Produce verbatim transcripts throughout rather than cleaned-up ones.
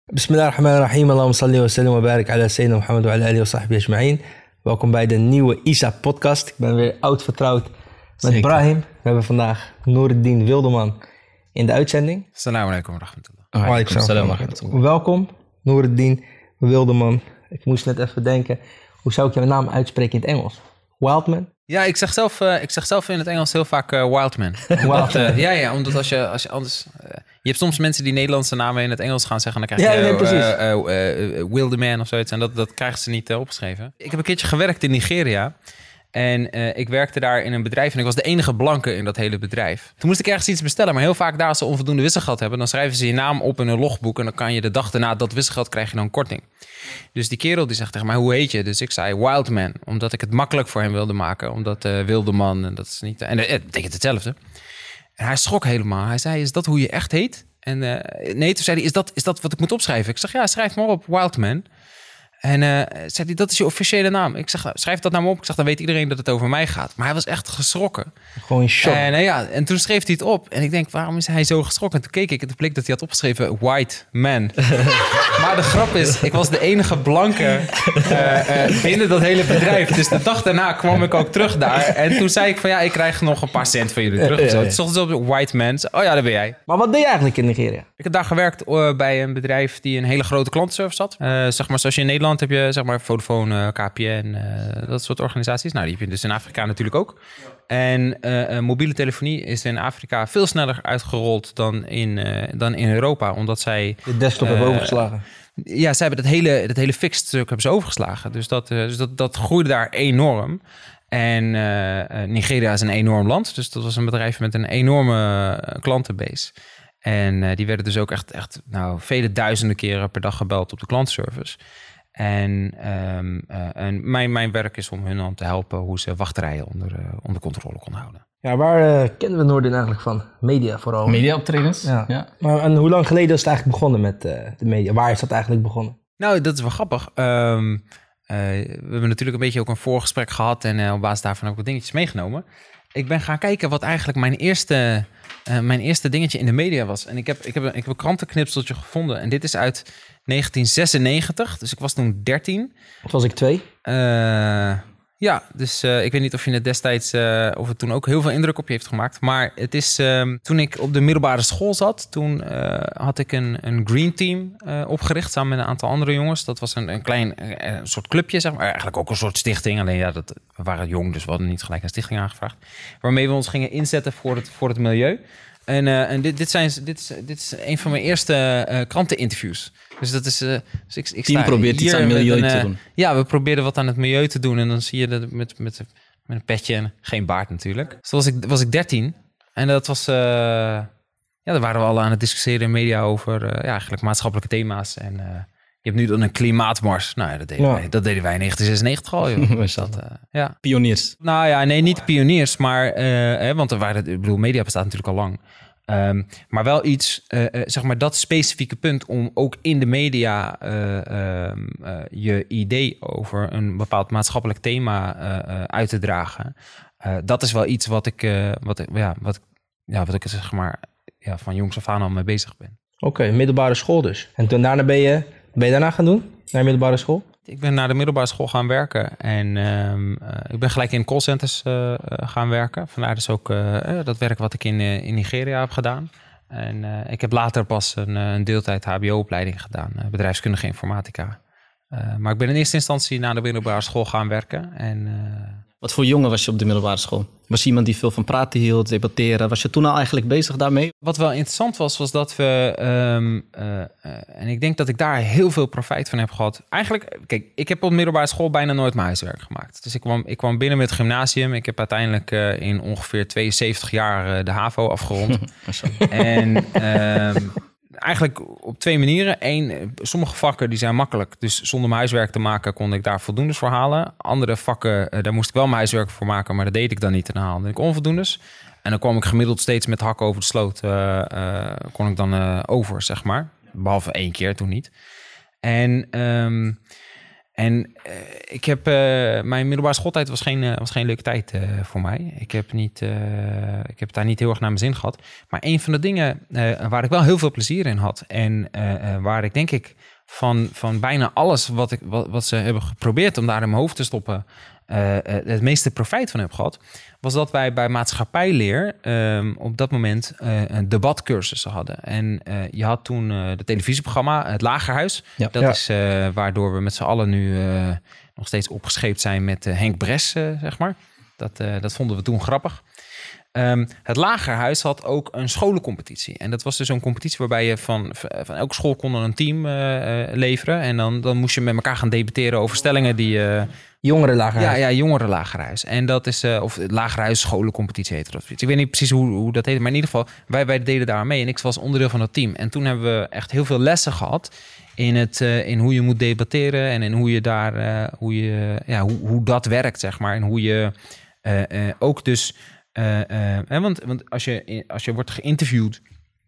Bismillahirrahmanirrahim. Allahumma salli wa sallim wa barik ala sayyidina Muhammad wa ala alihi wa sahbihi ajma'in. Welkom bij de nieuwe Isa podcast. Ik ben weer oud vertrouwd met Zeker. Brahim. We hebben vandaag Noorddin Wilderman in de uitzending. Assalamu alaikum wa rahmatullah. Wa alaikum assalam wa rahmatullah. Welkom Noorddin Wilderman. Ik moest net even denken, hoe zou ik jouw naam uitspreken in het Engels? Wildman? Ja, ik zeg zelf, uh, ik zeg zelf in het Engels heel vaak uh, Wildman. Wild uh, ja, ja, omdat als je, als je anders... Uh, je hebt soms mensen die Nederlandse namen in het Engels gaan zeggen... en dan krijg je ja, nee, uh, uh, uh, uh, Wilderman of zoiets. En dat, dat krijgen ze niet uh, opgeschreven. Ik heb een keertje gewerkt in Nigeria. En uh, ik werkte daar in een bedrijf en ik was de enige blanke in dat hele bedrijf. Toen moest ik ergens iets bestellen, maar heel vaak daar als ze onvoldoende wisselgeld hebben... dan schrijven ze je naam op in een logboek... en dan kan je de dag daarna dat wisselgeld krijg je dan korting. Dus die kerel die zegt tegen mij, hoe heet je? Dus ik zei Wildman, omdat ik het makkelijk voor hem wilde maken. Omdat uh, Wilderman, en dat is niet... En het uh, betekent hetzelfde. En hij schrok helemaal. Hij zei, is dat hoe je echt heet? En uh, nee, toen zei hij, is dat, is dat wat ik moet opschrijven? Ik zeg, ja, schrijf maar op, Wildman. En uh, zei hij, dat is je officiële naam. Ik zeg, schrijf dat nou maar op. Ik zeg, dan weet iedereen dat het over mij gaat. Maar hij was echt geschrokken. Gewoon in shock. En, uh, ja, en toen schreef hij het op. En ik denk, waarom is hij zo geschrokken? En toen keek ik en toen bleek dat hij had opgeschreven white man. Maar de grap is, ik was de enige blanke uh, uh, binnen dat hele bedrijf. Dus de dag daarna kwam ik ook terug daar. En toen zei ik van, ja, ik krijg nog een paar cent van jullie terug. Ja, ja, ja. Toen stond op white man. Oh ja, dat ben jij. Maar wat deed je eigenlijk in Nigeria? Ik heb daar gewerkt uh, bij een bedrijf die een hele grote klantenservice had. Uh, zeg maar, zoals je in Nederland heb je zeg maar Vodafone, uh, K P N, uh, dat soort organisaties. Nou, die heb je dus in Afrika natuurlijk ook. En uh, uh, mobiele telefonie is in Afrika veel sneller uitgerold dan in, uh, dan in Europa, omdat zij... De desktop uh, hebben overgeslagen. Ja, zij hebben dat hele, dat hele fixed stuk hebben ze overgeslagen. Dus dat, uh, dus dat, dat groeide daar enorm. En uh, uh, Nigeria is een enorm land. Dus dat was een bedrijf met een enorme uh, klantenbase. En uh, die werden dus ook echt, echt nou, vele duizenden keren per dag gebeld op de klantenservice. En, um, uh, en mijn, mijn werk is om hun dan te helpen hoe ze wachtrijen onder, uh, onder controle konden houden. Ja, waar uh, kennen we Noorddin eigenlijk van? Media vooral. Media-optredens. Ja. ja. Maar en hoe lang geleden is het eigenlijk begonnen met uh, de media? Waar is dat eigenlijk begonnen? Nou, dat is wel grappig. Um, uh, we hebben natuurlijk een beetje ook een voorgesprek gehad en uh, op basis daarvan ook wat dingetjes meegenomen. Ik ben gaan kijken wat eigenlijk mijn eerste, uh, mijn eerste dingetje in de media was. En ik heb, ik, heb een, ik heb een krantenknipseltje gevonden. En dit is uit negentien zesennegentig. Dus ik was toen dertien. Wat was ik twee? Uh, ja, dus uh, ik weet niet of je het destijds... Uh, of het toen ook heel veel indruk op je heeft gemaakt. Maar het is... Uh, toen ik op de middelbare school zat... toen uh, had ik een, een green team uh, opgericht... samen met een aantal andere jongens. Dat was een, een klein uh, een soort clubje, zeg maar. Eigenlijk ook een soort stichting. Alleen ja, dat, we waren jong, dus we hadden niet gelijk een stichting aangevraagd. Waarmee we ons gingen inzetten voor het, voor het milieu. En, uh, en dit, dit, zijn, dit, is, dit is een van mijn eerste uh, kranteninterviews. Dus dat is... Uh, dus ik, ik Team probeert iets aan het milieu een, te doen. Uh, ja, we probeerden wat aan het milieu te doen. En dan zie je dat met, met, met een petje en geen baard natuurlijk. Dus was ik, was ik dertien. En dat was... Uh, ja, daar waren we al aan het discussiëren in media over... Uh, ja, eigenlijk maatschappelijke thema's. En uh, je hebt nu dan een klimaatmars. Nou ja, dat deden, ja. Wij, dat deden wij in negentien zesennegentig al. Joh. Is dat, uh, ja. Pioniers. Nou ja, nee, niet pioniers. Maar... Uh, hè, want er waren, ik bedoel, media bestaat natuurlijk al lang... Um, maar wel iets, uh, uh, zeg maar dat specifieke punt om ook in de media uh, uh, uh, je idee over een bepaald maatschappelijk thema uh, uh, uit te dragen. Uh, dat is wel iets wat ik, uh, wat, ja, wat, ja, wat ik zeg maar ja, van jongs af aan al mee bezig ben. Oké, okay, middelbare school dus. En toen daarna ben je, ben je daarna gaan doen? Naar middelbare school? Ik ben naar de middelbare school gaan werken en um, uh, ik ben gelijk in callcenters uh, gaan werken. Vandaar dus ook uh, dat werk wat ik in, uh, in Nigeria heb gedaan. En uh, ik heb later pas een, een deeltijd H B O-opleiding gedaan, uh, bedrijfskundige informatica. Uh, maar ik ben in eerste instantie naar de middelbare school gaan werken. En, uh, Wat voor jongen was je op de middelbare school? Was je iemand die veel van praten hield, debatteren? Was je toen al eigenlijk bezig daarmee? Wat wel interessant was, was dat we... Um, uh, uh, en ik denk dat ik daar heel veel profijt van heb gehad. Eigenlijk, kijk, ik heb op middelbare school bijna nooit mijn huiswerk gemaakt. Dus ik kwam, ik kwam binnen met het gymnasium. Ik heb uiteindelijk uh, in ongeveer tweeënzeventig jaar uh, de HAVO afgerond. en... Um, Eigenlijk op twee manieren. Eén, sommige vakken die zijn makkelijk. Dus zonder mijn huiswerk te maken kon ik daar voldoendes voor halen. Andere vakken, daar moest ik wel mijn huiswerk voor maken, maar dat deed ik dan niet. En dan haalde ik onvoldoendes. En dan kwam ik gemiddeld steeds met hakken over de sloot. Uh, uh, kon ik dan uh, over, zeg maar. Behalve één keer, toen niet. En um, En uh, ik heb, uh, mijn middelbare schooltijd was geen, uh, was geen leuke tijd uh, voor mij. Ik heb, niet, uh, ik heb daar niet heel erg naar mijn zin gehad. Maar een van de dingen uh, waar ik wel heel veel plezier in had... en uh, uh, waar ik denk ik van, van bijna alles wat, ik, wat, wat ze hebben geprobeerd... om daar in mijn hoofd te stoppen... Uh, uh, het meeste profijt van heb gehad... was dat wij bij maatschappijleer uh, op dat moment uh, een debatcursussen hadden. En uh, je had toen uh, het televisieprogramma Het Lagerhuis. Ja. Dat ja. is uh, waardoor we met z'n allen nu uh, nog steeds opgescheept zijn met uh, Henk Bres, uh, zeg maar. Dat, uh, dat vonden we toen grappig. Um, het Lagerhuis had ook een scholencompetitie. En dat was dus een competitie waarbij je van, van elke school kon een team uh, uh, leveren. En dan, dan moest je met elkaar gaan debatteren over stellingen die... Uh, Jongerenlagerhuis. Ja, ja, jongerenlagerhuis. En dat is, uh, of het Lagerhuis scholencompetitie heette dat. Ik weet niet precies hoe, hoe dat heette, maar in ieder geval, wij, wij deden daar mee en ik was onderdeel van dat team. En toen hebben we echt heel veel lessen gehad in, het, uh, in hoe je moet debatteren en in hoe je daar, uh, hoe je, ja, hoe, hoe dat werkt, zeg maar. En hoe je uh, uh, ook dus, uh, uh, want, want als je, als je wordt geïnterviewd,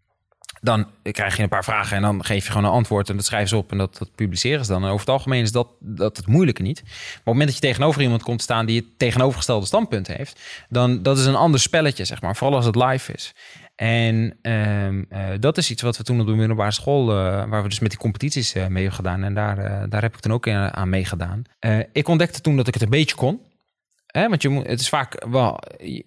dan krijg je een paar vragen en dan geef je gewoon een antwoord en dat schrijven ze op en dat, dat publiceren ze dan. En over het algemeen is dat, dat het moeilijke niet. Maar op het moment dat je tegenover iemand komt te staan die het tegenovergestelde standpunt heeft, dan dat is een ander spelletje, zeg maar. Vooral als het live is. En um, uh, dat is iets wat we toen op de middelbare school, uh, waar we dus met die competities uh, mee hebben gedaan. En daar, uh, daar heb ik toen ook uh, aan meegedaan. Uh, ik ontdekte toen dat ik het een beetje kon. Hè, want je moet, het is vaak wel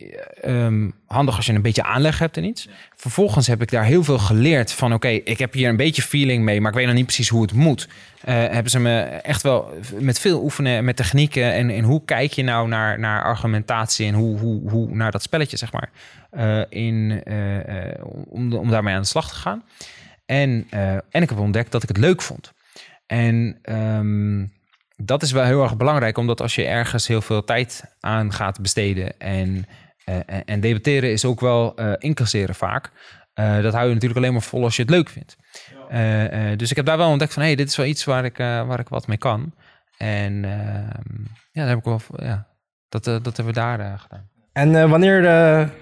um, handig als je een beetje aanleg hebt in iets. Vervolgens heb ik daar heel veel geleerd van... oké, okay, ik heb hier een beetje feeling mee... maar ik weet nog niet precies hoe het moet. Uh, hebben ze me echt wel met veel oefenen... met technieken en, en hoe kijk je nou naar, naar argumentatie... en hoe, hoe, hoe naar dat spelletje, zeg maar... Uh, in, uh, uh, om, om daarmee aan de slag te gaan. En, uh, en ik heb ontdekt dat ik het leuk vond. En... Um, dat is wel heel erg belangrijk, omdat als je ergens heel veel tijd aan gaat besteden en, uh, en debatteren is ook wel uh, incasseren vaak. Uh, dat hou je natuurlijk alleen maar vol als je het leuk vindt. Uh, uh, dus ik heb daar wel ontdekt van, hé, hey, dit is wel iets waar ik, uh, waar ik wat mee kan. En uh, ja, dat heb ik wel, ja, dat, uh, dat hebben we daar uh, gedaan. En uh, wanneer uh, ben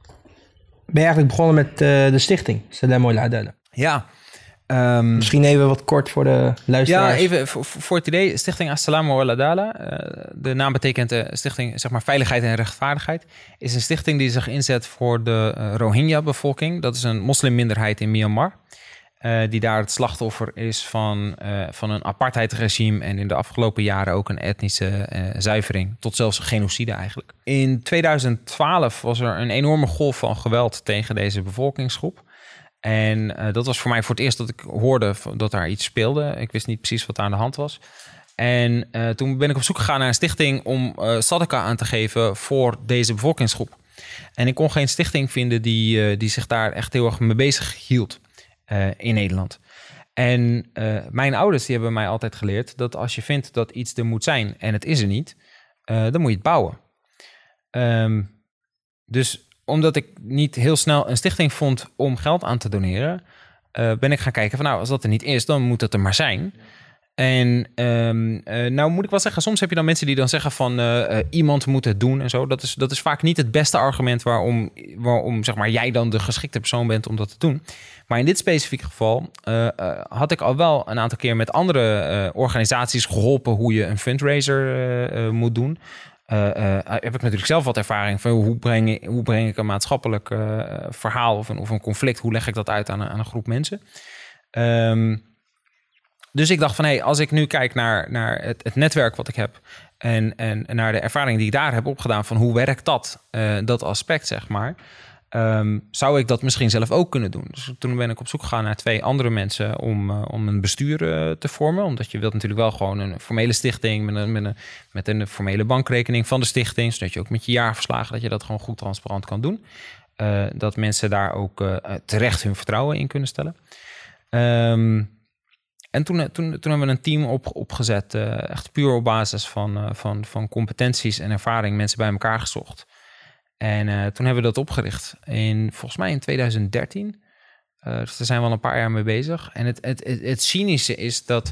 je eigenlijk begonnen met uh, de stichting Salam Al Adala? Ja. Um, Misschien even wat kort voor de luisteraars. Ja, even voor, voor het idee. Stichting As-Salam Al Adala. Uh, de naam betekent uh, Stichting zeg maar, Veiligheid en Rechtvaardigheid. Is een stichting die zich inzet voor de uh, Rohingya-bevolking. Dat is een moslimminderheid in Myanmar. Uh, die daar het slachtoffer is van, uh, van een apartheidregime... en in de afgelopen jaren ook een etnische uh, zuivering... tot zelfs genocide eigenlijk. In tweeduizend twaalf was er een enorme golf van geweld... tegen deze bevolkingsgroep. En uh, dat was voor mij voor het eerst dat ik hoorde dat daar iets speelde. Ik wist niet precies wat daar aan de hand was. En uh, toen ben ik op zoek gegaan naar een stichting om uh, sadaka aan te geven voor deze bevolkingsgroep. En ik kon geen stichting vinden die, uh, die zich daar echt heel erg mee bezig hield uh, in Nederland. En uh, mijn ouders die hebben mij altijd geleerd dat als je vindt dat iets er moet zijn en het is er niet, uh, dan moet je het bouwen. Um, dus omdat ik niet heel snel een stichting vond om geld aan te doneren, uh, ben ik gaan kijken van nou, als dat er niet is, dan moet het er maar zijn. En um, uh, nou moet ik wel zeggen, soms heb je dan mensen die dan zeggen van uh, uh, iemand moet het doen en zo. Dat is, dat is vaak niet het beste argument waarom, waarom zeg maar, jij dan de geschikte persoon bent om dat te doen. Maar in dit specifieke geval uh, uh, had ik al wel een aantal keer met andere uh, organisaties geholpen hoe je een fundraiser uh, uh, moet doen. Uh, uh, heb ik natuurlijk zelf wat ervaring van hoe breng ik, hoe breng ik een maatschappelijk uh, verhaal of een, of een conflict, hoe leg ik dat uit aan een, aan een groep mensen. Um, dus ik dacht van hé, hey, als ik nu kijk naar, naar het, het netwerk wat ik heb en, en naar de ervaring die ik daar heb opgedaan van hoe werkt dat, uh, dat aspect zeg maar, um, zou ik dat misschien zelf ook kunnen doen. Dus toen ben ik op zoek gegaan naar twee andere mensen om, uh, om een bestuur uh, te vormen. Omdat je wilt natuurlijk wel gewoon een formele stichting met een, met, een, met een formele bankrekening van de stichting. Zodat je ook met je jaarverslagen dat je dat gewoon goed transparant kan doen. Uh, dat mensen daar ook uh, terecht hun vertrouwen in kunnen stellen. Um, en toen, toen, toen hebben we een team op, opgezet. Uh, echt puur op basis van, uh, van, van competenties en ervaring mensen bij elkaar gezocht. En uh, toen hebben we dat opgericht. In, volgens mij in tweeduizend dertien. Uh, dus daar zijn we al een paar jaar mee bezig. En het, het, het, het cynische is dat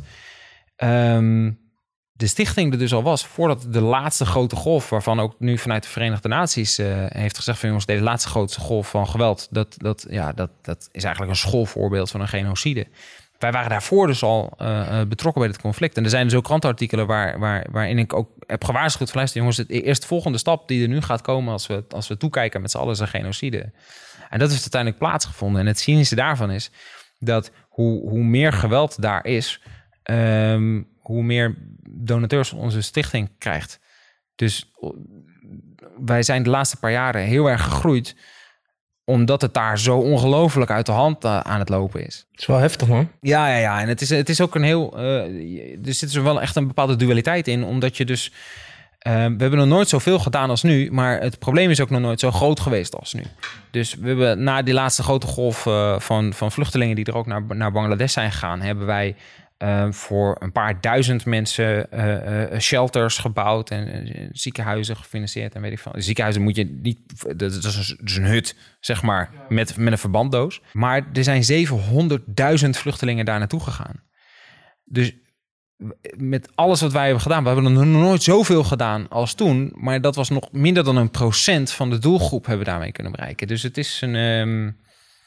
um, de stichting er dus al was voordat de laatste grote golf, waarvan ook nu vanuit de Verenigde Naties uh, heeft gezegd van jongens, deze laatste grootste golf van geweld, dat, dat, ja, dat, dat is eigenlijk een schoolvoorbeeld van een genocide. wij waren daarvoor dus al uh, betrokken bij dit conflict. En er zijn dus ook krantenartikelen waar, waar, waarin ik ook heb gewaarschuwd van luister jongens, het eerst volgende stap die er nu gaat komen als we, als we toekijken met z'n allen is een genocide. En dat heeft uiteindelijk plaatsgevonden. En het cynische daarvan is dat hoe, hoe meer geweld daar is, um, hoe meer donateurs onze stichting krijgt. Dus wij zijn de laatste paar jaren heel erg gegroeid, omdat het daar zo ongelooflijk uit de hand uh, aan het lopen is. Het is wel heftig, man. Ja, ja, ja. En het is, het is ook een heel... Uh, er zit er wel echt een bepaalde dualiteit in, omdat je dus... Uh, we hebben nog nooit zoveel gedaan als nu, maar het probleem is ook nog nooit zo groot geweest als nu. Dus we hebben na die laatste grote golf uh, van, van vluchtelingen die er ook naar, naar Bangladesh zijn gegaan, hebben wij uh, voor een paar duizend mensen uh, uh, shelters gebouwd en uh, ziekenhuizen gefinancierd en weet ik veel. Ziekenhuizen moet je niet, dat is een, dat is een hut, zeg maar, met, met een verbanddoos. Maar er zijn zevenhonderdduizend vluchtelingen daar naartoe gegaan. Dus met alles wat wij hebben gedaan, we hebben nog nooit zoveel gedaan als toen, maar dat was nog minder dan een procent van de doelgroep hebben we daarmee kunnen bereiken. Dus het is een... Um...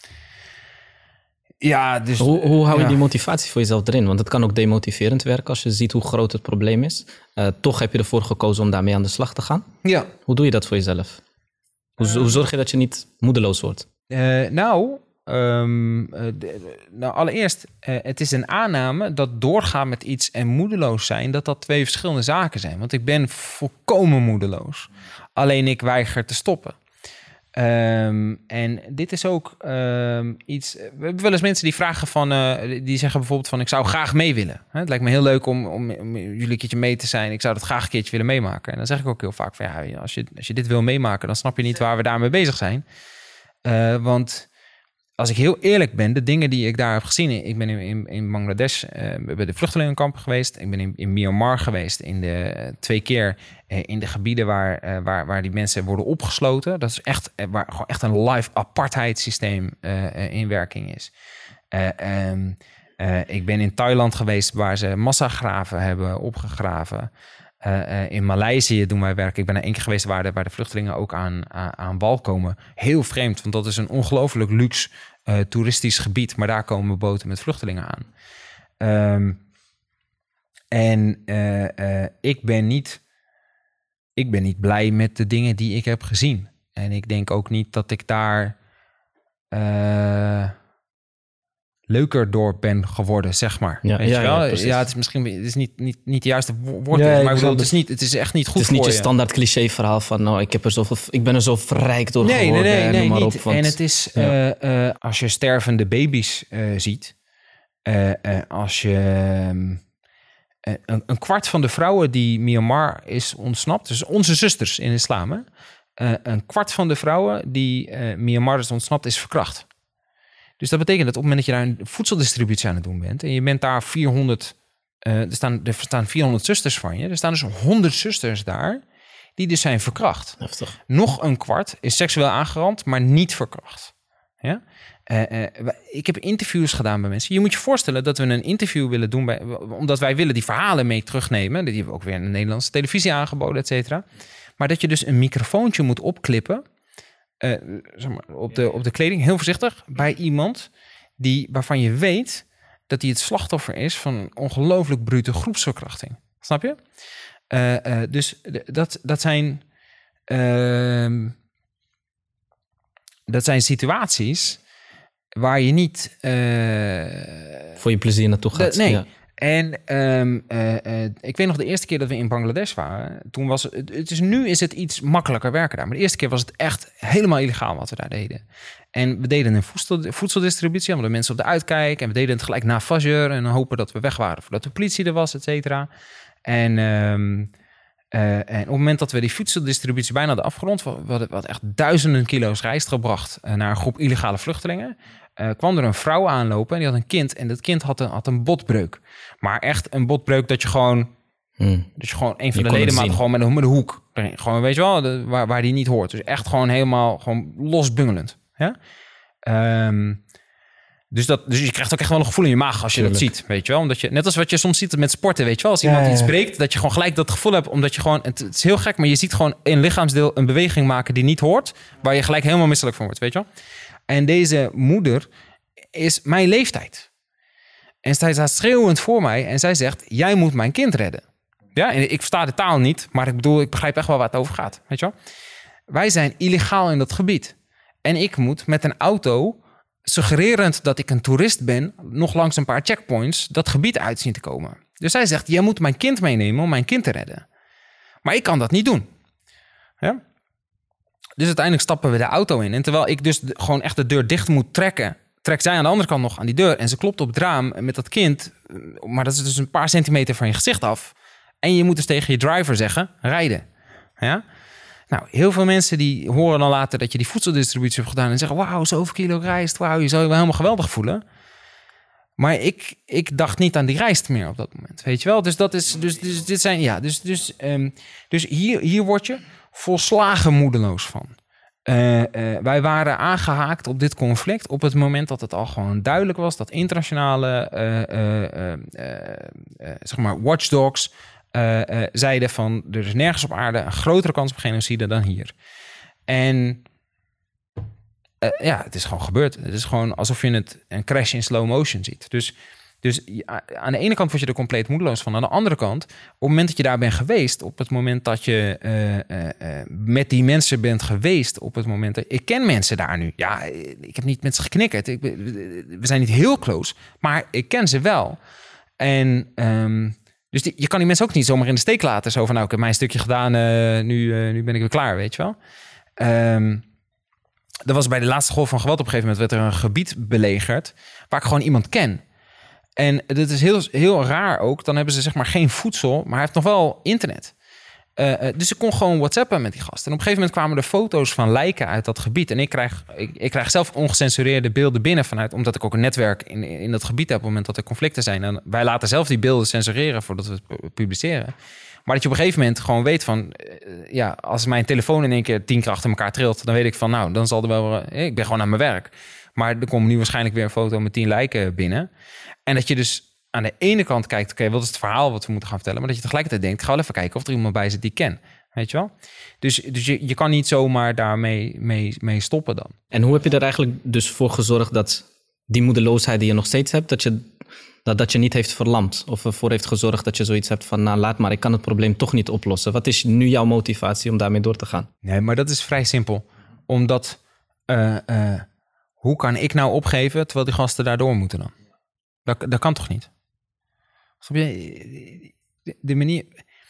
Ja, dus... Hoe, hoe hou je ja. die motivatie voor jezelf erin? Want het kan ook demotiverend werken als je ziet hoe groot het probleem is. Uh, toch heb je ervoor gekozen om daarmee aan de slag te gaan. Ja. Hoe doe je dat voor jezelf? Hoe, uh, hoe zorg je dat je niet moedeloos wordt? Uh, nou... Um, uh, de, de, nou, allereerst, uh, het is een aanname dat doorgaan met iets en moedeloos zijn, dat dat twee verschillende zaken zijn. Want ik ben volkomen moedeloos. Alleen ik weiger te stoppen. Um, en dit is ook um, iets... We hebben wel eens mensen die vragen van... Uh, die zeggen bijvoorbeeld van, ik zou graag mee willen. Hè? Het lijkt me heel leuk om, om, om jullie een keertje mee te zijn. Ik zou dat graag een keertje willen meemaken. En dan zeg ik ook heel vaak van, ja, als je, als je dit wil meemaken, dan snap je niet waar we daarmee bezig zijn. Uh, want... Als ik heel eerlijk ben, de dingen die ik daar heb gezien... Ik ben in, in, in Bangladesh uh, bij de vluchtelingenkampen geweest. Ik ben in, in Myanmar geweest, in de, uh, twee keer uh, in de gebieden waar, uh, waar, waar die mensen worden opgesloten. Dat is echt, uh, waar gewoon echt een live apartheidssysteem uh, uh, in werking is. Uh, um, uh, ik ben in Thailand geweest waar ze massagraven hebben opgegraven. Uh, uh, in Maleisië doen wij werk. Ik ben er één keer geweest waar de, waar de vluchtelingen ook aan, aan, aan wal komen. Heel vreemd, want dat is een ongelooflijk luxe uh, toeristisch gebied. Maar daar komen boten met vluchtelingen aan. Um, en uh, uh, ik ben niet, ik ben niet blij met de dingen die ik heb gezien. En ik denk ook niet dat ik daar... Uh, leuker door ben geworden, zeg maar. Ja, Weet ja, je wel? ja, ja, het is misschien het is niet, niet, niet de juiste woord, Ja, maar ik bedoel, het het is, niet, het is echt niet goed Het is niet voor je standaard cliché verhaal van... nou, ik, heb er zoveel, ik ben er zo verrijkt door nee, geworden. Nee, nee, nee, noem maar niet. op, want, en het is, ja. uh, uh, als je stervende baby's uh, ziet... Uh, uh, als je... Um, uh, een, een kwart van de vrouwen die Myanmar is ontsnapt... dus onze zusters in islam, hè? Uh, een kwart van de vrouwen die uh, Myanmar is ontsnapt, is verkracht. Dus dat betekent dat op het moment dat je daar een voedseldistributie aan het doen bent... en je bent daar vierhonderd... Uh, er, staan, er staan vierhonderd zusters van je. Er staan dus honderd zusters daar die dus zijn verkracht. Heftig. Nog een kwart is seksueel aangerand, maar niet verkracht. Ja? Uh, uh, ik heb interviews gedaan bij mensen. Je moet je voorstellen dat we een interview willen doen... Bij, omdat wij willen die verhalen mee terugnemen. Die hebben we ook weer in de Nederlandse televisie aangeboden, et cetera. Maar dat je dus een microfoontje moet opklippen... Uh, zeg maar, op, de, op de kleding, heel voorzichtig, bij iemand die, waarvan je weet dat hij het slachtoffer is van een ongelooflijk brute groepsverkrachting. Snap je? Uh, uh, dus dat, dat zijn uh, dat zijn situaties waar je niet uh, voor je plezier naartoe gaat. De, nee. Ja. En um, uh, uh, ik weet nog de eerste keer dat we in Bangladesh waren. Toen was het, het is, nu is het iets makkelijker werken daar. Maar de eerste keer was het echt helemaal illegaal wat we daar deden. En we deden een voedsel, voedseldistributie. We hadden mensen op de uitkijk. En we deden het gelijk na Fajr. En hopen dat we weg waren voordat de politie er was, et cetera. En, um, uh, en op het moment dat we die voedseldistributie bijna hadden afgerond... we hadden, we hadden echt duizenden kilo's rijst gebracht naar een groep illegale vluchtelingen... Uh, kwam er een vrouw aanlopen en die had een kind. En dat kind had een, had een botbreuk. Maar echt een botbreuk dat je gewoon... Hmm. Dat je gewoon een van je de ledematen gewoon met een, met een hoek... Gewoon, weet je wel, de, waar, waar die niet hoort. Dus echt gewoon helemaal gewoon losbungelend. Ja? Um, dus, dat, dus je krijgt ook echt wel een gevoel in je maag als je Tuurlijk. dat ziet. Weet je wel? Omdat je, net als wat je soms ziet met sporten. Weet je wel? Als iemand ja, ja. iets breekt, dat je gewoon gelijk dat gevoel hebt. Omdat je gewoon... Het, het is heel gek, maar je ziet gewoon een lichaamsdeel een beweging maken die niet hoort. Waar je gelijk helemaal misselijk van wordt. Weet je wel? En deze moeder is mijn leeftijd. En zij staat schreeuwend voor mij en zij zegt, jij moet mijn kind redden. Ja, en ik versta de taal niet, maar ik bedoel, ik begrijp echt wel waar het over gaat. Weet je wel? Wij zijn illegaal in dat gebied. En ik moet met een auto, suggererend dat ik een toerist ben, nog langs een paar checkpoints dat gebied uit zien te komen. Dus zij zegt, jij moet mijn kind meenemen om mijn kind te redden. Maar ik kan dat niet doen. Ja? Dus uiteindelijk stappen we de auto in. En terwijl ik dus gewoon echt de deur dicht moet trekken, trekt zij aan de andere kant nog aan die deur. En ze klopt op het raam met dat kind. Maar dat is dus een paar centimeter van je gezicht af. En je moet dus tegen je driver zeggen, rijden. Ja? Nou, heel veel mensen die horen dan later dat je die voedseldistributie hebt gedaan en zeggen, wauw, zoveel kilo rijst, wauw, je zou je wel helemaal geweldig voelen. Maar ik, ik dacht niet aan die rijst meer op dat moment, weet je wel. Dus dat is, dus, dus dit zijn, ja, dus, dus, um, dus hier, hier word je volslagen moedeloos van. Uh, uh, wij waren aangehaakt op dit conflict op het moment dat het al gewoon duidelijk was dat internationale, uh, uh, uh, uh, uh, zeg maar, watchdogs Uh, uh, zeiden van, er is nergens op aarde een grotere kans op genocide dan hier. En uh, ja, het is gewoon gebeurd. Het is gewoon alsof je het een crash in slow motion ziet. Dus, dus ja, aan de ene kant word je er compleet moedeloos van. Aan de andere kant, op het moment dat je daar bent geweest, op het moment dat je uh, uh, uh, met die mensen bent geweest, op het moment dat ik ken mensen daar nu. Ja, ik heb niet met ze geknikkerd. Ik, we zijn niet heel close, maar ik ken ze wel. En um, Dus die, je kan die mensen ook niet zomaar in de steek laten. Zo van, nou, ik heb mijn stukje gedaan, uh, nu, uh, nu ben ik weer klaar, weet je wel. Um, er was bij de laatste golf van geweld op een gegeven moment werd er een gebied belegerd waar ik gewoon iemand ken. En dat is heel, heel raar ook. Dan hebben ze zeg maar geen voedsel, maar hij heeft nog wel internet. Uh, dus ik kon gewoon whatsappen met die gasten. En op een gegeven moment kwamen er foto's van lijken uit dat gebied. En ik krijg, ik, ik krijg zelf ongecensureerde beelden binnen vanuit, omdat ik ook een netwerk in, in dat gebied heb op het moment dat er conflicten zijn. En wij laten zelf die beelden censureren voordat we het publiceren. Maar dat je op een gegeven moment gewoon weet van, uh, ja, als mijn telefoon in één keer tien keer achter elkaar trilt, dan weet ik van, nou, dan zal er wel, uh, ik ben gewoon aan mijn werk. Maar er komt nu waarschijnlijk weer een foto met tien lijken binnen. En dat je dus aan de ene kant kijkt, oké, okay, wat is het verhaal wat we moeten gaan vertellen? Maar dat je tegelijkertijd denkt, ga wel even kijken of er iemand bij zit die ik ken. Weet je wel? Dus, dus je, je kan niet zomaar daarmee mee, mee stoppen dan. En hoe heb je er eigenlijk dus voor gezorgd dat die moedeloosheid die je nog steeds hebt, dat je, dat, dat je niet heeft verlamd? Of ervoor heeft gezorgd dat je zoiets hebt van, nou laat maar, ik kan het probleem toch niet oplossen. Wat is nu jouw motivatie om daarmee door te gaan? Nee, maar dat is vrij simpel. Omdat, uh, uh, hoe kan ik nou opgeven terwijl die gasten daardoor moeten dan? Dat, dat kan toch niet? De, de manier.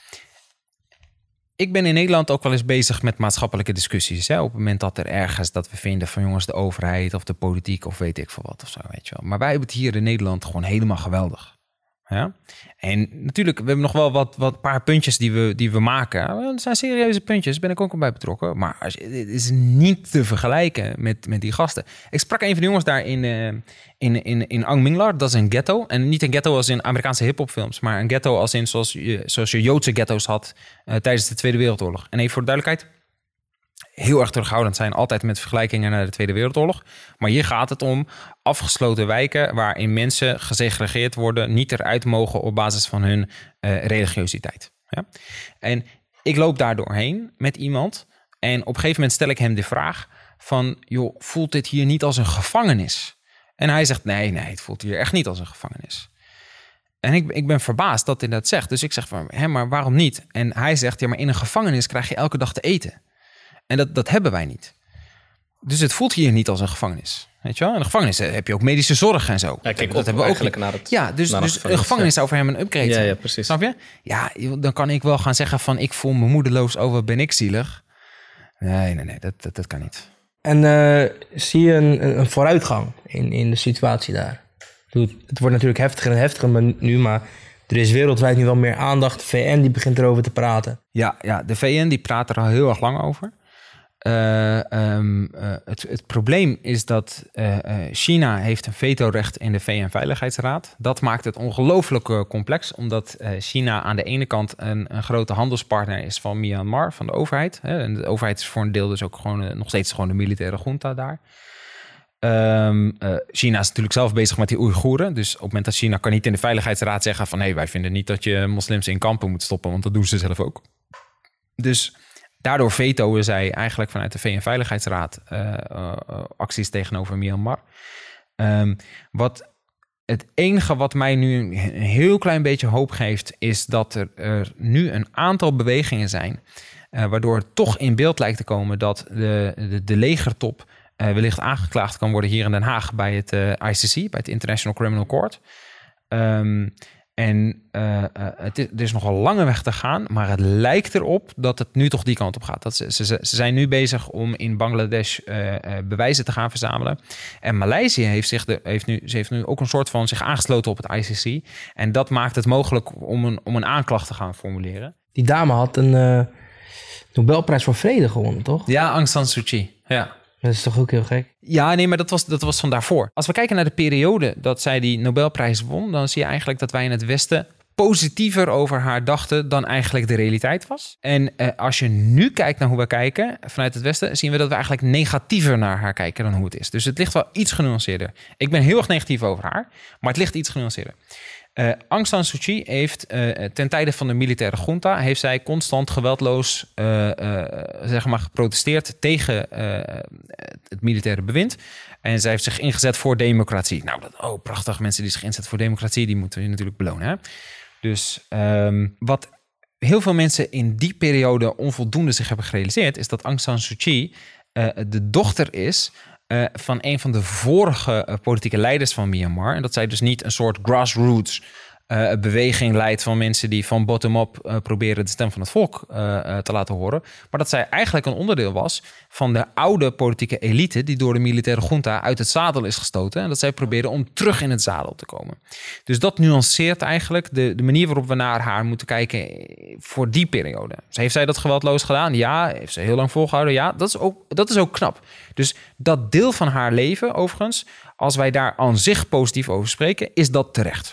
Ik ben in Nederland ook wel eens bezig met maatschappelijke discussies. Hè? Op het moment dat er ergens dat we vinden van jongens, de overheid of de politiek of weet ik veel wat of zo, weet je wel. Maar wij hebben het hier in Nederland gewoon helemaal geweldig. Ja? En natuurlijk, we hebben nog wel wat, wat paar puntjes die we, die we maken. Dat zijn serieuze puntjes, daar ben ik ook al bij betrokken. Maar als je, het is niet te vergelijken met, met die gasten. Ik sprak een van de jongens daar in, uh, in, in, in Angminglar, dat is een ghetto. En niet een ghetto als in Amerikaanse hiphopfilms, maar een ghetto als in zoals je, zoals je Joodse ghetto's had uh, tijdens de Tweede Wereldoorlog. En even voor de duidelijkheid, heel erg terughoudend zijn, altijd met vergelijkingen naar de Tweede Wereldoorlog. Maar hier gaat het om afgesloten wijken waarin mensen gesegregeerd worden, niet eruit mogen op basis van hun uh, religiositeit. Ja? En ik loop daar doorheen met iemand en op een gegeven moment stel ik hem de vraag van, joh, voelt dit hier niet als een gevangenis? En hij zegt, nee, nee, het voelt hier echt niet als een gevangenis. En ik, ik ben verbaasd dat hij dat zegt. Dus ik zeg van, hé, maar waarom niet? En hij zegt, ja, maar in een gevangenis krijg je elke dag te eten. En dat, dat hebben wij niet. Dus het voelt hier niet als een gevangenis. Weet je wel? In een gevangenis heb je ook medische zorg en zo. Ja, kijk, dat hebben we ook. Naar het, ja, dus, naar dus een gevangenis, gevangenis zou voor hem een upgrade zijn. Ja, ja, precies. Snap je? Ja, dan kan ik wel gaan zeggen van, ik voel me moedeloos, oh, wat ben ik zielig. Nee, nee, nee, dat, dat, dat kan niet. En uh, zie je een, een vooruitgang in, in de situatie daar? Het wordt natuurlijk heftiger en heftiger nu, maar er is wereldwijd nu wel meer aandacht. De V N die begint erover te praten. Ja, ja, de V N die praat er al heel erg lang over. Uh, um, uh, het, het probleem is dat uh, uh, China heeft een vetorecht in de V N-veiligheidsraad. Dat maakt het ongelooflijk uh, complex, omdat uh, China aan de ene kant een, een grote handelspartner is van Myanmar, van de overheid. Hè? En de overheid is voor een deel dus ook gewoon uh, nog steeds gewoon de militaire junta daar. Um, uh, China is natuurlijk zelf bezig met die Oeigoeren. Dus op het moment dat China kan niet in de Veiligheidsraad zeggen van, hé, hey, wij vinden niet dat je moslims in kampen moet stoppen, want dat doen ze zelf ook. Dus daardoor vetoen zij eigenlijk vanuit de V N-veiligheidsraad uh, uh, acties tegenover Myanmar. Um, wat het enige wat mij nu een heel klein beetje hoop geeft, is dat er, er nu een aantal bewegingen zijn, uh, waardoor het toch in beeld lijkt te komen dat de, de, de legertop uh, wellicht aangeklaagd kan worden hier in Den Haag bij het uh, I C C, bij het International Criminal Court. Um, en uh, uh, het is, er is nog een lange weg te gaan, maar het lijkt erop dat het nu toch die kant op gaat. Dat ze, ze, ze zijn nu bezig om in Bangladesh uh, uh, bewijzen te gaan verzamelen. En Maleisië heeft, zich de, heeft, nu, ze heeft nu ook een soort van zich aangesloten op het I C C. En dat maakt het mogelijk om een, om een aanklacht te gaan formuleren. Die dame had een uh, Nobelprijs voor Vrede gewonnen, toch? Ja, Aung San Suu Kyi, ja. Dat is toch ook heel gek? Ja, nee, maar dat was, dat was van daarvoor. Als we kijken naar de periode dat zij die Nobelprijs won, dan zie je eigenlijk dat wij in het Westen positiever over haar dachten dan eigenlijk de realiteit was. En eh, als je nu kijkt naar hoe we kijken vanuit het Westen, zien we dat we eigenlijk negatiever naar haar kijken dan hoe het is. Dus het ligt wel iets genuanceerder. Ik ben heel erg negatief over haar, maar het ligt iets genuanceerder. Uh, Aung San Suu Kyi heeft uh, ten tijde van de militaire junta heeft zij constant geweldloos uh, uh, zeg maar geprotesteerd tegen uh, het militaire bewind. En zij heeft zich ingezet voor democratie. Nou, dat, oh prachtig, mensen die zich inzetten voor democratie, die moeten we natuurlijk belonen. Hè? Dus um, wat heel veel mensen in die periode onvoldoende zich hebben gerealiseerd, is dat Aung San Suu Kyi uh, de dochter is Uh, van een van de vorige uh, politieke leiders van Myanmar. En dat zij dus niet een soort grassroots uh, beweging leidt van mensen die van bottom-up uh, proberen de stem van het volk uh, uh, te laten horen. Maar dat zij eigenlijk een onderdeel was van de oude politieke elite die door de militaire junta uit het zadel is gestoten. En dat zij probeerden om terug in het zadel te komen. Dus dat nuanceert eigenlijk de, de manier waarop we naar haar moeten kijken voor die periode. Dus heeft zij dat geweldloos gedaan? Ja. Heeft ze heel lang volgehouden? Ja. Dat is ook, dat is ook knap. Dus dat deel van haar leven, overigens, als wij daar aan zich positief over spreken, is dat terecht.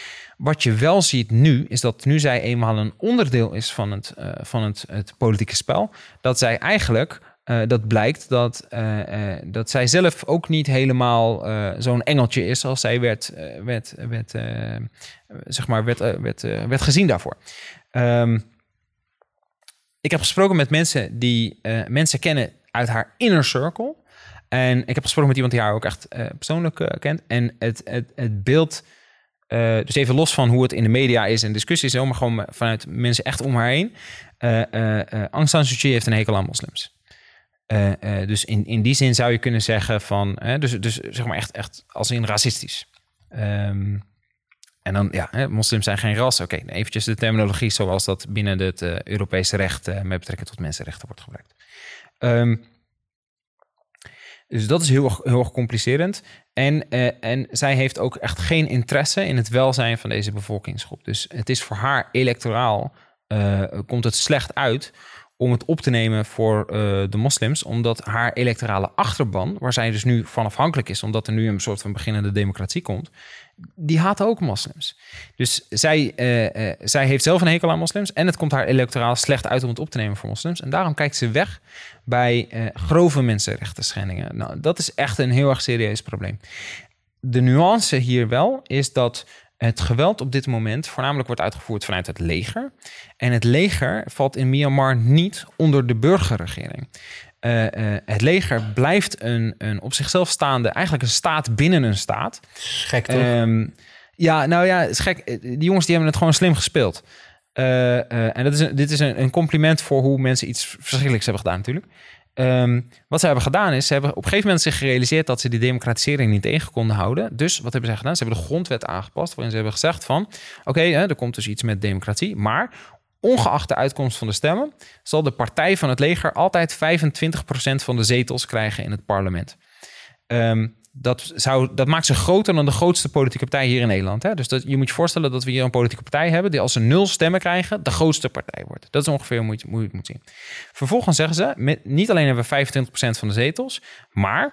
Wat je wel ziet nu, is dat nu zij eenmaal een onderdeel is van het, uh, van het, het politieke spel, dat zij eigenlijk, uh, dat blijkt dat, uh, uh, dat zij zelf ook niet helemaal uh, zo'n engeltje is als zij werd, uh, werd, werd, uh, zeg maar werd, uh, werd, uh, werd gezien daarvoor. Um, ik heb gesproken met mensen die uh, mensen kennen uit haar inner circle. En ik heb gesproken met iemand die haar ook echt uh, persoonlijk uh, kent. En het, het, het beeld, uh, dus even los van hoe het in de media is en discussies, maar gewoon vanuit mensen echt om haar heen. Uh, uh, uh, Aung San Suu Kyi heeft een hekel aan moslims. Uh, uh, dus in, in die zin zou je kunnen zeggen van, uh, dus, dus zeg maar echt, echt als in racistisch. Um, en dan, ja, hè, moslims zijn geen ras. Oké, okay, eventjes de terminologie zoals dat binnen het uh, Europese recht uh, met betrekking tot mensenrechten wordt gebruikt. Um, dus dat is heel erg, heel erg complicerend. En, uh, en zij heeft ook echt geen interesse in het welzijn van deze bevolkingsgroep. Dus het is voor haar electoraal, uh, komt het slecht uit om het op te nemen voor uh, de moslims, omdat haar electorale achterban, waar zij dus nu van afhankelijk is, omdat er nu een soort van beginnende democratie komt, die haat ook moslims. Dus zij, uh, uh, zij heeft zelf een hekel aan moslims en het komt haar electoraal slecht uit om het op te nemen voor moslims. En daarom kijkt ze weg bij uh, grove mensenrechten schendingen. Nou, dat is echt een heel erg serieus probleem. De nuance hier wel is dat het geweld op dit moment voornamelijk wordt uitgevoerd vanuit het leger. En het leger valt in Myanmar niet onder de burgerregering. Uh, uh, het leger blijft een, een op zichzelf staande, eigenlijk een staat binnen een staat. Gek toch? Um, ja, nou ja, het is gek. Die jongens die hebben het gewoon slim gespeeld. Uh, uh, en dat is een, dit is een, een compliment voor hoe mensen iets verschrikkelijks hebben gedaan natuurlijk. Um, wat ze hebben gedaan is, ze hebben op een gegeven moment zich gerealiseerd dat ze die democratisering niet tegen konden houden. Dus wat hebben ze gedaan? Ze hebben de grondwet aangepast, waarin ze hebben gezegd van, oké, okay, er komt dus iets met democratie, maar ongeacht de uitkomst van de stemmen, zal de partij van het leger altijd vijfentwintig procent van de zetels krijgen in het parlement. Um, dat, zou, dat maakt ze groter dan de grootste politieke partij hier in Nederland. Hè? Dus dat, je moet je voorstellen dat we hier een politieke partij hebben die als ze nul stemmen krijgen, de grootste partij wordt. Dat is ongeveer hoe je, hoe je het moet zien. Vervolgens zeggen ze, met, niet alleen hebben we vijfentwintig procent van de zetels, maar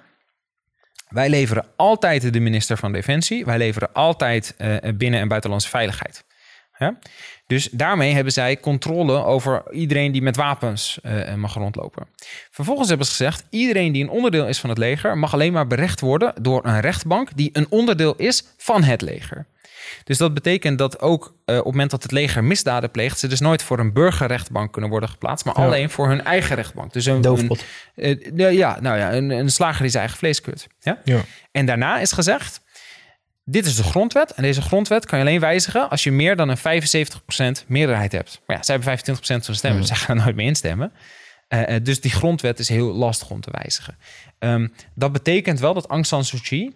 wij leveren altijd de minister van Defensie. Wij leveren altijd uh, binnen- en buitenlandse veiligheid. Ja? Dus daarmee hebben zij controle over iedereen die met wapens uh, mag rondlopen. Vervolgens hebben ze gezegd, iedereen die een onderdeel is van het leger mag alleen maar berecht worden door een rechtbank die een onderdeel is van het leger. Dus dat betekent dat ook uh, op het moment dat het leger misdaden pleegt, ze dus nooit voor een burgerrechtbank kunnen worden geplaatst, maar ja. alleen voor hun eigen rechtbank. Dus een doofpot. Een, uh, ja, nou ja, een, een slager die zijn eigen vlees keurt. Ja? Ja. En daarna is gezegd, dit is de grondwet. En deze grondwet kan je alleen wijzigen als je meer dan een vijfenzeventig procent meerderheid hebt. Maar ja, zij hebben vijfentwintig procent van de stemmen, dus zij gaan er nooit meer instemmen. Uh, dus die grondwet is heel lastig om te wijzigen. Um, dat betekent wel dat Aung San Suu Kyi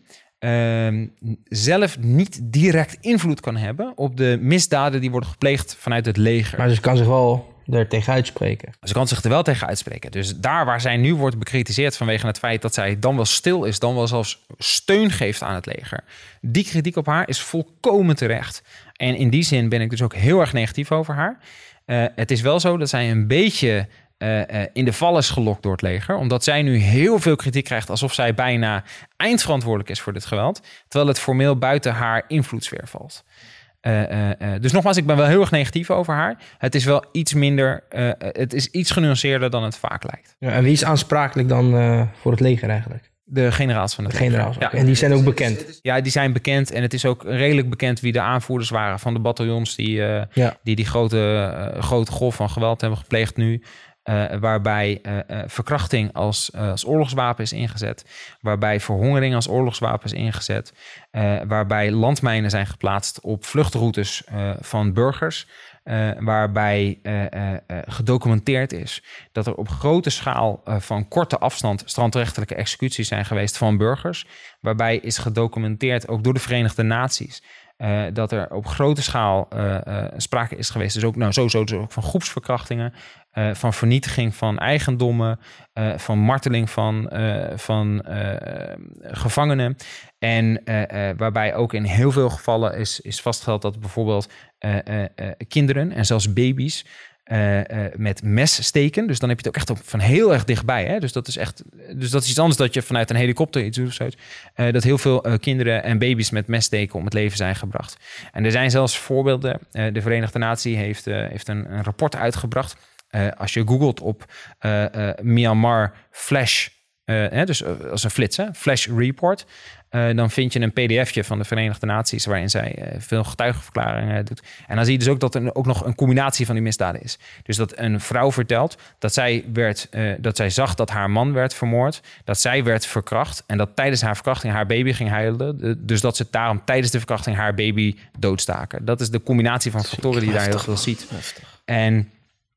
uh, zelf niet direct invloed kan hebben op de misdaden die worden gepleegd vanuit het leger. Maar ze kan zich wel er tegen uitspreken. Ze kan zich er wel tegen uitspreken. Dus daar waar zij nu wordt bekritiseerd vanwege het feit dat zij dan wel stil is, dan wel zelfs steun geeft aan het leger. Die kritiek op haar is volkomen terecht. En in die zin ben ik dus ook heel erg negatief over haar. Uh, het is wel zo dat zij een beetje Uh, uh, in de val is gelokt door het leger. Omdat zij nu heel veel kritiek krijgt alsof zij bijna eindverantwoordelijk is voor dit geweld. Terwijl het formeel buiten haar invloedssfeer valt. Uh, uh, uh, dus nogmaals, ik ben wel heel erg negatief over haar. Het is wel iets minder, uh, het is iets genuanceerder dan het vaak lijkt. Ja, en wie is aansprakelijk dan uh, voor het leger eigenlijk? De generaals van het de generaals. Ja. En die zijn ook bekend? Ja, die zijn bekend. En het is ook redelijk bekend wie de aanvoerders waren van de bataljons die uh, ja. die, die grote, uh, grote golf van geweld hebben gepleegd nu. Uh, waarbij uh, uh, verkrachting als, uh, als oorlogswapen is ingezet. Waarbij verhongering als oorlogswapen is ingezet. Uh, waarbij landmijnen zijn geplaatst op vluchtroutes uh, van burgers. Uh, waarbij uh, uh, uh, gedocumenteerd is dat er op grote schaal uh, van korte afstand strafrechtelijke executies zijn geweest van burgers. Waarbij is gedocumenteerd, ook door de Verenigde Naties, Uh, dat er op grote schaal uh, uh, sprake is geweest. Dus ook nou, sowieso dus ook van groepsverkrachtingen, uh, van vernietiging van eigendommen, uh, van marteling van, uh, van uh, gevangenen. En uh, uh, waarbij ook in heel veel gevallen is, is vastgesteld dat bijvoorbeeld uh, uh, uh, kinderen en zelfs baby's Uh, uh, met mes steken. Dus dan heb je het ook echt op, van heel erg dichtbij. Hè? Dus dat is echt. Dus dat is iets anders dat je vanuit een helikopter iets doet of zoiets. Uh, dat heel veel uh, kinderen en baby's met mes steken om het leven zijn gebracht. En er zijn zelfs voorbeelden. Uh, de Verenigde Naties heeft, uh, heeft een, een rapport uitgebracht. Uh, als je googelt op uh, uh, Myanmar Flash, uh, hè, dus uh, als een flits, hè, Flash Report. Uh, dan vind je een pdfje van de Verenigde Naties waarin zij uh, veel getuigenverklaringen doet. En dan zie je dus ook dat er ook nog een combinatie van die misdaden is. Dus dat een vrouw vertelt dat zij, werd, uh, dat zij zag dat haar man werd vermoord, dat zij werd verkracht en dat tijdens haar verkrachting haar baby ging huilen. Dus dat ze daarom tijdens de verkrachting haar baby doodstaken. Dat is de combinatie van factoren die je daar heel veel ziet. Heftig. En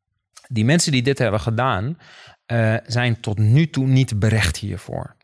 die mensen die dit hebben gedaan, uh, zijn tot nu toe niet berecht hiervoor.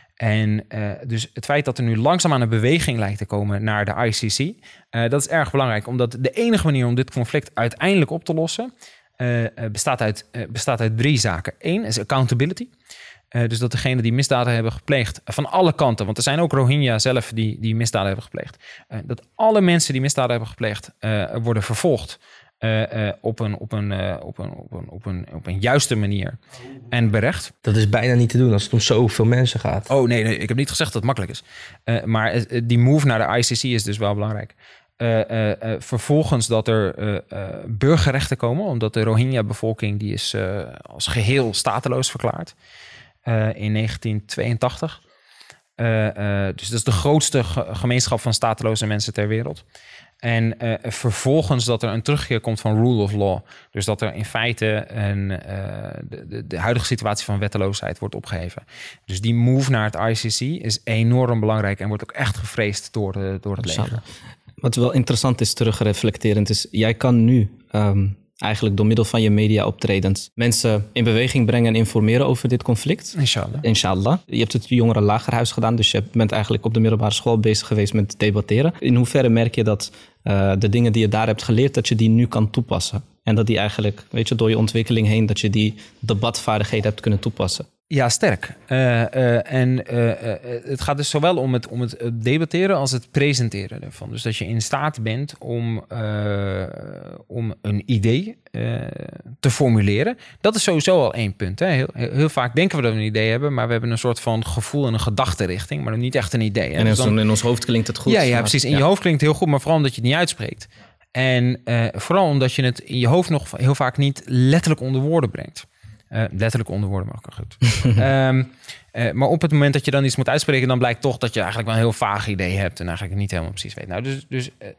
En uh, dus het feit dat er nu langzaamaan een beweging lijkt te komen naar de I C C, uh, dat is erg belangrijk. Omdat de enige manier om dit conflict uiteindelijk op te lossen, uh, bestaat, uit, uh, bestaat uit drie zaken. Eén is accountability. Uh, dus dat degenen die misdaden hebben gepleegd, van alle kanten, want er zijn ook Rohingya zelf die, die misdaden hebben gepleegd. Uh, dat alle mensen die misdaden hebben gepleegd uh, worden vervolgd. Uh, uh, op, een, op, een, uh, op, een, op, een, op, een, op een juiste manier en berecht. Dat is bijna niet te doen als het om zoveel mensen gaat. Oh nee, nee ik heb niet gezegd dat het makkelijk is. Uh, maar uh, die move naar de I C C is dus wel belangrijk. Uh, uh, uh, vervolgens dat er uh, uh, burgerrechten komen, omdat de Rohingya-bevolking die is uh, als geheel stateloos verklaard uh, in negentien tweeëntachtig. Uh, uh, dus dat is de grootste ge- gemeenschap van stateloze mensen ter wereld. En uh, vervolgens dat er een terugkeer komt van rule of law. Dus dat er in feite een, uh, de, de, de huidige situatie van wetteloosheid wordt opgeheven. Dus die move naar het I C C is enorm belangrijk en wordt ook echt gevreesd door, de, door het leger. Wat wel interessant is, teruggereflecterend, is jij kan nu um, eigenlijk door middel van je media-optredens mensen in beweging brengen en informeren over dit conflict. Inshallah. Inshallah. Je hebt het jongeren lagerhuis gedaan, dus je bent eigenlijk op de middelbare school bezig geweest met debatteren. In hoeverre merk je dat uh, de dingen die je daar hebt geleerd, dat je die nu kan toepassen? En dat die eigenlijk, weet je, door je ontwikkeling heen, dat je die debatvaardigheden hebt kunnen toepassen? Ja, sterk. Uh, uh, en uh, uh, het gaat dus zowel om het, om het debatteren als het presenteren ervan. Dus dat je in staat bent om, uh, om een idee uh, te formuleren. Dat is sowieso al één punt. Hè. Heel, heel vaak denken we dat we een idee hebben, maar we hebben een soort van gevoel en een gedachtenrichting, maar niet echt een idee. Hè. En in, dus dan, in ons hoofd klinkt het goed. Ja, ja precies. In ja. je hoofd klinkt het heel goed, maar vooral omdat je het niet uitspreekt. En uh, vooral omdat je het in je hoofd nog heel vaak niet letterlijk onder woorden brengt. Uh, letterlijk onder woorden, maar ook goed. um, uh, maar op het moment dat je dan iets moet uitspreken, dan blijkt toch dat je eigenlijk wel een heel vaag idee hebt en eigenlijk niet helemaal precies weet. Nou, dus, dus uh,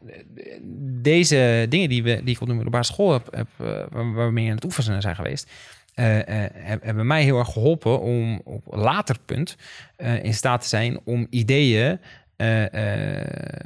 deze dingen die, we, die ik op de middelbare school heb, heb uh, waar, waarmee je aan het oefenen zijn geweest, uh, uh, hebben mij heel erg geholpen om op een later punt uh, in staat te zijn om ideeën uh, uh,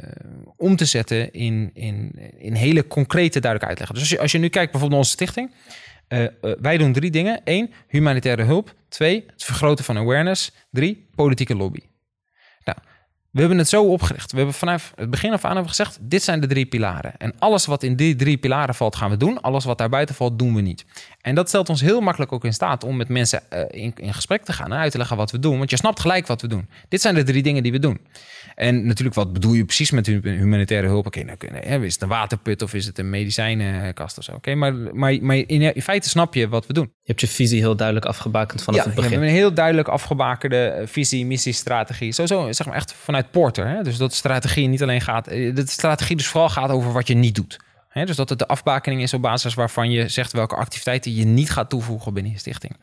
om te zetten in, in, in hele concrete duidelijke uitleggen. Dus als je, als je nu kijkt bijvoorbeeld naar onze stichting, uh, uh, wij doen drie dingen. Eén, humanitaire hulp. Twee, het vergroten van awareness. Drie, politieke lobby. Nou, we hebben het zo opgericht. We hebben vanaf het begin af aan hebben gezegd, dit zijn de drie pilaren. En alles wat in die drie pilaren valt, gaan we doen. Alles wat daarbuiten valt, doen we niet. En dat stelt ons heel makkelijk ook in staat om met mensen uh, in, in gesprek te gaan en uit te leggen wat we doen. Want je snapt gelijk wat we doen. Dit zijn de drie dingen die we doen. En natuurlijk, wat bedoel je precies met humanitaire hulp? Oké, okay, nou, hè, is het een waterput of is het een medicijnenkast of zo? Oké, okay, maar, maar, maar in, in feite snap je wat we doen. Je hebt je visie heel duidelijk afgebakend vanaf ja, het begin. Ja, we hebben een heel duidelijk afgebakende visie, missie, strategie. Sowieso, zeg maar echt vanuit Porter. Hè? Dus dat de strategie niet alleen gaat... Dat de strategie dus vooral gaat over wat je niet doet. He, dus dat het de afbakening is op basis waarvan je zegt welke activiteiten je niet gaat toevoegen binnen je stichting.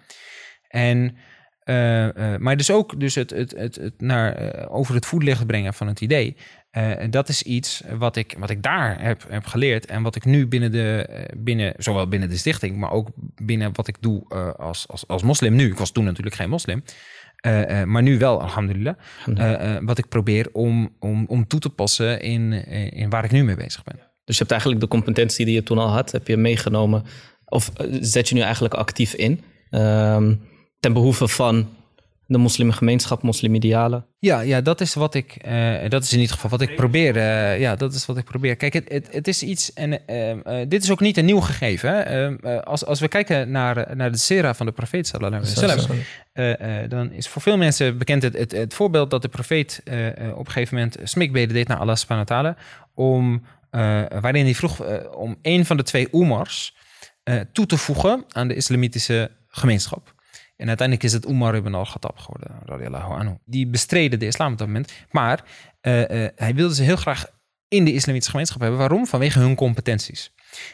En, uh, uh, maar dus ook dus het, het, het, het naar, uh, over het voetlicht brengen van het idee. Uh, dat is iets wat ik, wat ik daar heb, heb geleerd. En wat ik nu binnen de, uh, binnen, zowel binnen de stichting, maar ook binnen wat ik doe uh, als, als, als moslim nu. Ik was toen natuurlijk geen moslim. Uh, uh, maar nu wel, alhamdulillah. Uh, uh, wat ik probeer om, om, om toe te passen in, in waar ik nu mee bezig ben. Dus je hebt eigenlijk de competentie die je toen al had, heb je meegenomen. Of zet je nu eigenlijk actief in. Um, ten behoeve van de moslimgemeenschap, moslimidealen. Ja, ja, dat is wat ik, uh, dat is in ieder geval wat ik probeer. Uh, ja, dat is wat ik probeer. Kijk, het, het, het is iets, en uh, uh, dit is ook niet een nieuw gegeven. Hè? Uh, uh, als, als we kijken naar, naar de sera van de profeet, sallallahu alaihi wasallam, uh, uh, dan is voor veel mensen bekend het, het, het voorbeeld dat de profeet uh, uh, op een gegeven moment smeekbeden deed naar Allah subhanahu wa ta'ala, om, uh, waarin hij vroeg uh, om een van de twee Umars uh, toe te voegen aan de islamitische gemeenschap. En uiteindelijk is het Umar ibn al-Khattab geworden, radiyallahu anhu. Die bestreden de islam op dat moment. Maar uh, uh, hij wilde ze heel graag in de islamitische gemeenschap hebben. Waarom? Vanwege hun competenties.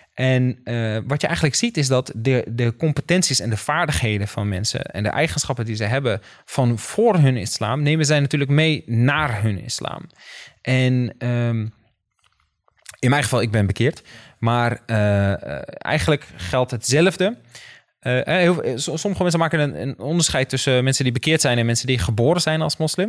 En uh, wat je eigenlijk ziet is dat de, de competenties en de vaardigheden van mensen en de eigenschappen die ze hebben van voor hun islam, nemen zij natuurlijk mee naar hun islam. En um, in mijn geval, ik ben bekeerd. Maar uh, uh, eigenlijk geldt hetzelfde. Uh, heel, sommige mensen maken een, een onderscheid tussen mensen die bekeerd zijn en mensen die geboren zijn als moslim.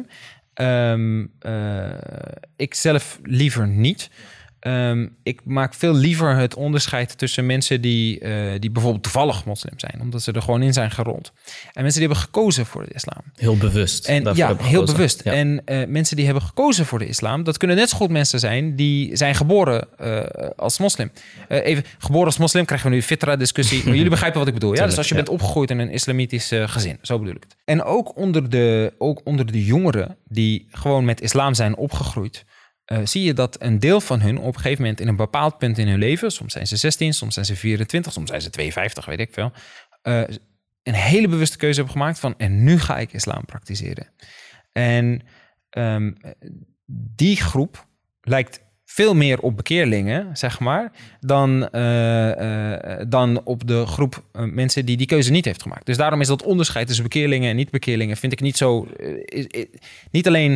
Um, uh, ik zelf liever niet. Um, ik maak veel liever het onderscheid tussen mensen die, uh, die bijvoorbeeld toevallig moslim zijn, omdat ze er gewoon in zijn gerold. En mensen die hebben gekozen voor de islam. Heel bewust. En, ja, heel bewust. Ja. En uh, mensen die hebben gekozen voor de islam, dat kunnen net zo goed mensen zijn die zijn geboren uh, als moslim. Uh, even, geboren als moslim krijgen we nu fitra-discussie. Maar jullie begrijpen wat ik bedoel. Ja? Dus als je ja. bent opgegroeid in een islamitisch uh, gezin, zo bedoel ik het. En ook onder de, ook onder de jongeren die gewoon met islam zijn opgegroeid, Uh, zie je dat een deel van hun op een gegeven moment in een bepaald punt in hun leven, soms zijn ze zestien, soms zijn ze vierentwintig, soms zijn ze tweeënvijftig, weet ik veel, uh, een hele bewuste keuze hebben gemaakt van en nu ga ik islam praktiseren. En um, die groep lijkt veel meer op bekeerlingen, zeg maar, dan, uh, uh, dan op de groep uh, mensen die die keuze niet heeft gemaakt. Dus daarom is dat onderscheid tussen bekeerlingen en niet-bekeerlingen, vind ik niet zo... Uh, is, is, niet alleen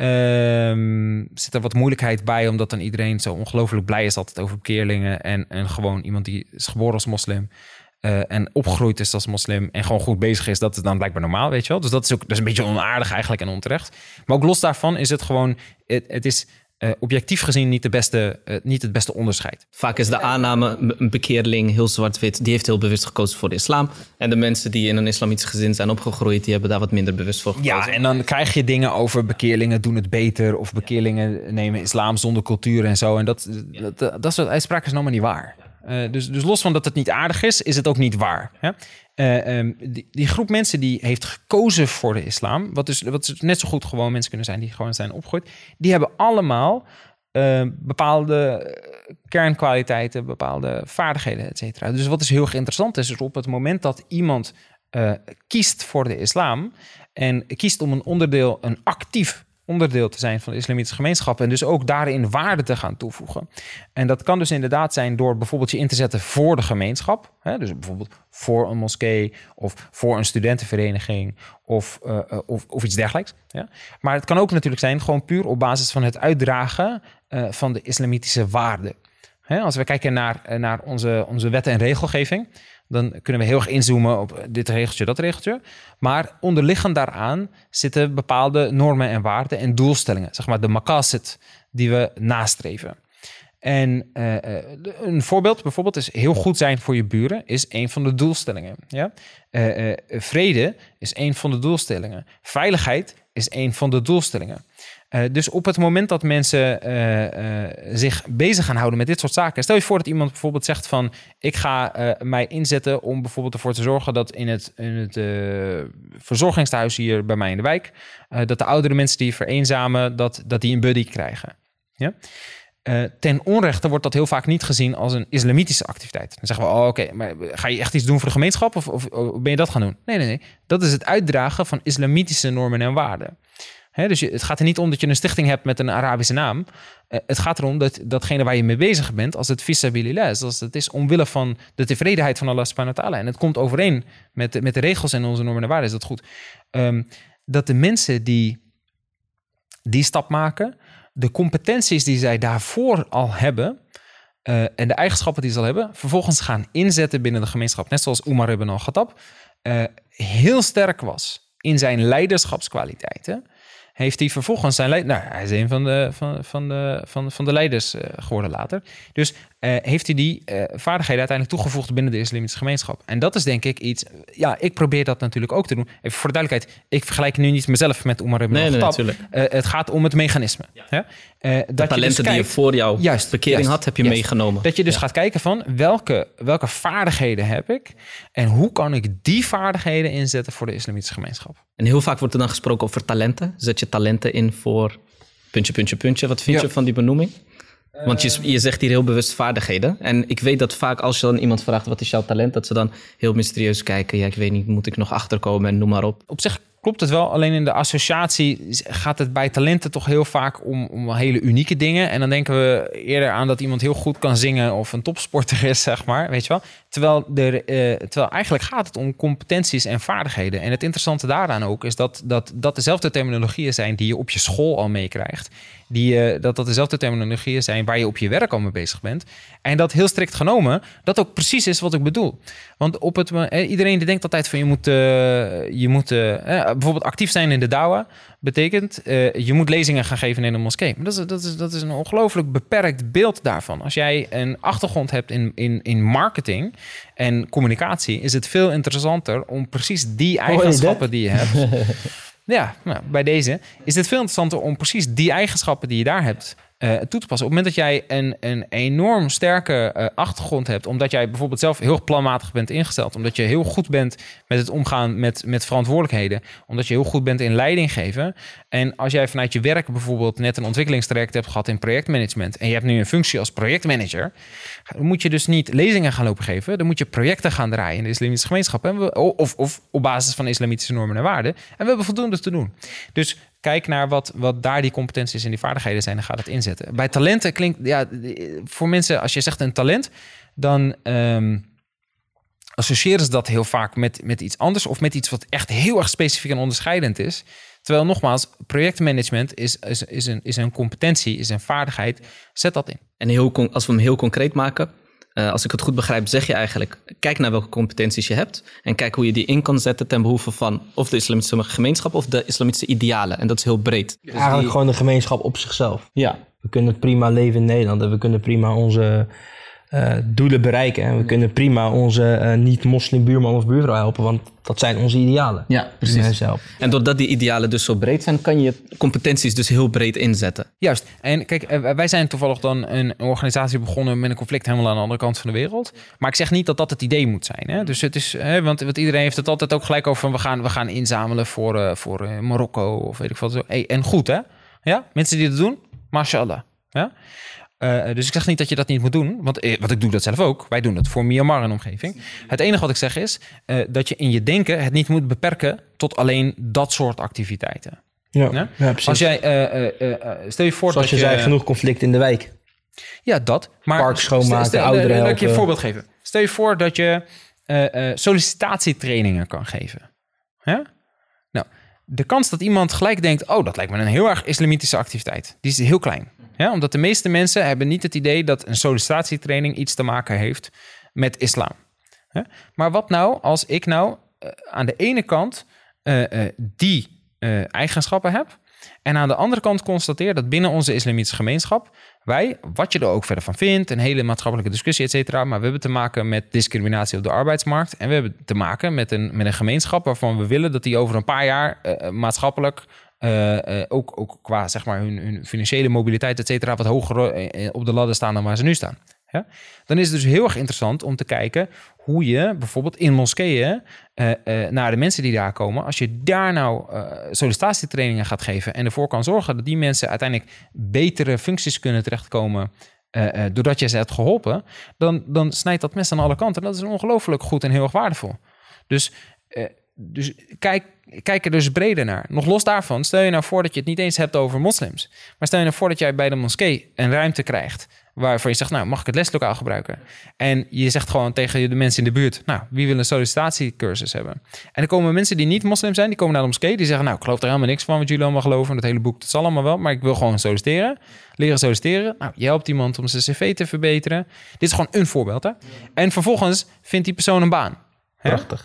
uh, zit er wat moeilijkheid bij, omdat dan iedereen zo ongelooflijk blij is altijd over bekeerlingen en, en gewoon iemand die is geboren als moslim uh, en opgegroeid is als moslim en gewoon goed bezig is, dat is dan blijkbaar normaal, weet je wel. Dus dat is ook dat is een beetje onaardig eigenlijk en onterecht. Maar ook los daarvan is het gewoon... Het, het is... Uh, objectief gezien niet, de beste, uh, niet het beste onderscheid. Vaak is de aanname, een bekeerling, heel zwart-wit, die heeft heel bewust gekozen voor de islam. En de mensen die in een islamitisch gezin zijn opgegroeid, die hebben daar wat minder bewust voor gekozen. Ja, en dan krijg je dingen over bekeerlingen doen het beter, of bekeerlingen nemen islam zonder cultuur en zo. En dat, dat, dat soort uitspraken is allemaal niet waar. Uh, dus, dus los van dat het niet aardig is, is het ook niet waar. Hè? Uh, um, die, die groep mensen die heeft gekozen voor de islam, wat dus, wat dus net zo goed gewoon mensen kunnen zijn die gewoon zijn opgegroeid, die hebben allemaal uh, bepaalde kernkwaliteiten, bepaalde vaardigheden, et cetera. Dus wat is heel erg interessant is, is op het moment dat iemand uh, kiest voor de islam en kiest om een onderdeel, een actief onderdeel te zijn van de islamitische gemeenschap en dus ook daarin waarde te gaan toevoegen. En dat kan dus inderdaad zijn door bijvoorbeeld je in te zetten voor de gemeenschap. Hè? Dus bijvoorbeeld voor een moskee of voor een studentenvereniging of, uh, of, of iets dergelijks. Ja? Maar het kan ook natuurlijk zijn gewoon puur op basis van het uitdragen uh, van de islamitische waarden. Hè, als we kijken naar, naar onze, onze wetten en regelgeving, dan kunnen we heel erg inzoomen op dit regeltje, dat regeltje. Maar onderliggend daaraan zitten bepaalde normen en waarden en doelstellingen. Zeg maar de maqasid die we nastreven. En uh, een voorbeeld bijvoorbeeld is heel goed zijn voor je buren is een van de doelstellingen. Ja? Uh, uh, vrede is een van de doelstellingen. Veiligheid is een van de doelstellingen. Uh, dus op het moment dat mensen uh, uh, zich bezig gaan houden met dit soort zaken. Stel je voor dat iemand bijvoorbeeld zegt van ik ga uh, mij inzetten om bijvoorbeeld ervoor te zorgen dat in het, in het uh, verzorgingstehuis hier bij mij in de wijk, uh, dat de oudere mensen die vereenzamen, dat, dat die een buddy krijgen. Ja? Uh, ten onrechte wordt dat heel vaak niet gezien als een islamitische activiteit. Dan zeggen we, oh, oké, okay, maar ga je echt iets doen voor de gemeenschap of, of, of ben je dat gaan doen? Nee, nee, nee. Dat is het uitdragen van islamitische normen en waarden. He, dus je, het gaat er niet om dat je een stichting hebt met een Arabische naam. Uh, het gaat erom dat datgene waar je mee bezig bent, als het fisabilillah is, als het is omwille van de tevredenheid van Allah subhanahu wa ta'ala. En het komt overeen met, met de regels en onze normen en waarden, is dat goed. Um, dat de mensen die die stap maken, de competenties die zij daarvoor al hebben uh, en de eigenschappen die ze al hebben, vervolgens gaan inzetten binnen de gemeenschap. Net zoals Umar ibn al-Khattab uh, heel sterk was in zijn leiderschapskwaliteiten, heeft hij vervolgens zijn leid... Nou, hij is een van de, van, van de, van, van de leiders uh, geworden later. Dus uh, heeft hij die uh, vaardigheden uiteindelijk toegevoegd binnen de islamitische gemeenschap. En dat is denk ik iets... Ja, ik probeer dat natuurlijk ook te doen. Even voor de duidelijkheid, ik vergelijk nu niet mezelf met Umar ibn nee, al-Khattab. Nee, uh, het gaat om het mechanisme. Ja. Ja? Uh, de dat talenten je dus die kijkt, je voor jouw juist, bekering juist, had, heb je juist. meegenomen. Dat je dus ja. gaat kijken van welke, welke vaardigheden heb ik en hoe kan ik die vaardigheden inzetten voor de islamitische gemeenschap. En heel vaak wordt er dan gesproken over talenten. Zet je talenten in voor puntje, puntje, puntje. Wat vind ja. je van die benoeming? Want je, je zegt hier heel bewust vaardigheden. En ik weet dat vaak als je dan iemand vraagt wat is jouw talent, dat ze dan heel mysterieus kijken. Ja, ik weet niet, moet ik nog achterkomen en noem maar op. Op zich klopt het wel, alleen in de associatie gaat het bij talenten toch heel vaak om, om hele unieke dingen. En dan denken we eerder aan dat iemand heel goed kan zingen of een topsporter is, zeg maar, weet je wel. Terwijl, er, uh, terwijl eigenlijk gaat het om competenties en vaardigheden. En het interessante daaraan ook is dat dat, dat dezelfde terminologieën zijn die je op je school al meekrijgt. Die, uh, dat dat dezelfde terminologieën zijn waar je op je werk al mee bezig bent. En dat heel strikt genomen, dat ook precies is wat ik bedoel. Want op het, uh, iedereen die denkt altijd van je moet, uh, je moet uh, uh, bijvoorbeeld actief zijn in de dawa. Betekent, uh, je moet lezingen gaan geven in een moskee. Maar dat is, dat is, dat is een ongelooflijk beperkt beeld daarvan. Als jij een achtergrond hebt in, in, in marketing en communicatie, is het veel interessanter om precies die eigenschappen die je hebt. Ja, nou, bij deze is het veel interessanter om precies die eigenschappen die je daar hebt uh, toe te passen. Op het moment dat jij een, een enorm sterke uh, achtergrond hebt, omdat jij bijvoorbeeld zelf heel planmatig bent ingesteld, omdat je heel goed bent met het omgaan met, met verantwoordelijkheden, omdat je heel goed bent in leiding geven. En als jij vanuit je werk bijvoorbeeld net een ontwikkelingstraject hebt gehad in projectmanagement en je hebt nu een functie als projectmanager, dan moet je dus niet lezingen gaan lopen geven, dan moet je projecten gaan draaien in de islamitische gemeenschap. En we, of, of op basis van islamitische normen en waarden. En we hebben voldoende te doen. Dus kijk naar wat, wat daar die competenties en die vaardigheden zijn en ga dat inzetten. Bij talenten klinkt, ja, voor mensen, als je zegt een talent, dan um, associëren ze dat heel vaak met, met iets anders of met iets wat echt heel erg specifiek en onderscheidend is. Terwijl nogmaals, projectmanagement is, is, is, een, is een competentie, is een vaardigheid. Zet dat in. En heel, als we hem heel concreet maken, uh, als ik het goed begrijp, zeg je eigenlijk, kijk naar welke competenties je hebt en kijk hoe je die in kan zetten ten behoeve van of de islamitische gemeenschap of de islamitische idealen. En dat is heel breed. Dus eigenlijk die... gewoon de gemeenschap op zichzelf. Ja. We kunnen prima leven in Nederland en we kunnen prima onze uh, doelen bereiken. En we kunnen prima onze uh, niet-moslim buurman of buurvrouw helpen, want dat zijn onze idealen. Ja, precies. En doordat die idealen dus zo breed zijn, kan je competenties dus heel breed inzetten. Juist. En kijk, wij zijn toevallig dan een organisatie begonnen met een conflict helemaal aan de andere kant van de wereld. Maar ik zeg niet dat dat het idee moet zijn. Hè? Dus het is, hè, want, want iedereen heeft het altijd ook gelijk over van we gaan, we gaan inzamelen voor, uh, voor uh, Marokko of weet ik wat. Hey, en goed, hè? Ja? Mensen die dat doen, mashallah. Ja? Uh, dus ik zeg niet dat je dat niet moet doen, want, eh, want ik doe dat zelf ook. Wij doen dat voor Myanmar en omgeving. Het enige wat ik zeg is uh, dat je in je denken het niet moet beperken tot alleen dat soort activiteiten. Ja, ja? ja precies. Als jij, uh, uh, uh, stel je voor Zoals dat je je... zei, genoeg conflict in de wijk. Ja, dat. Maar park schoonmaken, stel, ouderen helpen. Laat ik je een voorbeeld geven. Stel je voor dat je uh, uh, sollicitatietrainingen kan geven. Ja? Nou, de kans dat iemand gelijk denkt, oh, dat lijkt me een heel erg islamitische activiteit. Die is heel klein. Ja, omdat de meeste mensen hebben niet het idee dat een sollicitatietraining iets te maken heeft met islam. Ja? Maar wat nou als ik nou uh, aan de ene kant uh, uh, die uh, eigenschappen heb en aan de andere kant constateer dat binnen onze islamitische gemeenschap wij, wat je er ook verder van vindt, een hele maatschappelijke discussie, et cetera, maar we hebben te maken met discriminatie op de arbeidsmarkt en we hebben te maken met een, met een gemeenschap waarvan we willen dat die over een paar jaar uh, maatschappelijk Uh, uh, ook, ook qua zeg maar hun, hun financiële mobiliteit, et cetera, wat hoger uh, op de ladder staan dan waar ze nu staan. Ja? Dan is het dus heel erg interessant om te kijken hoe je bijvoorbeeld in moskeeën uh, uh, naar de mensen die daar komen, als je daar nou uh, sollicitatietrainingen gaat geven en ervoor kan zorgen dat die mensen uiteindelijk betere functies kunnen terechtkomen uh, uh, doordat je ze hebt geholpen, dan, dan snijdt dat mes aan alle kanten. Dat is ongelooflijk goed en heel erg waardevol. Dus uh, Dus kijk, kijk er dus breder naar. Nog los daarvan, stel je nou voor dat je het niet eens hebt over moslims. Maar stel je nou voor dat jij bij de moskee een ruimte krijgt waarvan je zegt, nou, mag ik het leslokaal gebruiken? En je zegt gewoon tegen de mensen in de buurt, nou, wie wil een sollicitatiecursus hebben? En dan komen mensen die niet moslim zijn, die komen naar de moskee, die zeggen, nou, ik geloof er helemaal niks van wat jullie allemaal geloven. Dat hele boek, dat zal allemaal wel, maar ik wil gewoon solliciteren. Leren solliciteren. Nou, je helpt iemand om zijn cv te verbeteren. Dit is gewoon een voorbeeld, hè? En vervolgens vindt die persoon een baan. Prachtig.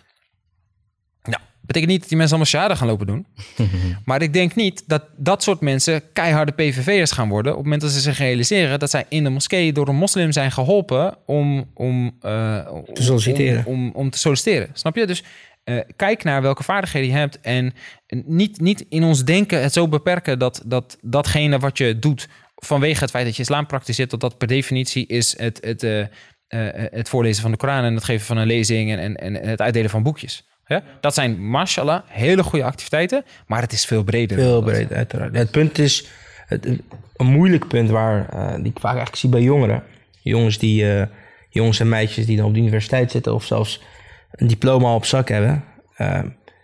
Betekent niet dat die mensen allemaal shahada gaan lopen doen. Maar ik denk niet dat dat soort mensen keiharde P V V'ers gaan worden op het moment dat ze zich realiseren dat zij in de moskee door een moslim zijn geholpen om, om, uh, te solliciteren. Om, om, om te solliciteren. Snap je? Dus uh, kijk naar welke vaardigheden je hebt en niet, niet in ons denken het zo beperken dat, dat datgene wat je doet vanwege het feit dat je islam praktiseert, dat dat per definitie is het, het, uh, uh, het voorlezen van de Koran en het geven van een lezing en, en, en het uitdelen van boekjes. Ja, dat zijn, mashallah, hele goede activiteiten, maar het is veel breder. Veel breder, uiteraard. Het punt is, het, een moeilijk punt waar, uh, die ik vaak eigenlijk zie bij jongeren. Jongens, die, uh, jongens en meisjes die dan op de universiteit zitten of zelfs een diploma op zak hebben. Uh,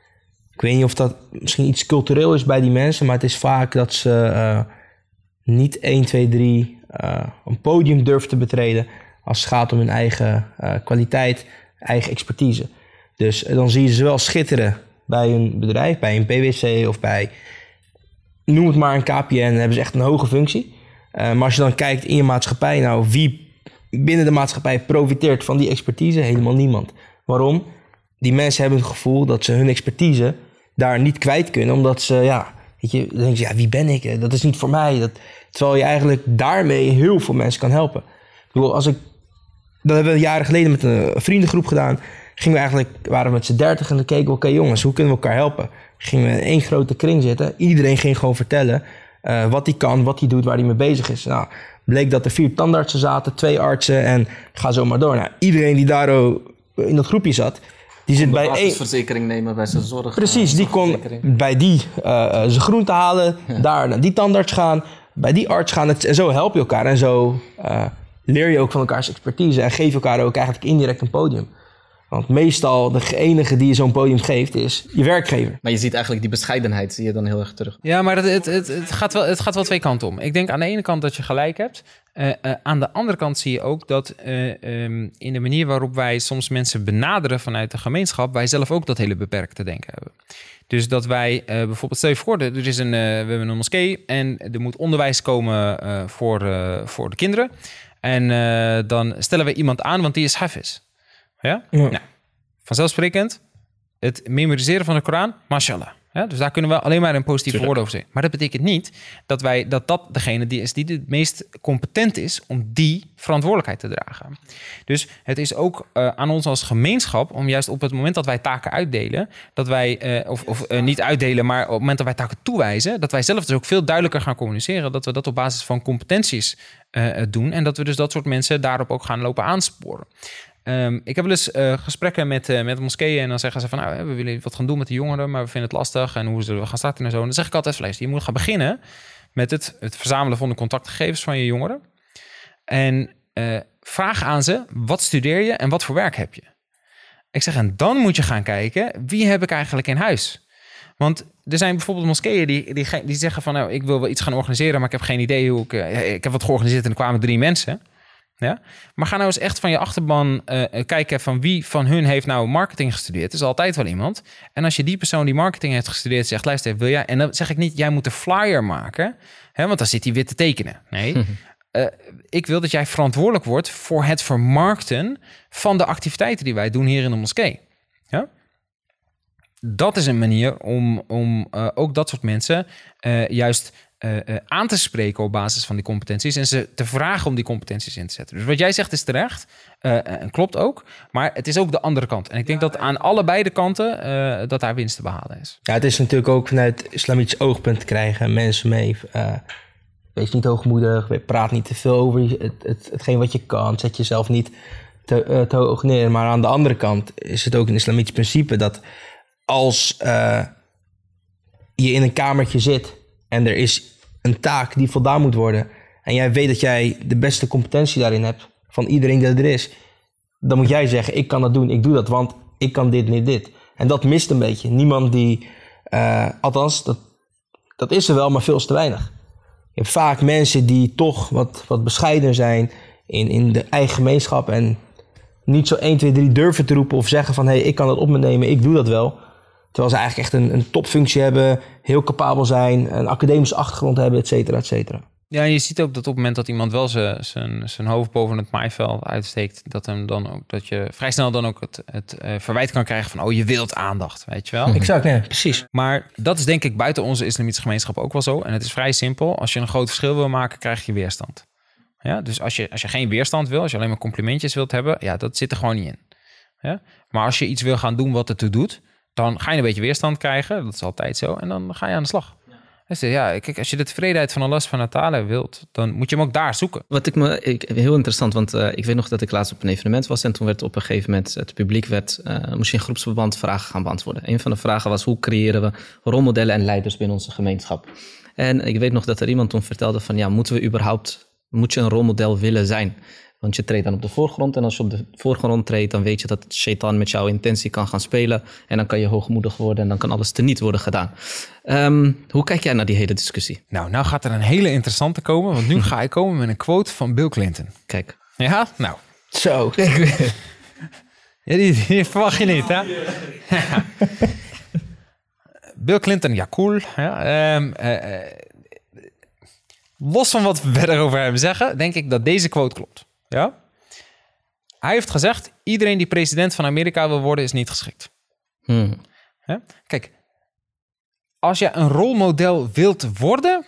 ik weet niet of dat misschien iets cultureel is bij die mensen, maar het is vaak dat ze uh, niet één, twee, drie uh, een podium durven te betreden als het gaat om hun eigen uh, kwaliteit, eigen expertise. Dus dan zie je ze wel schitteren bij een bedrijf, bij een P W C of bij, noem het maar een K P N, dan hebben ze echt een hoge functie. Uh, maar als je dan kijkt in je maatschappij, nou wie binnen de maatschappij profiteert van die expertise? Helemaal niemand. Waarom? Die mensen hebben het gevoel dat ze hun expertise daar niet kwijt kunnen, omdat ze, ja, weet je, dan denk je, ja, wie ben ik? Dat is niet voor mij. Dat, terwijl je eigenlijk daarmee heel veel mensen kan helpen. Ik bedoel, als ik, dat hebben we jaren geleden met een vriendengroep gedaan. Gingen we eigenlijk, waren we met z'n dertig en dan keken we, oké okay, jongens, hoe kunnen we elkaar helpen? Gingen we in één grote kring zitten. Iedereen ging gewoon vertellen uh, wat hij kan, wat hij doet, waar hij mee bezig is. Nou, bleek dat er vier tandartsen zaten, twee artsen en ga zo maar door. Nou, iedereen die daar in dat groepje zat, die zit bij één... verzekering nemen bij zijn zorg. Precies, die kon bij die uh, zijn groente halen, ja. Daar naar die tandarts gaan, bij die arts gaan. En zo help je elkaar en zo uh, leer je ook van elkaars expertise en geef je elkaar ook eigenlijk indirect een podium. Want meestal de enige die je zo'n podium geeft is je werkgever. Maar je ziet eigenlijk die bescheidenheid zie je dan heel erg terug. Ja, maar het, het, het, het, gaat, wel, het gaat wel twee kanten om. Ik denk aan de ene kant dat je gelijk hebt. Uh, uh, aan de andere kant zie je ook dat uh, um, in de manier waarop wij soms mensen benaderen vanuit de gemeenschap, wij zelf ook dat hele beperkte denken hebben. Dus dat wij uh, bijvoorbeeld, stel je voor, er is een, uh, we hebben een moskee en er moet onderwijs komen uh, voor, uh, voor de kinderen. En uh, dan stellen we iemand aan, want die is hafiz. Ja? Ja. Nou, vanzelfsprekend, het memoriseren van de Koran, mashallah. Ja? Dus daar kunnen we alleen maar een positieve woord over zeggen. Maar dat betekent niet dat wij dat, dat degene die is die het meest competent is om die verantwoordelijkheid te dragen. Dus het is ook uh, aan ons als gemeenschap om juist op het moment dat wij taken uitdelen, dat wij, uh, of, of uh, niet uitdelen, maar op het moment dat wij taken toewijzen, dat wij zelf dus ook veel duidelijker gaan communiceren, dat we dat op basis van competenties uh, doen en dat we dus dat soort mensen daarop ook gaan lopen aansporen. Um, ik heb wel eens uh, gesprekken met, uh, met moskeeën en dan zeggen ze van, nou, we willen wat gaan doen met de jongeren, maar we vinden het lastig en hoe zullen we gaan starten en zo. En dan zeg ik altijd, luister, je moet gaan beginnen met het, het verzamelen van de contactgegevens van je jongeren. En uh, vraag aan ze, wat studeer je en wat voor werk heb je? Ik zeg, en dan moet je gaan kijken, wie heb ik eigenlijk in huis? Want er zijn bijvoorbeeld moskeeën die, die, die zeggen van, nou, ik wil wel iets gaan organiseren, maar ik heb geen idee hoe ik... Uh, ik heb wat georganiseerd en er kwamen drie mensen. Ja? Maar ga nou eens echt van je achterban uh, kijken van wie van hun heeft nou marketing gestudeerd. Er is altijd wel iemand. En als je die persoon die marketing heeft gestudeerd zegt, luister, wil jij... En dan zeg ik niet, jij moet een flyer maken, hè, want dan zit hij weer te tekenen. Nee, uh, ik wil dat jij verantwoordelijk wordt voor het vermarkten van de activiteiten die wij doen hier in de moskee. Ja? Dat is een manier om, om uh, ook dat soort mensen uh, juist uh, uh, aan te spreken op basis van die competenties en ze te vragen om die competenties in te zetten. Dus wat jij zegt is terecht uh, en klopt ook, maar het is ook de andere kant. En ik denk ja, dat aan allebei de kanten uh, dat daar winst te behalen is. Ja, het is natuurlijk ook vanuit islamitisch oogpunt te krijgen mensen mee. Uh, wees niet hoogmoedig, praat niet te veel over het, het, hetgeen wat je kan, zet jezelf niet te, uh, te hoog neer. Maar aan de andere kant is het ook een islamitisch principe dat als uh, je in een kamertje zit en er is een taak die voldaan moet worden en jij weet dat jij de beste competentie daarin hebt van iedereen die er is, dan moet jij zeggen, ik kan dat doen, ik doe dat, want ik kan dit, dit, dit. En dat mist een beetje. Niemand die, uh, althans, dat, dat is er wel, maar veel te weinig. Je hebt vaak mensen die toch wat, wat bescheidener zijn in, in de eigen gemeenschap en niet zo één, twee, drie durven te roepen of zeggen van, hé, hey, ik kan dat op me nemen, ik doe dat wel. Terwijl ze eigenlijk echt een, een topfunctie hebben, heel capabel zijn, een academische achtergrond hebben, et cetera, et cetera. Ja, je ziet ook dat op het moment dat iemand wel zijn, zijn, zijn hoofd boven het maaiveld uitsteekt, dat, hem dan ook, dat je vrij snel dan ook het, het uh, verwijt kan krijgen van, oh, je wilt aandacht, weet je wel? Exact, nee, precies. Maar dat is denk ik buiten onze islamitische gemeenschap ook wel zo. En het is vrij simpel. Als je een groot verschil wil maken, krijg je weerstand. Ja, dus als je, als je geen weerstand wil, als je alleen maar complimentjes wilt hebben, ja, dat zit er gewoon niet in. Ja? Maar als je iets wil gaan doen wat ertoe doet, dan ga je een beetje weerstand krijgen. Dat is altijd zo. En dan ga je aan de slag. Ja. Dus ja, kijk, als je de tevredenheid van Allah subhanahu wa ta'ala wilt, dan moet je hem ook daar zoeken. Wat ik me ik, heel interessant, want uh, ik weet nog dat ik laatst op een evenement was en toen werd op een gegeven moment het publiek werd, uh, moest je in groepsverband vragen gaan beantwoorden. Een van de vragen was, hoe creëren we rolmodellen en leiders binnen onze gemeenschap? En ik weet nog dat er iemand toen vertelde van, ja, moeten we überhaupt, moet je een rolmodel willen zijn? Want je treedt dan op de voorgrond en als je op de voorgrond treedt, dan weet je dat Shaitan met jouw intentie kan gaan spelen. En dan kan je hoogmoedig worden en dan kan alles teniet worden gedaan. Um, hoe kijk jij naar die hele discussie? Nou, nou gaat er een hele interessante komen, want nu ga ik komen met een quote van Bill Clinton. Kijk. Ja, nou. Zo. Ja, die, die verwacht je niet, hè? Bill Clinton, ja, cool. Ja, um, uh, uh, los van wat we verder over hem zeggen, denk ik dat deze quote klopt. Ja? Hij heeft gezegd, iedereen die president van Amerika wil worden, is niet geschikt. Hmm. Ja? Kijk, als je een rolmodel wilt worden,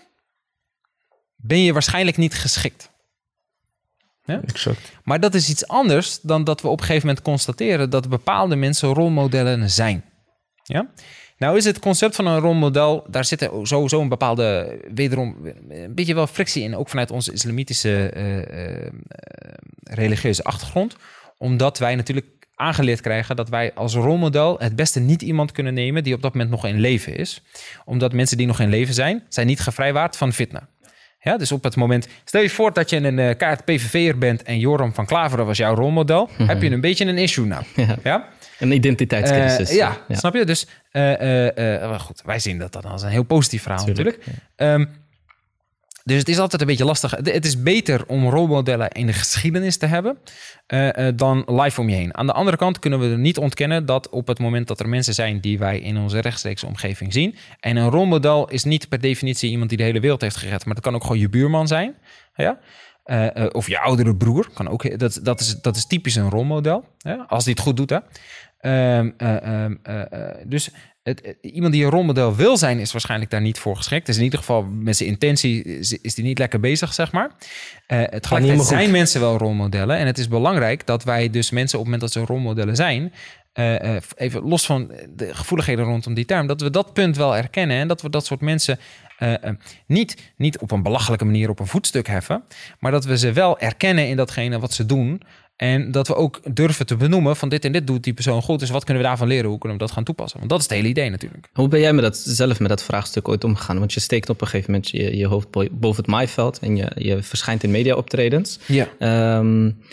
ben je waarschijnlijk niet geschikt. Ja? Exact. Maar dat is iets anders dan dat we op een gegeven moment constateren dat bepaalde mensen rolmodellen zijn. Ja? Nou is het concept van een rolmodel, daar zit er sowieso een bepaalde, wederom een beetje wel frictie in, ook vanuit onze islamitische uh, uh, religieuze achtergrond. Omdat wij natuurlijk aangeleerd krijgen dat wij als rolmodel het beste niet iemand kunnen nemen die op dat moment nog in leven is. Omdat mensen die nog in leven zijn, zijn niet gevrijwaard van fitna. Ja, dus op het moment, stel je voor dat je een uh, kaart P V V'er bent en Joram van Klaveren was jouw rolmodel, mm-hmm. heb je een beetje een issue nou. Ja. Ja? Een identiteitscrisis. Uh, ja, ja, snap je? Dus uh, uh, uh, goed, wij zien dat dan als een heel positief verhaal Tuurlijk, natuurlijk. Ja. Um, dus het is altijd een beetje lastig. Het is beter om rolmodellen in de geschiedenis te hebben uh, uh, dan live om je heen. Aan de andere kant kunnen we er niet ontkennen dat op het moment dat er mensen zijn die wij in onze rechtstreekse omgeving zien. En een rolmodel is niet per definitie iemand die de hele wereld heeft gered, maar dat kan ook gewoon je buurman zijn. Ja? Uh, uh, of je oudere broer. Kan ook, dat, dat, is, dat is typisch een rolmodel. Hè? Als die het goed doet. Hè? Um, uh, um, uh, uh, dus het, uh, iemand die een rolmodel wil zijn, is waarschijnlijk daar niet voor geschikt. Dus in ieder geval met zijn intentie is, is die niet lekker bezig, zeg maar. Uh, het tegelijkertijd zijn mensen wel rolmodellen. En het is belangrijk dat wij dus mensen op het moment dat ze rolmodellen zijn, Uh, uh, even los van de gevoeligheden rondom die term, dat we dat punt wel erkennen en dat we dat soort mensen uh, uh, niet, niet op een belachelijke manier op een voetstuk heffen, maar dat we ze wel erkennen in datgene wat ze doen en dat we ook durven te benoemen van dit en dit doet die persoon goed, dus wat kunnen we daarvan leren, hoe kunnen we dat gaan toepassen? Want dat is het hele idee natuurlijk. Hoe ben jij met dat, zelf met dat vraagstuk ooit omgegaan? Want je steekt op een gegeven moment je, je hoofd boven het maaiveld en je, je verschijnt in media-optredens. Ja. Um,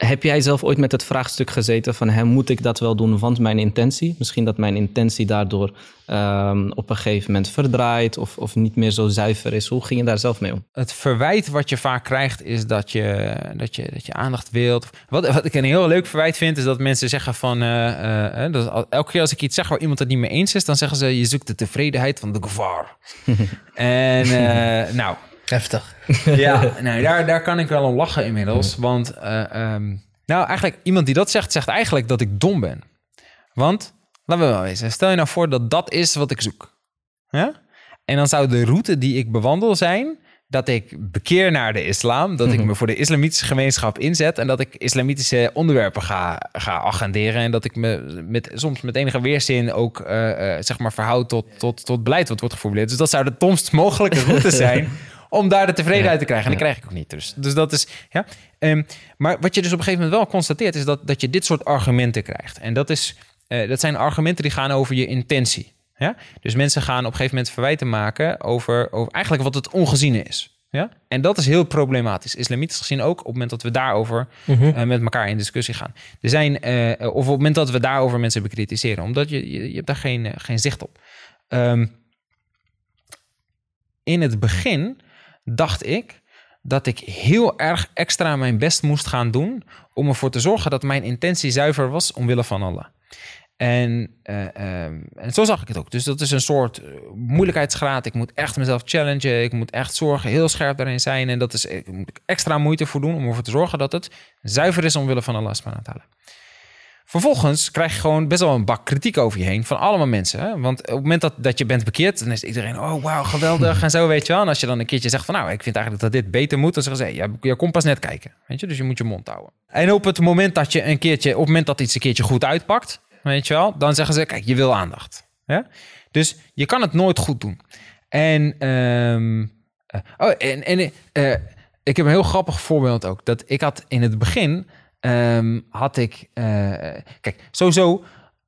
Heb jij zelf ooit met het vraagstuk gezeten van... Hè, moet ik dat wel doen, want mijn intentie... misschien dat mijn intentie daardoor um, op een gegeven moment verdraait... Of, of niet meer zo zuiver is. Hoe ging je daar zelf mee om? Het verwijt wat je vaak krijgt is dat je, dat je, dat je aandacht wilt. Wat, wat ik een heel leuk verwijt vind is dat mensen zeggen van... Uh, uh, dat elke keer als ik iets zeg waar iemand het niet mee eens is... dan zeggen ze je zoekt de tevredenheid van de gevaar. en uh, nou... Heftig. Ja, nou, daar, daar kan ik wel om lachen inmiddels. Want uh, um, nou, eigenlijk iemand die dat zegt, zegt eigenlijk dat ik dom ben. Want, laten we wel wezen, stel je nou voor dat dat is wat ik zoek. Ja? En dan zou de route die ik bewandel zijn... dat ik bekeer naar de islam... dat ik me voor de islamitische gemeenschap inzet... en dat ik islamitische onderwerpen ga, ga agenderen... en dat ik me met, soms met enige weerzin ook uh, uh, zeg maar verhoud tot, tot, tot beleid wat wordt geformuleerd. Dus dat zou de domst mogelijke route zijn... om daar de tevredenheid te krijgen. En die krijg ik ook niet. Dus, dus dat is... Ja. Um, maar wat je dus op een gegeven moment wel constateert... is dat, dat je dit soort argumenten krijgt. En dat, is, uh, dat zijn argumenten die gaan over je intentie. Ja? Dus mensen gaan op een gegeven moment verwijten maken... over, over eigenlijk wat het ongeziene is. Ja? En dat is heel problematisch. Islamitisch gezien ook op het moment dat we daarover... Uh-huh. uh, met elkaar in discussie gaan. Er zijn, uh, of op het moment dat we daarover mensen bekritiseren. Omdat je, je, je hebt daar geen, uh, geen zicht op. Um, in het begin... dacht ik dat ik heel erg extra mijn best moest gaan doen... om ervoor te zorgen dat mijn intentie zuiver was omwille van Allah. En, uh, um, en zo zag ik het ook. Dus dat is een soort moeilijkheidsgraad. Ik moet echt mezelf challengen. Ik moet echt zorgen, heel scherp daarin zijn. En dat is, ik moet extra moeite voor doen om ervoor te zorgen... dat het zuiver is omwille van Allah subhanahu wa ta'ala. Vervolgens krijg je gewoon best wel een bak kritiek over je heen... van allemaal mensen. Hè? Want op het moment dat, dat je bent bekeerd... dan is iedereen, oh wauw, geweldig en zo, weet je wel. En als je dan een keertje zegt van... nou, ik vind eigenlijk dat dit beter moet... dan zeggen ze, hey, je, je komt pas net kijken. Weet je? Dus je moet je mond houden. En op het moment dat je een keertje... op het moment dat iets een keertje goed uitpakt... weet je wel, dan zeggen ze, kijk, je wil aandacht. Ja? Dus je kan het nooit goed doen. En, um, uh, oh, en, en uh, ik heb een heel grappig voorbeeld ook. Dat ik had in het begin... Um, had ik... Uh, kijk, sowieso...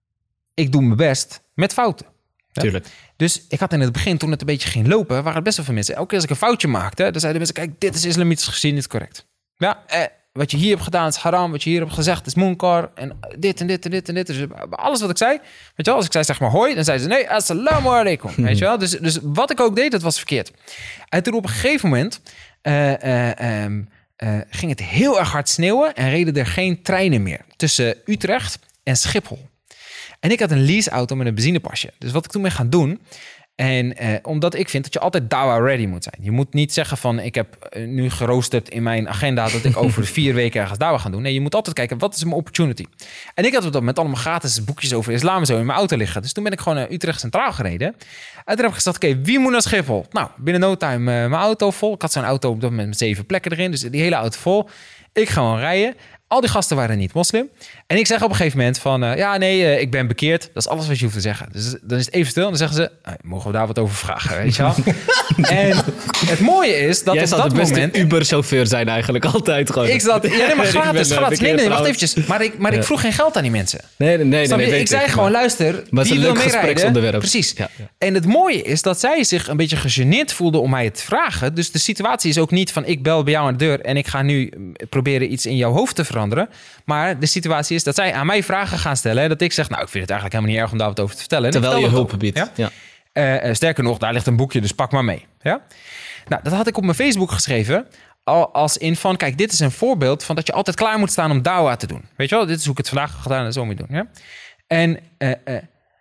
ik doe mijn best met fouten. Ja? Tuurlijk. Dus ik had in het begin, toen het een beetje ging lopen... waren er best wel veel mensen. Elke keer als ik een foutje maakte... dan zeiden mensen, kijk, dit is islamitisch gezien niet correct. Ja, eh, wat je hier hebt gedaan is haram. Wat je hier hebt gezegd is munkar. En dit en dit en dit en dit. Dus alles wat ik zei... weet je wel, als ik zei zeg maar hoi... dan zeiden ze, nee, assalamu alaikum. Weet je wel? Dus, dus wat ik ook deed, dat was verkeerd. En toen op een gegeven moment... Uh, uh, um, Uh, ging het heel erg hard sneeuwen en reden er geen treinen meer tussen Utrecht en Schiphol. En ik had een leaseauto met een benzinepasje. Dus wat ik toen ben gaan doen... en uh, omdat ik vind dat je altijd dawa ready moet zijn. Je moet niet zeggen van... ik heb uh, nu geroosterd in mijn agenda... dat ik over de vier weken ergens dawa ga doen. Nee, je moet altijd kijken, wat is mijn opportunity? En ik had op dat moment allemaal gratis boekjes over islam en zo... in mijn auto liggen. Dus toen ben ik gewoon naar Utrecht Centraal gereden. En toen heb ik gezegd, oké, okay, wie moet naar Schiphol? Nou, binnen no time uh, mijn auto vol. Ik had zo'n auto op dat moment met zeven plekken erin. Dus die hele auto vol. Ik ga gewoon rijden. Al die gasten waren niet moslim. En ik zeg op een gegeven moment van... Uh, ja, nee, uh, ik ben bekeerd. Dat is alles wat je hoeft te zeggen. Dus dan is het even stil. En dan zeggen ze... Uh, mogen we daar wat over vragen, weet je wel? En het mooie is dat Jij op zou dat de beste moment... Uber-chauffeur zijn eigenlijk. Altijd gewoon. Ik zat... Ja, nee, maar gratis, ben, gratis. uh, Nee, nee, wacht trouwens. eventjes. Maar ik, maar ja. ik vroeg geen geld aan die mensen. Nee, nee, nee. Snap je? nee weet ik zei ik, gewoon, maar... luister, Maar het is wie een wil leuk meerijden? gespreksonderwerp. Precies. Ja, ja. En het mooie is dat zij zich een beetje gegeneerd voelden om mij het te vragen. Dus de situatie is ook niet van ik bel bij jou aan de deur en ik ga nu proberen iets in jouw hoofd te veranderen. Maar de situatie is dat zij aan mij vragen gaan stellen. En dat ik zeg, nou, ik vind het eigenlijk helemaal niet erg om daar wat over te vertellen. En Terwijl je hulp over, biedt. Ja? Ja. Uh, uh, sterker nog, daar ligt een boekje, dus pak maar mee. Ja? Nou, dat had ik op mijn Facebook geschreven. Als in van, kijk, dit is een voorbeeld van dat je altijd klaar moet staan om dawa te doen. Weet je wel, dit is hoe ik het vandaag gedaan en zo moet doen. Ja? En uh, uh,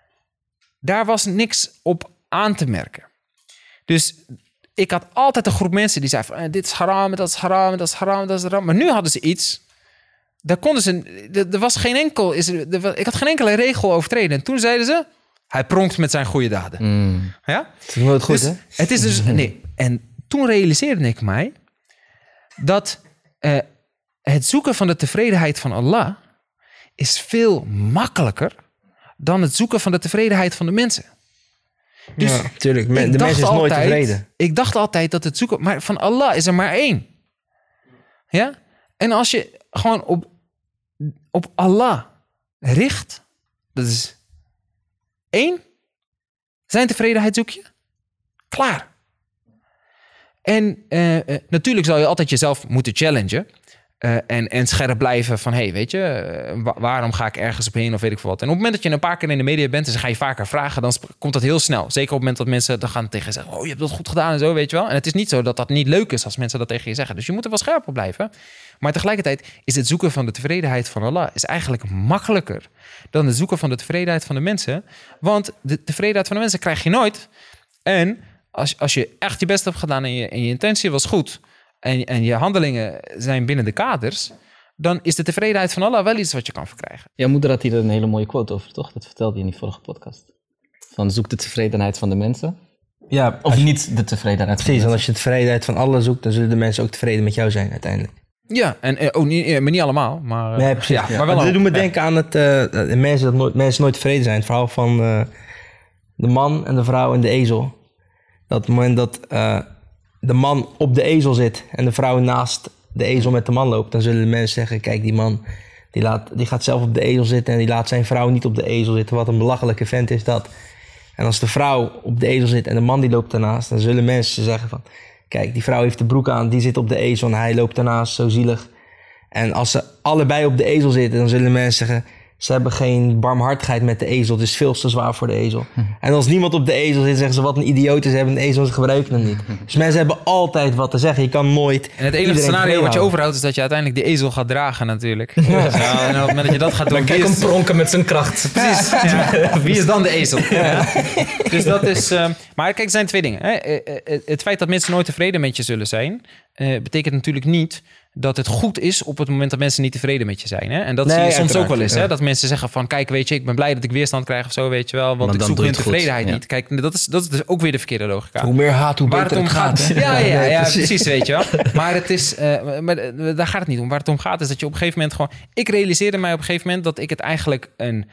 daar was niks op aan te merken. Dus ik had altijd een groep mensen die zeiden van, dit is haram, dat is haram, dat is haram, dat is haram. Maar nu hadden ze iets, daar konden ze, er was geen enkel, is er, was, ik had geen enkele regel overtreden. En toen zeiden ze, hij pronkt met zijn goede daden. Mm. Ja? Het is nooit goed, dus, hè? Het is dus, nee. En toen realiseerde ik mij dat uh, het zoeken van de tevredenheid van Allah is veel makkelijker dan het zoeken van de tevredenheid van de mensen. Dus ja, tuurlijk. Men, ik de dacht mens is nooit altijd, tevreden. Ik dacht altijd dat het zoeken... Maar van Allah is er maar één. Ja? En als je gewoon op, op Allah richt... Dat is één. Zijn tevredenheid zoek je. Klaar. En uh, uh, natuurlijk zal je altijd jezelf moeten challengen. Uh, en, en scherp blijven van, hey, weet je, uh, wa- waarom ga ik ergens op heen of weet ik veel wat. En op het moment dat je een paar keer in de media bent en ze gaan je vaker vragen, dan sp- komt dat heel snel. Zeker op het moment dat mensen dan gaan tegen je zeggen, oh, je hebt dat goed gedaan en zo, weet je wel. En het is niet zo dat dat niet leuk is als mensen dat tegen je zeggen. Dus je moet er wel scherp op blijven. Maar tegelijkertijd is het zoeken van de tevredenheid van Allah is eigenlijk makkelijker dan het zoeken van de tevredenheid van de mensen. Want de tevredenheid van de mensen krijg je nooit. En als, als je echt je best hebt gedaan en je, en je intentie was goed en, en je handelingen zijn binnen de kaders, dan is de tevredenheid van Allah wel iets wat je kan verkrijgen. Jouw moeder had hier een hele mooie quote over, toch? Dat vertelde je in die vorige podcast. Van zoek de tevredenheid van de mensen. Ja, Of niet de tevredenheid van precies. de En mensen. als je de tevredenheid van Allah zoekt, dan zullen de mensen ook tevreden met jou zijn uiteindelijk. Ja, en eh, oh, niet, eh, maar niet allemaal. Maar, eh, Nee, precies. ja, Ja. maar wel dat al- doet me ja. denken aan het, uh, dat mensen, dat nooit, mensen nooit tevreden zijn. Het verhaal van uh, de man en de vrouw en de ezel. Dat op het moment dat uh, de man op de ezel zit en de vrouw naast de ezel met de man loopt, dan zullen de mensen zeggen, kijk, die man die, laat, die gaat zelf op de ezel zitten en die laat zijn vrouw niet op de ezel zitten. Wat een belachelijke vent is dat. En als de vrouw op de ezel zit en de man die loopt daarnaast, dan zullen mensen zeggen van, kijk, die vrouw heeft de broek aan, die zit op de ezel en hij loopt daarnaast, zo zielig. En als ze allebei op de ezel zitten, dan zullen mensen zeggen, ze hebben geen barmhartigheid met de ezel, het is veel te zwaar voor de ezel. Hm. En als niemand op de ezel zit, zeggen ze, wat een idioot is, ze hebben een ezel, ze gebruiken hem niet. Dus mensen hebben altijd wat te zeggen, je kan nooit. En het enige scenario wat je overhoudt is dat je uiteindelijk die ezel gaat dragen natuurlijk. Ja. Dus, nou, en op het moment dat je dat gaat doen, Dan kijk wie hem is, pronken met zijn kracht. precies, ja. Wie is dan de ezel? Ja. Dus dat is... Uh, maar kijk, er zijn twee dingen. Hè. Het feit dat mensen nooit tevreden met je zullen zijn, uh, betekent natuurlijk niet dat het goed is op het moment dat mensen niet tevreden met je zijn. Hè? En dat nee, zie je soms ook wel eens. Ja. Hè? Dat mensen zeggen van, kijk, weet je, ik ben blij dat ik weerstand krijg of zo, weet je wel. Want maar ik zoek hun tevredenheid niet. Ja. Kijk, dat is, dat is dus ook weer de verkeerde logica. Hoe meer haat, hoe waar beter het om het gaat. gaat. Ja, ja, ja, ja, precies, weet je wel. Maar het is, uh, maar daar gaat het niet om. Waar het om gaat is dat je op een gegeven moment gewoon... Ik realiseerde mij op een gegeven moment dat ik het eigenlijk een...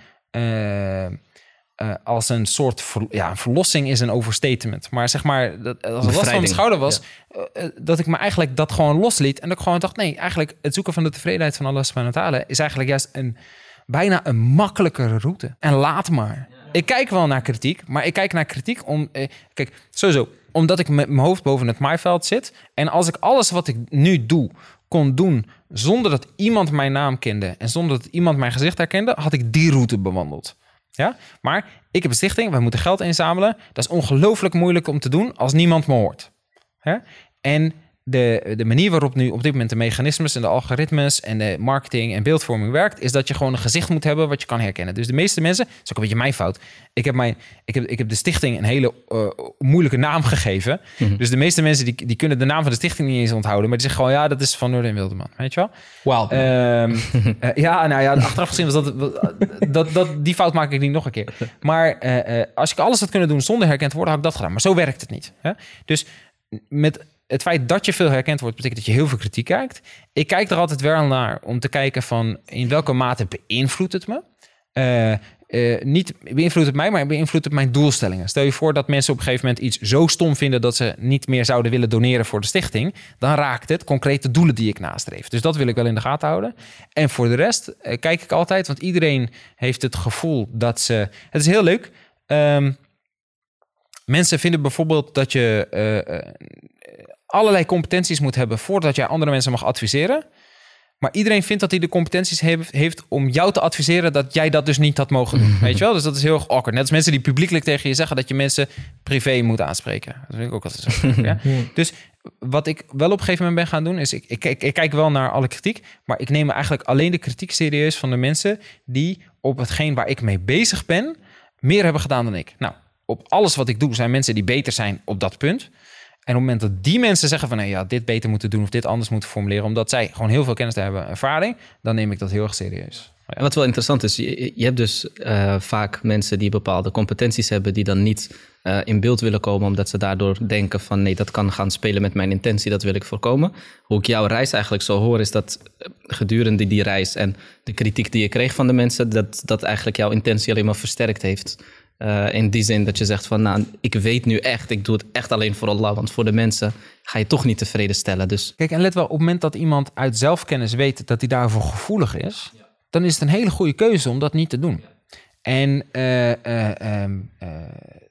Uh, Uh, als een soort ver, ja, een verlossing is een overstatement. Maar zeg maar, dat, als het last van mijn schouder was, ja. uh, dat ik me eigenlijk dat gewoon losliet. En dat ik gewoon dacht, nee, eigenlijk het zoeken van de tevredenheid van Allah subhanahu wa ta'ala is eigenlijk juist een bijna een makkelijkere route. En laat maar. Ja. Ik kijk wel naar kritiek, maar ik kijk naar kritiek om... Uh, kijk, sowieso, omdat ik met mijn hoofd boven het maaiveld zit. En als ik alles wat ik nu doe, kon doen zonder dat iemand mijn naam kende en zonder dat iemand mijn gezicht herkende, had ik die route bewandeld. Ja? Maar ik heb een stichting, wij moeten geld inzamelen. Dat is ongelooflijk moeilijk om te doen als niemand me hoort. Ja? En de, de manier waarop nu op dit moment de mechanismes en de algoritmes en de marketing en beeldvorming werkt, is dat je gewoon een gezicht moet hebben wat je kan herkennen. Dus de meeste mensen, dat is ook een beetje mijn fout. Ik heb, mijn, ik heb, ik heb de stichting een hele uh, moeilijke naam gegeven. Mm-hmm. Dus de meeste mensen die, die kunnen de naam van de stichting niet eens onthouden. Maar die zeggen gewoon, ja, dat is van Noordin Wilderman. Weet je wel? Wauw. Um, uh, ja, nou ja, achteraf gezien was dat, dat, dat... Die fout maak ik niet nog een keer. Maar uh, uh, als ik alles had kunnen doen zonder herkend te worden, had ik dat gedaan. Maar zo werkt het niet. Hè? Dus met... Het feit dat je veel herkend wordt, betekent dat je heel veel kritiek kijkt. Ik kijk er altijd wel naar om te kijken van in welke mate beïnvloedt het me. Uh, uh, niet beïnvloedt het mij, maar beïnvloedt het mijn doelstellingen. Stel je voor dat mensen op een gegeven moment iets zo stom vinden dat ze niet meer zouden willen doneren voor de stichting. Dan raakt het concrete doelen die ik nastreef. Dus dat wil ik wel in de gaten houden. En voor de rest uh, kijk ik altijd, want iedereen heeft het gevoel dat ze... Het is heel leuk. Um, mensen vinden bijvoorbeeld dat je... Uh, uh, allerlei competenties moet hebben voordat jij andere mensen mag adviseren. Maar iedereen vindt dat hij de competenties heeft, heeft om jou te adviseren dat jij dat dus niet had mogen doen. Weet je wel? Dus dat is heel erg awkward. Net als mensen die publiekelijk tegen je zeggen dat je mensen privé moet aanspreken. Dat vind ik ook altijd zo. Ja? Dus wat ik wel op een gegeven moment ben gaan doen is... Ik, ik, ik, ik kijk wel naar alle kritiek, maar ik neem eigenlijk alleen de kritiek serieus van de mensen die op hetgeen waar ik mee bezig ben meer hebben gedaan dan ik. Nou, op alles wat ik doe zijn mensen die beter zijn op dat punt. En op het moment dat die mensen zeggen van... Nee, ja, dit beter moeten doen of dit anders moeten formuleren... omdat zij gewoon heel veel kennis hebben en ervaring... dan neem ik dat heel erg serieus. Ja. En wat wel interessant is, je, je hebt dus uh, vaak mensen die bepaalde competenties hebben... die dan niet uh, in beeld willen komen... omdat ze daardoor denken van... nee, dat kan gaan spelen met mijn intentie, dat wil ik voorkomen. Hoe ik jouw reis eigenlijk zo hoor... is dat gedurende die reis en de kritiek die je kreeg van de mensen... dat, dat eigenlijk jouw intentie alleen maar versterkt heeft... Uh, in die zin dat je zegt van, nou, ik weet nu echt, ik doe het echt alleen voor Allah. Want voor de mensen ga je toch niet tevreden stellen. Dus. Kijk, en let wel, op het moment dat iemand uit zelfkennis weet dat hij daarvoor gevoelig is, ja. dan is het een hele goede keuze om dat niet te doen. Ja. En uh, uh, uh, uh,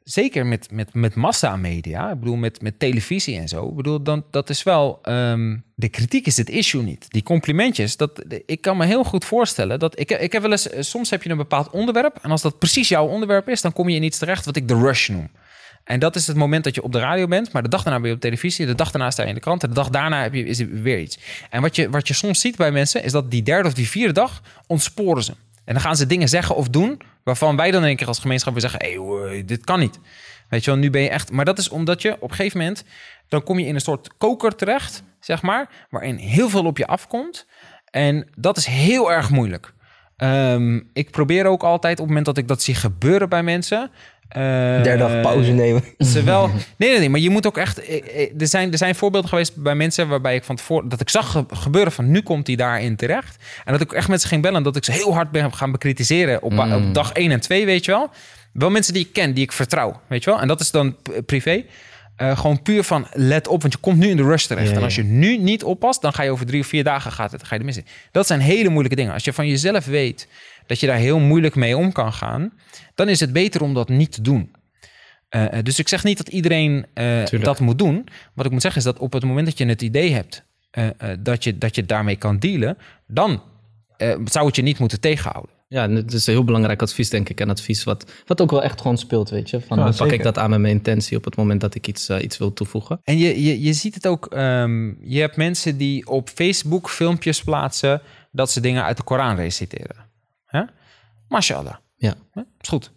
zeker met, met, met massamedia, ik bedoel met, met televisie en zo, ik bedoel, dan, dat is wel, um, de kritiek is het issue niet. Die complimentjes, dat, ik kan me heel goed voorstellen dat, ik, ik heb wel eens, soms heb je een bepaald onderwerp en als dat precies jouw onderwerp is, dan kom je in iets terecht wat ik de rush noem. En dat is het moment dat je op de radio bent, maar de dag daarna ben je op televisie, de dag daarna sta je in de krant en de dag daarna heb je, is er weer iets. En wat je, wat je soms ziet bij mensen, is dat die derde of die vierde dag ontsporen ze. En dan gaan ze dingen zeggen of doen waarvan wij dan een keer als gemeenschap weer zeggen, hé, hey, dit kan niet. Weet je wel, nu ben je echt... Maar dat is omdat je op een gegeven moment, dan kom je in een soort koker terecht, zeg maar, waarin heel veel op je afkomt. En dat is heel erg moeilijk. Um, ik probeer ook altijd, op het moment dat ik dat zie gebeuren bij mensen... Uh, Derde dag pauze nemen. Zowel, nee, nee, nee, maar je moet ook echt... Er zijn, er zijn voorbeelden geweest bij mensen waarbij ik van tevoren... dat ik zag gebeuren van nu komt hij daarin terecht. En dat ik echt met ze ging bellen... dat ik ze heel hard ben gaan bekritiseren op, mm. op dag één en twee, weet je wel. Wel mensen die ik ken, die ik vertrouw, weet je wel. En dat is dan privé. Uh, gewoon puur van let op, want je komt nu in de rush terecht. Ja, ja. En als je nu niet oppast, dan ga je over drie of vier dagen gaat het, ga je er missen. Dat zijn hele moeilijke dingen. Als je van jezelf weet dat je daar heel moeilijk mee om kan gaan, dan is het beter om dat niet te doen. Uh, dus ik zeg niet dat iedereen uh, dat moet doen. Wat ik moet zeggen is dat op het moment dat je het idee hebt uh, uh, dat, je, dat je daarmee kan dealen, dan uh, zou het je niet moeten tegenhouden. Ja, het is een heel belangrijk advies, denk ik. En advies wat, wat ook wel echt gewoon speelt, weet je. Van, ja, pak ik dat aan met mijn intentie op het moment dat ik iets, uh, iets wil toevoegen. En je, je, je ziet het ook, um, je hebt mensen die op Facebook filmpjes plaatsen dat ze dingen uit de Koran reciteren. Huh? Mashallah. Ja. Huh? Is goed.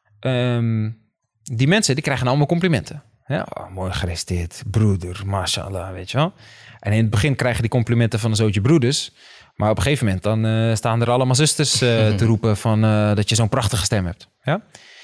Um, die mensen, die krijgen allemaal complimenten. Ja, oh, mooi gereciteerd, broeder, mashallah, weet je wel. En in het begin krijgen die complimenten van een zootje broeders. Maar op een gegeven moment dan uh, staan er allemaal zusters uh, te roepen van uh, dat je zo'n prachtige stem hebt. Ja?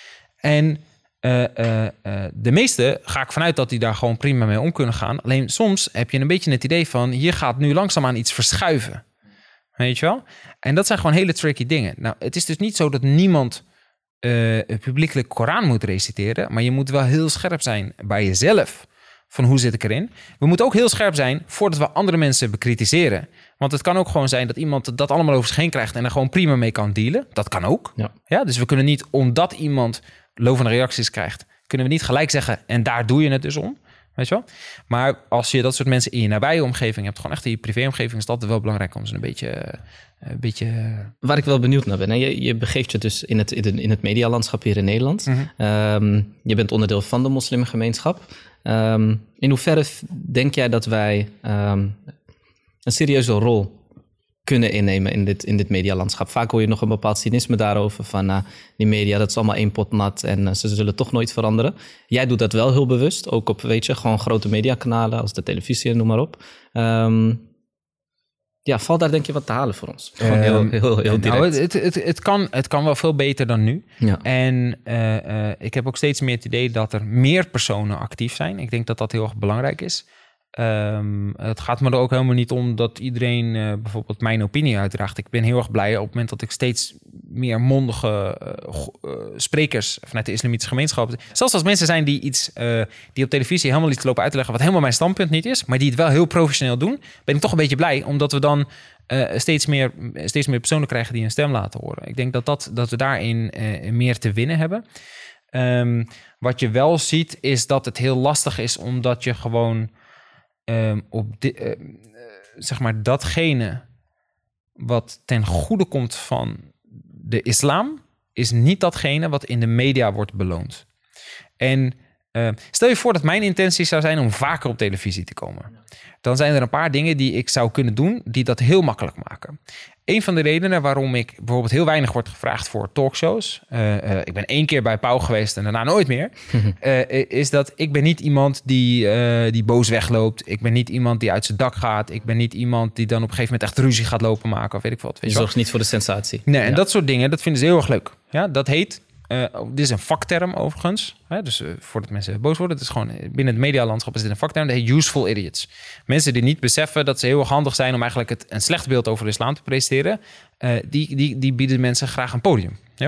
En uh, uh, uh, de meeste ga ik vanuit dat die daar gewoon prima mee om kunnen gaan. Alleen soms heb je een beetje het idee van hier gaat nu langzaamaan iets verschuiven. Weet je wel? En dat zijn gewoon hele tricky dingen. Nou, het is dus niet zo dat niemand uh, publiekelijk Koran moet reciteren. Maar je moet wel heel scherp zijn bij jezelf. Van hoe zit ik erin? We moeten ook heel scherp zijn voordat we andere mensen bekritiseren. Want het kan ook gewoon zijn dat iemand dat allemaal over zich heen krijgt en er gewoon prima mee kan dealen. Dat kan ook. Ja. Ja, dus we kunnen niet, omdat iemand lovende reacties krijgt, kunnen we niet gelijk zeggen en daar doe je het dus om. Weet je wel? Maar als je dat soort mensen in je nabije omgeving hebt, gewoon echt in je privéomgeving, is dat wel belangrijk om ze een beetje... Een beetje... Waar ik wel benieuwd naar ben. Hè? Je, je begeeft je dus in het, in het medialandschap hier in Nederland. Mm-hmm. Um, je bent onderdeel van de moslimgemeenschap. Um, in hoeverre denk jij dat wij um, een serieuze rol kunnen innemen in dit, in dit medialandschap? Vaak hoor je nog een bepaald cynisme daarover van uh, die media, dat is allemaal één pot nat en uh, ze zullen toch nooit veranderen. Jij doet dat wel heel bewust, ook op, weet je, gewoon grote mediakanalen als de televisie en noem maar op. Um, ja, valt daar denk je wat te halen voor ons? Gewoon heel, heel, heel, heel direct. Nou, het, het, het, kan, het kan wel veel beter dan nu. Ja. En uh, uh, ik heb ook steeds meer het idee dat er meer personen actief zijn. Ik denk dat dat heel erg belangrijk is. Um, het gaat me er ook helemaal niet om dat iedereen uh, bijvoorbeeld mijn opinie uitdraagt. Ik ben heel erg blij op het moment dat ik steeds meer mondige uh, uh, sprekers vanuit de islamitische gemeenschap. Zelfs als mensen zijn die iets uh, die op televisie helemaal iets lopen uit te leggen wat helemaal mijn standpunt niet is, maar die het wel heel professioneel doen, ben ik toch een beetje blij, omdat we dan uh, steeds meer, steeds meer personen krijgen die een stem laten horen. Ik denk dat, dat, dat we daarin uh, meer te winnen hebben. Um, wat je wel ziet is dat het heel lastig is, omdat je gewoon Um, op di- uh, uh, zeg maar datgene wat ten goede komt van de islam is niet datgene wat in de media wordt beloond. En uh, stel je voor dat mijn intentie zou zijn om vaker op televisie te komen. Dan zijn er een paar dingen die ik zou kunnen doen die dat heel makkelijk maken. Een van de redenen waarom ik bijvoorbeeld heel weinig word gevraagd voor talkshows. Uh, uh, ik ben één keer bij Pauw geweest en daarna nooit meer. uh, is dat ik ben niet iemand die, uh, die boos wegloopt. Ik ben niet iemand die uit zijn dak gaat. Ik ben niet iemand die dan op een gegeven moment echt ruzie gaat lopen maken. Of weet ik wat. Weet je zorgt niet voor de sensatie. Nee, en ja. dat soort dingen, dat vinden ze heel erg leuk. Ja, dat heet... Uh, dit is een vakterm overigens. Hè? Dus uh, voordat mensen boos worden. Het is gewoon binnen het medialandschap is dit een vakterm. Dat heet useful idiots. Mensen die niet beseffen dat ze heel erg handig zijn om eigenlijk het, een slecht beeld over de islam te presenteren. Uh, die, die, die bieden mensen graag een podium. Ja?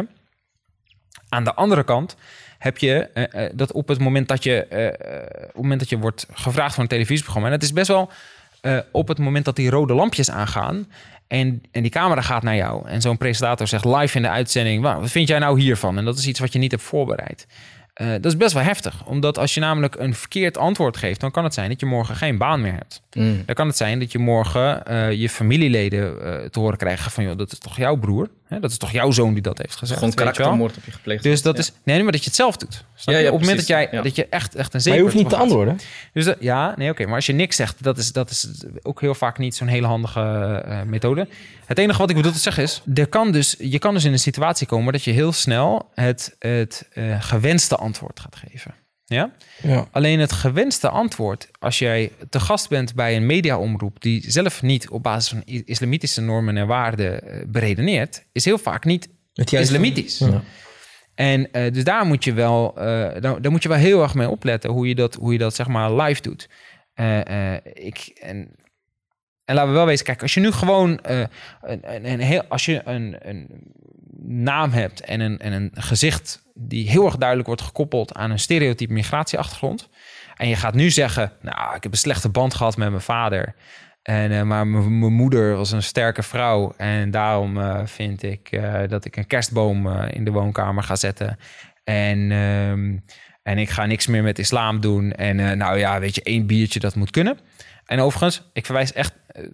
Aan de andere kant heb je uh, uh, dat op het moment dat je, uh, op het moment dat je wordt gevraagd voor een televisieprogramma. En het is best wel uh, op het moment dat die rode lampjes aangaan. En, en die camera gaat naar jou. En zo'n presentator zegt live in de uitzending, wat vind jij nou hiervan? En dat is iets wat je niet hebt voorbereid. Uh, dat is best wel heftig. Omdat als je namelijk een verkeerd antwoord geeft... dan kan het zijn dat je morgen geen baan meer hebt. Mm. Dan kan het zijn dat je morgen uh, je familieleden uh, te horen krijgen van... joh, dat is toch jouw broer? Hè? Dat is toch jouw zoon die dat heeft gezegd? Gewoon karaktermoord op je gepleegd. Dus dat ja. is... Nee, maar dat je het zelf doet. Ja, ja, op het moment dat, jij, ja. dat je echt, echt een zeker... Maar je hoeft niet te antwoorden. Dus dat, ja, nee, oké. Okay. Maar als je niks zegt, dat is, dat is ook heel vaak niet zo'n hele handige uh, methode. Het enige wat ik bedoel te zeggen is... Er kan dus, je kan dus in een situatie komen dat je heel snel het, het uh, gewenste antwoord gaat geven. Ja? Ja? Alleen het gewenste antwoord, als jij te gast bent bij een mediaomroep die zelf niet op basis van islamitische normen en waarden uh, beredeneert, is heel vaak niet islamitisch. Ja. En uh, dus daar moet je wel, uh, daar, daar moet je wel heel erg mee opletten hoe je dat, hoe je dat zeg maar live doet. Uh, uh, ik en En laten we wel wezen, kijk, als je nu gewoon uh, een, een, een heel, als je een, een naam hebt en een, en een gezicht die heel erg duidelijk wordt gekoppeld aan een stereotype migratieachtergrond. En je gaat nu zeggen, nou, ik heb een slechte band gehad met mijn vader. En, uh, maar mijn moeder was een sterke vrouw. En daarom uh, vind ik uh, dat ik een kerstboom uh, in de woonkamer ga zetten. En, um, en ik ga niks meer met islam doen. En uh, nou ja, weet je, één biertje, dat moet kunnen. En overigens, ik verwijs echt...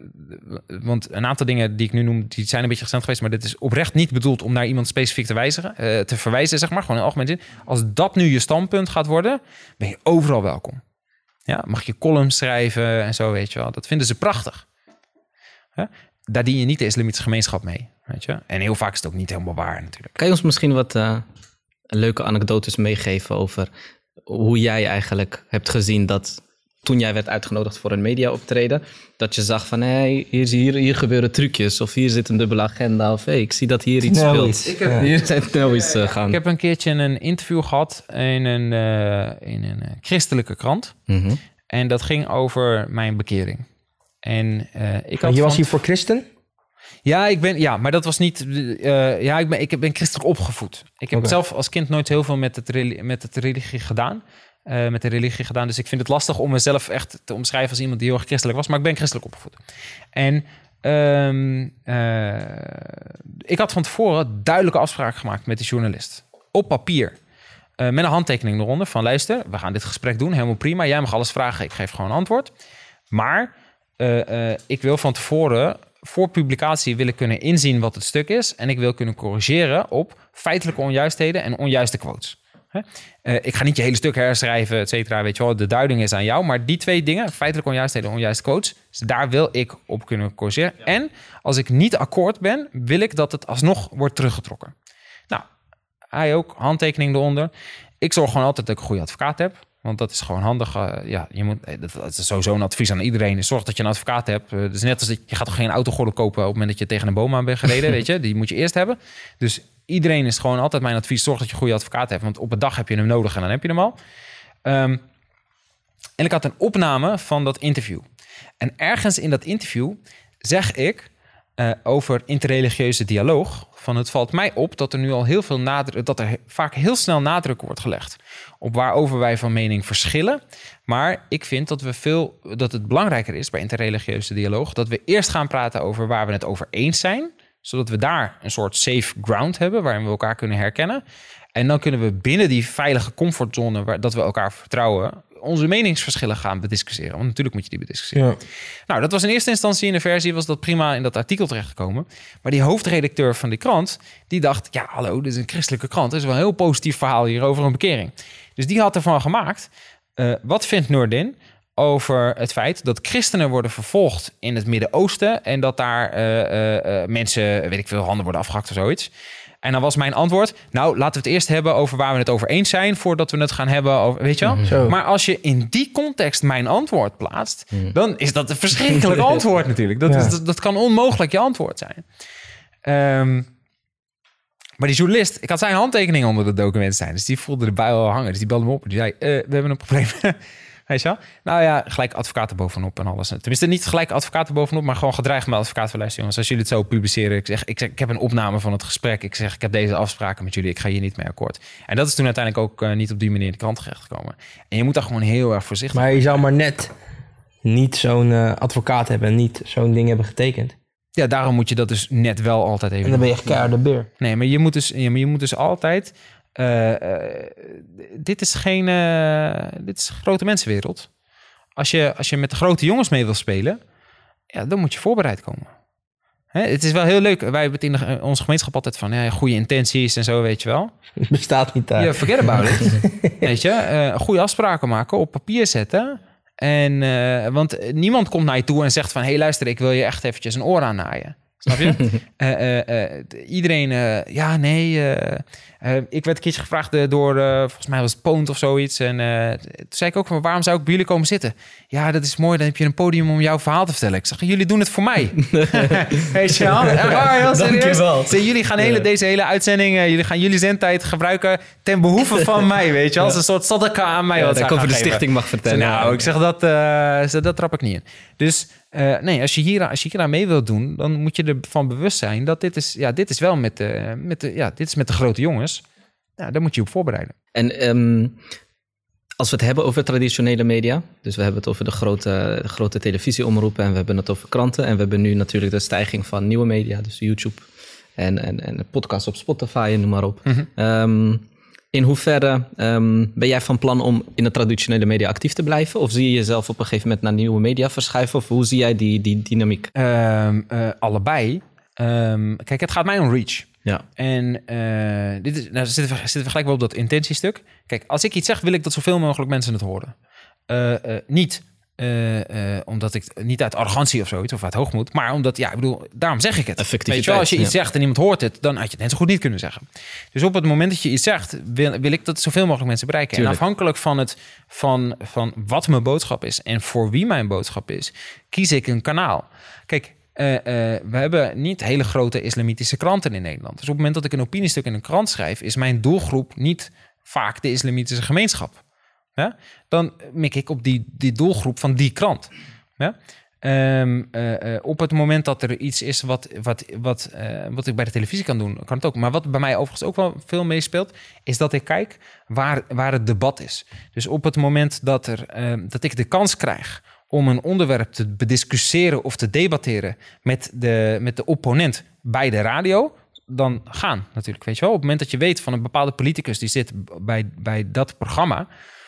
Want een aantal dingen die ik nu noem, die zijn een beetje recent geweest, maar dit is oprecht niet bedoeld om naar iemand specifiek te wijzigen, uh, te verwijzen, zeg maar, gewoon in algemeen zin. Als dat nu je standpunt gaat worden, ben je overal welkom. Ja, mag je columns schrijven en zo, weet je wel. Dat vinden ze prachtig. Ja? Daar dien je niet de islamitische gemeenschap mee, weet je. En heel vaak is het ook niet helemaal waar, natuurlijk. Kan je ons misschien wat uh, leuke anekdotes meegeven over hoe jij eigenlijk hebt gezien dat toen jij werd uitgenodigd voor een media-optreden, dat je zag van, hé, hey, hier, hier, hier gebeuren trucjes, of hier zit een dubbele agenda, of hé, hey, ik zie dat hier iets nou speelt. Iets. Ik heb, ja. Hier zijn nou iets uh, gaan. Ik heb een keertje een interview gehad in een, uh, in een christelijke krant. Mm-hmm. En dat ging over mijn bekering. En uh, ik had je was van... hier voor christen? Ja, ik ben, ja, maar dat was niet... Uh, ja, ik ben, ik ben christelijk opgevoed. Ik heb okay. zelf als kind nooit heel veel met het, met het religie gedaan. Uh, met de religie gedaan. Dus ik vind het lastig om mezelf echt te omschrijven als iemand die heel erg christelijk was. Maar ik ben christelijk opgevoed. En um, uh, ik had van tevoren duidelijke afspraken gemaakt met de journalist. Op papier. Uh, met een handtekening eronder van, luister, we gaan dit gesprek doen. Helemaal prima. Jij mag alles vragen. Ik geef gewoon een antwoord. Maar uh, uh, ik wil van tevoren, voor publicatie wil ik kunnen inzien wat het stuk is. En ik wil kunnen corrigeren op feitelijke onjuistheden en onjuiste quotes. Uh, ik ga niet je hele stuk herschrijven, et cetera. Weet je wel, de duiding is aan jou. Maar die twee dingen, feitelijk onjuistheden en onjuiste quotes, dus daar wil ik op kunnen corrigeren. Ja. En als ik niet akkoord ben, wil ik dat het alsnog wordt teruggetrokken. Nou, hij ook, handtekening eronder. Ik zorg gewoon altijd dat ik een goede advocaat heb. Want dat is gewoon handig. Uh, ja, je moet, dat is sowieso een advies aan iedereen. Zorg dat je een advocaat hebt. Uh, dus net als dat, je gaat toch geen autogordel kopen op het moment dat je tegen een boom aan bent gereden. Weet je, die moet je eerst hebben. Dus iedereen is gewoon altijd mijn advies. Zorg dat je een goede advocaat hebt. Want op een dag heb je hem nodig en dan heb je hem al. Um, en ik had een opname van dat interview. En ergens in dat interview zeg ik uh, over interreligieuze dialoog. Van het valt mij op dat er nu al heel veel nadruk, dat er vaak heel snel nadruk wordt gelegd op waarover wij van mening verschillen. Maar ik vind dat we veel, dat het belangrijker is bij interreligieuze dialoog dat we eerst gaan praten over waar we het over eens zijn, zodat we daar een soort safe ground hebben waarin we elkaar kunnen herkennen. En dan kunnen we binnen die veilige comfortzone waar dat we elkaar vertrouwen, onze meningsverschillen gaan bediscussiëren. Want natuurlijk moet je die bediscussiëren. Ja. Nou, dat was in eerste instantie in de versie, was dat prima in dat artikel terechtgekomen. Maar die hoofdredacteur van die krant, die dacht, ja, hallo, dit is een christelijke krant. Dat is wel een heel positief verhaal hier over een bekering. Dus die had ervan gemaakt, uh, wat vindt Noordin over het feit dat christenen worden vervolgd in het Midden-Oosten en dat daar uh, uh, uh, mensen, weet ik veel, handen worden afgehakt of zoiets. En dan was mijn antwoord, nou, laten we het eerst hebben over waar we het over eens zijn, voordat we het gaan hebben over, weet je wel? Mm-hmm. Maar als je in die context mijn antwoord plaatst, mm. dan is dat een verschrikkelijk antwoord natuurlijk. Dat, ja. is, dat, dat kan onmogelijk je antwoord zijn. Um, maar die journalist, ik had zijn handtekening onder het document zijn, dus die voelde erbij al hangen. Dus die belde me op en die zei, uh, we hebben een probleem. Weet je wel? Nou ja, gelijk advocaten bovenop en alles. Tenminste, niet gelijk advocaten bovenop, maar gewoon gedreigd met advocaten van luister, jongens, als jullie het zo publiceren. Ik zeg, ik zeg, ik heb een opname van het gesprek. Ik zeg, ik heb deze afspraken met jullie. Ik ga hier niet mee akkoord. En dat is toen uiteindelijk ook uh, niet op die manier in de krant terechtgekomen. En je moet daar gewoon heel erg voorzichtig Maar je zou maar net niet zo'n uh, advocaat hebben en niet zo'n ding hebben getekend. Ja, daarom moet je dat dus net wel altijd even... En dan ben je echt keihard de beer. Nee, maar je moet dus, ja, maar je moet dus altijd Uh, uh, dit is geen... Uh, dit is een grote mensenwereld. Als je, als je met de grote jongens mee wil spelen... Ja, dan moet je voorbereid komen. Hè, het is wel heel leuk. Wij hebben het in de, onze gemeenschap altijd van... Ja, goede intenties en zo, weet je wel. Bestaat niet daar. Ja, forget about it. Weet je, uh, goede afspraken maken, op papier zetten... En, uh, want niemand komt naar je toe en zegt van... hé, hey, luister, ik wil je echt eventjes een oor aannaaien. Snap je? uh, uh, uh, iedereen... Uh, ja, nee... Uh, uh, ik werd een keertje gevraagd uh, door... Uh, volgens mij was het Poont of zoiets. En uh, toen zei ik ook van... waarom zou ik bij jullie komen zitten? Ja, dat is mooi. Dan heb je een podium om jouw verhaal te vertellen. Ik zeg, jullie doen het voor mij. Weet je wel? Heel serieus. Zeg, jullie gaan hele, deze hele uitzending... Uh, jullie gaan jullie zendtijd gebruiken... ten behoeve van mij, weet je wel? Als een soort sadaka aan mij. Ja, wat dat ik over de stichting mag vertellen. Zeg, nou, ik zeg, dat, uh, dat trap ik niet in. Dus... Uh, nee, als je, hier, als je hier aan mee wilt doen, dan moet je ervan bewust zijn dat dit is, ja, dit is wel met de, met de, ja, dit is met de grote jongens. Ja, daar moet je op voorbereiden. En um, als we het hebben over traditionele media, dus we hebben het over de grote, de grote televisieomroepen en we hebben het over kranten en we hebben nu natuurlijk de stijging van nieuwe media, dus YouTube en, en, en podcast op Spotify en noem maar op. Mm-hmm. Um, In hoeverre um, ben jij van plan om in de traditionele media actief te blijven? Of zie je jezelf op een gegeven moment naar nieuwe media verschuiven? Of hoe zie jij die, die dynamiek? Um, uh, allebei. Um, kijk, het gaat mij om reach. Ja. En uh, dit is, nou, zitten we, zitten we gelijk wel op dat intentiestuk. Kijk, als ik iets zeg, wil ik dat zoveel mogelijk mensen het horen. Uh, uh, niet... Uh, uh, omdat ik niet uit arrogantie of zoiets of uit hoogmoed, maar omdat, ja, ik bedoel, daarom zeg ik het. Effectiviteit. Weet je wel, als je iets ja. zegt en iemand hoort het, dan had je het net zo goed niet kunnen zeggen. Dus op het moment dat je iets zegt, wil, wil ik dat zoveel mogelijk mensen bereiken. Tuurlijk. En afhankelijk van, het, van, van wat mijn boodschap is en voor wie mijn boodschap is, kies ik een kanaal. Kijk, uh, uh, we hebben niet hele grote islamitische kranten in Nederland. Dus op het moment dat ik een opiniestuk in een krant schrijf, is mijn doelgroep niet vaak de islamitische gemeenschap. Ja? Dan mik ik op die, die doelgroep van die krant. Ja? Um, uh, uh, op het moment dat er iets is wat, wat, wat, uh, wat ik bij de televisie kan doen, kan het ook. Maar wat bij mij overigens ook wel veel meespeelt, is dat ik kijk waar, waar het debat is. Dus op het moment dat, er, uh, dat ik de kans krijg om een onderwerp te bediscussiëren of te debatteren met de, met de opponent bij de radio, dan gaan natuurlijk, weet je wel. Op het moment dat je weet van een bepaalde politicus die zit bij, bij dat programma,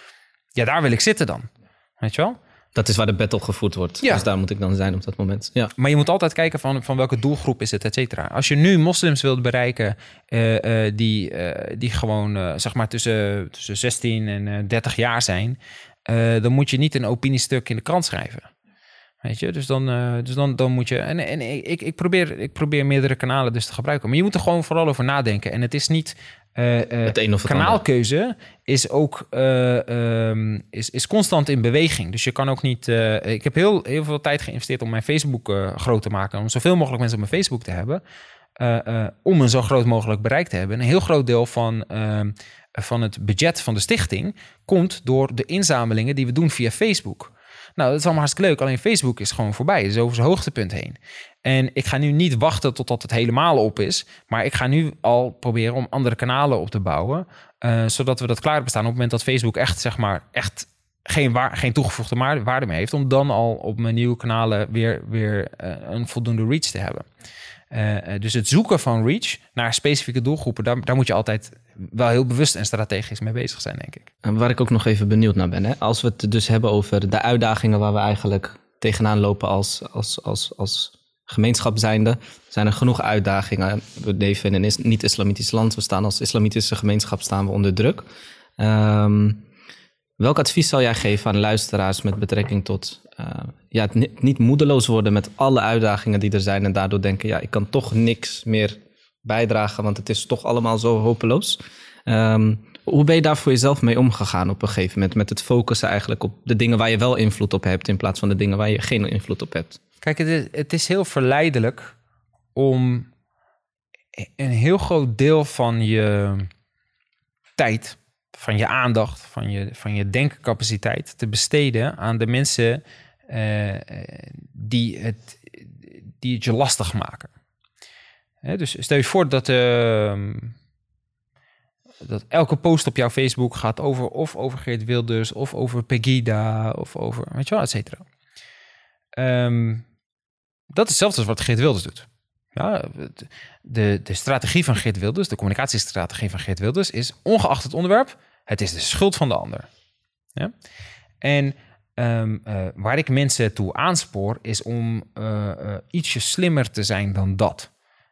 ja, daar wil ik zitten dan. Weet je wel? Dat is waar de battle gevoerd wordt. Ja. Dus daar moet ik dan zijn op dat moment. Ja. Maar je moet altijd kijken van, van welke doelgroep is het, et cetera. Als je nu moslims wilt bereiken uh, uh, die, uh, die gewoon uh, zeg maar tussen, tussen zestien en uh, dertig jaar zijn, uh, dan moet je niet een opiniestuk in de krant schrijven. Weet je, dus dan, uh, dus dan, dan moet je... En, en ik, ik, probeer, ik probeer meerdere kanalen dus te gebruiken. Maar je moet er gewoon vooral over nadenken. En het is niet... Uh, uh, het een of het kanaalkeuze ander. Is ook uh, um, is, is constant in beweging. Dus je kan ook niet... Uh, ik heb heel, heel veel tijd geïnvesteerd om mijn Facebook uh, groot te maken. Om zoveel mogelijk mensen op mijn Facebook te hebben. Uh, uh, om een zo groot mogelijk bereik te hebben. Een heel groot deel van, uh, van het budget van de stichting komt door de inzamelingen die we doen via Facebook. Nou, dat is allemaal hartstikke leuk. Alleen Facebook is gewoon voorbij. Het is over zijn hoogtepunt heen. En ik ga nu niet wachten totdat het helemaal op is. Maar ik ga nu al proberen om andere kanalen op te bouwen. Uh, zodat we dat klaar bestaan op het moment dat Facebook echt, zeg maar, echt geen, waar, geen toegevoegde waarde meer heeft. Om dan al op mijn nieuwe kanalen weer, weer uh, een voldoende reach te hebben. Uh, dus het zoeken van reach naar specifieke doelgroepen, daar, daar moet je altijd wel heel bewust en strategisch mee bezig zijn, denk ik. En waar ik ook nog even benieuwd naar ben, hè? Als we het dus hebben over de uitdagingen waar we eigenlijk tegenaan lopen als, als, als, als gemeenschap zijnde, zijn er genoeg uitdagingen. We leven in een niet-islamitisch land, we staan als islamitische gemeenschap staan we onder druk. Um, welk advies zou jij geven aan luisteraars met betrekking tot uh, ja, het niet, niet moedeloos worden met alle uitdagingen die er zijn en daardoor denken, ja, ik kan toch niks meer bijdragen, want het is toch allemaal zo hopeloos. Um, hoe ben je daar voor jezelf mee omgegaan op een gegeven moment, met het focussen eigenlijk op de dingen waar je wel invloed op hebt in plaats van de dingen waar je geen invloed op hebt? Kijk, het is, het is heel verleidelijk om een heel groot deel van je tijd, van je aandacht, van je, van je denkcapaciteit te besteden aan de mensen uh, die, het, die het je lastig maken. He, dus stel je voor dat, uh, dat elke post op jouw Facebook gaat over of over Geert Wilders of over Pegida of over, weet je wel, et cetera. Um, dat is hetzelfde als wat Geert Wilders doet. Ja, de, de strategie van Geert Wilders, de communicatiestrategie van Geert Wilders is ongeacht het onderwerp, het is de schuld van de ander. Ja? En um, uh, waar ik mensen toe aanspoor is om uh, uh, ietsje slimmer te zijn dan dat.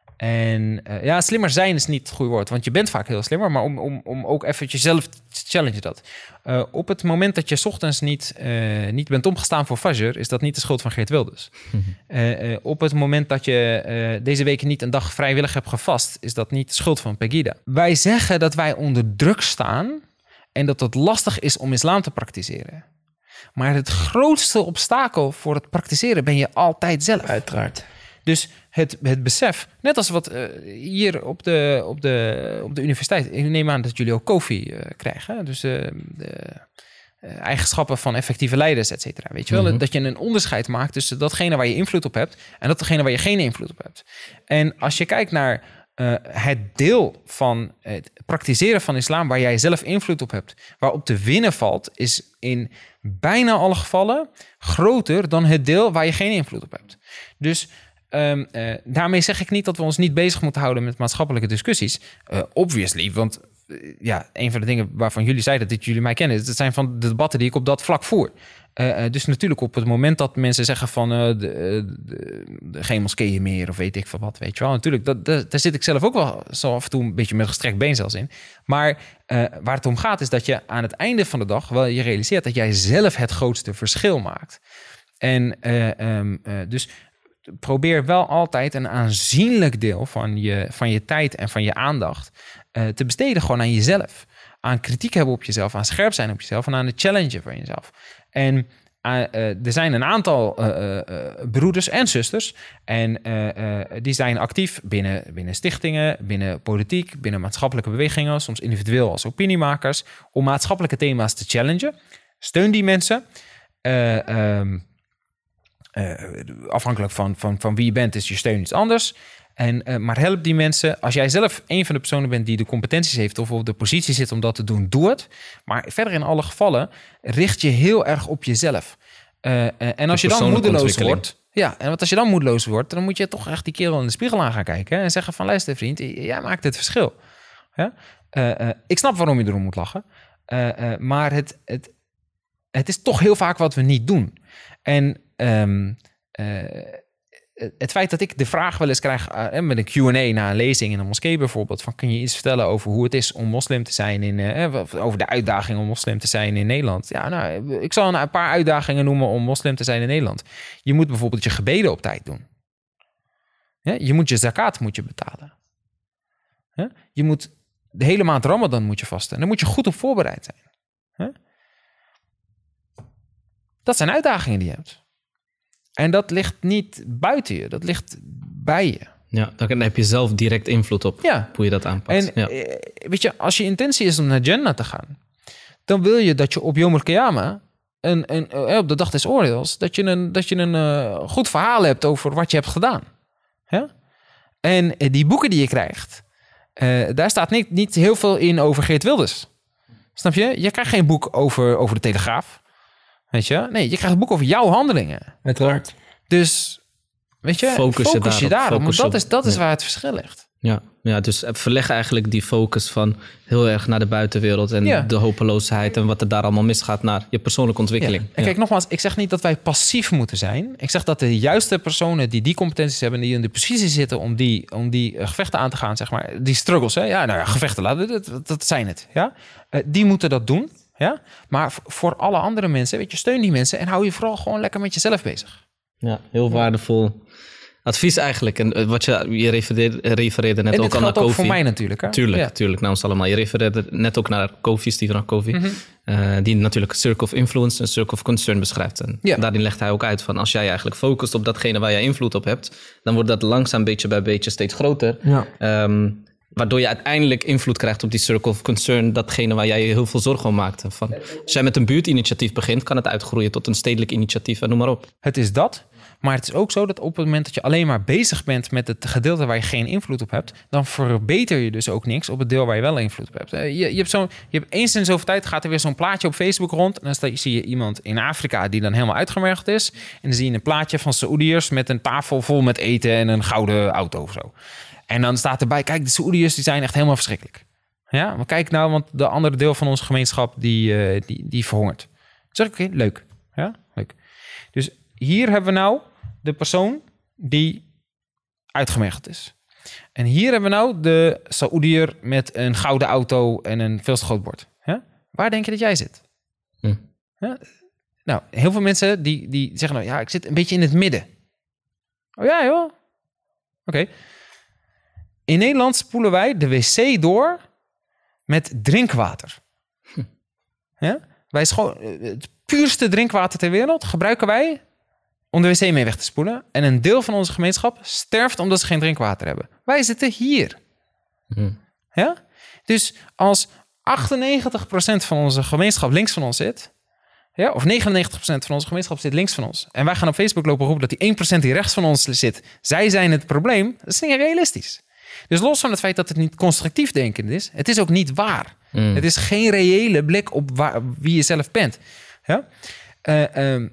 En uh, ja, slimmer zijn is niet het goede woord, want je bent vaak heel slimmer, maar om, om, om ook even jezelf te challengen dat. Uh, op het moment dat je 's ochtends niet, uh, niet bent opgestaan voor Fajr, is dat niet de schuld van Geert Wilders. Mm-hmm. Uh, uh, op het moment dat je uh, deze week niet een dag vrijwillig hebt gevast, is dat niet de schuld van Pegida. Wij zeggen dat wij onder druk staan en dat het lastig is om islam te praktiseren. Maar het grootste obstakel voor het praktiseren ben je altijd zelf. Uiteraard. Dus het, het besef, net als wat uh, hier op de, op, de, op de universiteit... Ik neem aan dat jullie ook koffie uh, krijgen. Hè? Dus uh, de uh, eigenschappen van effectieve leiders, et cetera. Weet je wel? Mm-hmm. Dat je een onderscheid maakt tussen datgene waar je invloed op hebt... en datgene waar je geen invloed op hebt. En als je kijkt naar uh, het deel van het praktiseren van islam... waar jij zelf invloed op hebt, waarop te winnen valt... is in bijna alle gevallen groter dan het deel waar je geen invloed op hebt. Dus... Um, uh, daarmee zeg ik niet dat we ons niet bezig moeten houden met maatschappelijke discussies. Uh, obviously, want uh, ja, een van de dingen waarvan jullie zeiden dat jullie mij kennen, dat zijn van de debatten die ik op dat vlak voer. Uh, uh, dus natuurlijk op het moment dat mensen zeggen van uh, de, de, de, geen moskeeën meer of weet ik van wat, weet je wel. Natuurlijk, dat, dat, daar zit ik zelf ook wel zo af en toe een beetje met gestrekt been zelfs in. Maar uh, waar het om gaat is dat je aan het einde van de dag wel je realiseert dat jij zelf het grootste verschil maakt. En uh, um, uh, dus... probeer wel altijd een aanzienlijk deel van je, van je tijd en van je aandacht uh, te besteden gewoon aan jezelf. Aan kritiek hebben op jezelf, aan scherp zijn op jezelf en aan het challengen van jezelf. En uh, uh, er zijn een aantal uh, uh, broeders en zusters en uh, uh, die zijn actief binnen, binnen stichtingen, binnen politiek, binnen maatschappelijke bewegingen, soms individueel als opiniemakers, om maatschappelijke thema's te challengen. Steun die mensen. Uh, um, Uh, afhankelijk van, van, van wie je bent, is je steun iets anders. En, uh, maar help die mensen. Als jij zelf een van de personen bent die de competenties heeft of op de positie zit om dat te doen, doe het. Maar verder in alle gevallen richt je heel erg op jezelf. Uh, uh, en als je dan moedeloos wordt, ja, en wat als je dan moedeloos wordt, dan moet je toch echt die kerel in de spiegel aan gaan kijken en zeggen van luister vriend, jij maakt het verschil. Ja? Uh, uh, ik snap waarom je erom moet lachen, uh, uh, maar het, het, het is toch heel vaak wat we niet doen. En Um, uh, het feit dat ik de vraag wel eens krijg uh, met een Q en A na een lezing in een moskee bijvoorbeeld, van kun je iets vertellen over hoe het is om moslim te zijn in, uh, over de uitdaging om moslim te zijn in Nederland. Ja, nou, ik zal een paar uitdagingen noemen om moslim te zijn in Nederland. Je moet bijvoorbeeld je gebeden op tijd doen. Ja, je moet je zakat moet je betalen. Ja, je moet de hele maand Ramadan moet je vasten. En daar moet je goed op voorbereid zijn. Ja? Dat zijn uitdagingen die je hebt. En dat ligt niet buiten je, dat ligt bij je. Ja, dan heb je zelf direct invloed op ja. hoe je dat aanpakt. En ja. weet je, als je intentie is om naar Jannah te gaan, dan wil je dat je op Yom al-Qiyamah, een, een, op de dag des oordeels, dat je een, dat je een uh, goed verhaal hebt over wat je hebt gedaan. Ja? En uh, die boeken die je krijgt, uh, daar staat niet, niet heel veel in over Geert Wilders. Snap je? Je krijgt geen boek over, over de Telegraaf. Weet je? Nee, je krijgt een boek over jouw handelingen. Uiteraard. Dus, weet je, focus, focus je daarop. Focus dat is, dat is ja. waar het verschil ligt. Ja, ja, dus verleg eigenlijk die focus van heel erg naar de buitenwereld en ja. de hopeloosheid en wat er daar allemaal misgaat naar je persoonlijke ontwikkeling. Ja. En kijk, ja. nogmaals, ik zeg niet dat wij passief moeten zijn. Ik zeg dat de juiste personen die die competenties hebben, die in de positie zitten om die, om die uh, gevechten aan te gaan, zeg maar, die struggles, hè? Ja, nou ja, gevechten, laten dat, dat, dat zijn het. Ja? Uh, die moeten dat doen. Ja? Maar voor alle andere mensen, weet je, steun die mensen en hou je vooral gewoon lekker met jezelf bezig. Ja, heel waardevol advies eigenlijk. En wat je, je refereerde, refereerde net en ook al naar Kofi. En dit geldt ook voor mij natuurlijk. Hè? Tuurlijk, ja. tuurlijk, naar ons allemaal. Je refereerde net ook naar Kofi, Stephen Kofi. Mm-hmm. Uh, die natuurlijk Circle of Influence en Circle of Concern beschrijft. En ja. daarin legt hij ook uit van als jij eigenlijk focust op datgene waar jij invloed op hebt, dan wordt dat langzaam beetje bij beetje steeds groter. Ja. Um, Waardoor je uiteindelijk invloed krijgt op die circle of concern, datgene waar jij je heel veel zorgen om maakte. Van, als jij met een buurtinitiatief begint, kan het uitgroeien tot een stedelijk initiatief en noem maar op. Het is dat, Maar het is ook zo dat op het moment dat je alleen maar bezig bent met het gedeelte waar je geen invloed op hebt, dan verbeter je dus ook niks op het deel waar je wel invloed op hebt. Je, je hebt zo'n, je hebt eens in zoveel tijd gaat er weer zo'n plaatje op Facebook rond. En dan sta, zie je iemand in Afrika die dan helemaal uitgemergeld is. En dan zie je een plaatje van Saoediërs met een tafel vol met eten en een gouden auto of zo. En dan staat erbij, kijk, de Saoediërs die zijn echt helemaal verschrikkelijk. Ja, maar kijk nou, want de andere deel van onze gemeenschap die, uh, die, die verhongert. Dan zeg ik, oké, okay, leuk. Ja, leuk. Dus hier hebben we nou de persoon die uitgemergeld is. En hier hebben we nou de Saoediër met een gouden auto en een veel te groot bord. Ja? Waar denk je dat jij zit? Hm. Ja? Nou, heel veel mensen die, die zeggen nou, ja, ik zit een beetje in het midden. Oh ja, joh. Oké. Okay. In Nederland spoelen wij de wc door met drinkwater. Hm. Ja? Wij scho- het puurste drinkwater ter wereld gebruiken wij om de wc mee weg te spoelen. En een deel van onze gemeenschap sterft omdat ze geen drinkwater hebben. Wij zitten hier. Hm. Ja? Dus als achtennegentig procent van onze gemeenschap links van ons zit, ja, of negenennegentig procent van onze gemeenschap zit links van ons, en wij gaan op Facebook lopen roepen dat die één procent die rechts van ons zit, zij zijn het probleem, dat is niet realistisch. Dus los van het feit dat het niet constructief denken is, het is ook niet waar. Mm. Het is geen reële blik op waar, wie je zelf bent. Ja? Uh, um,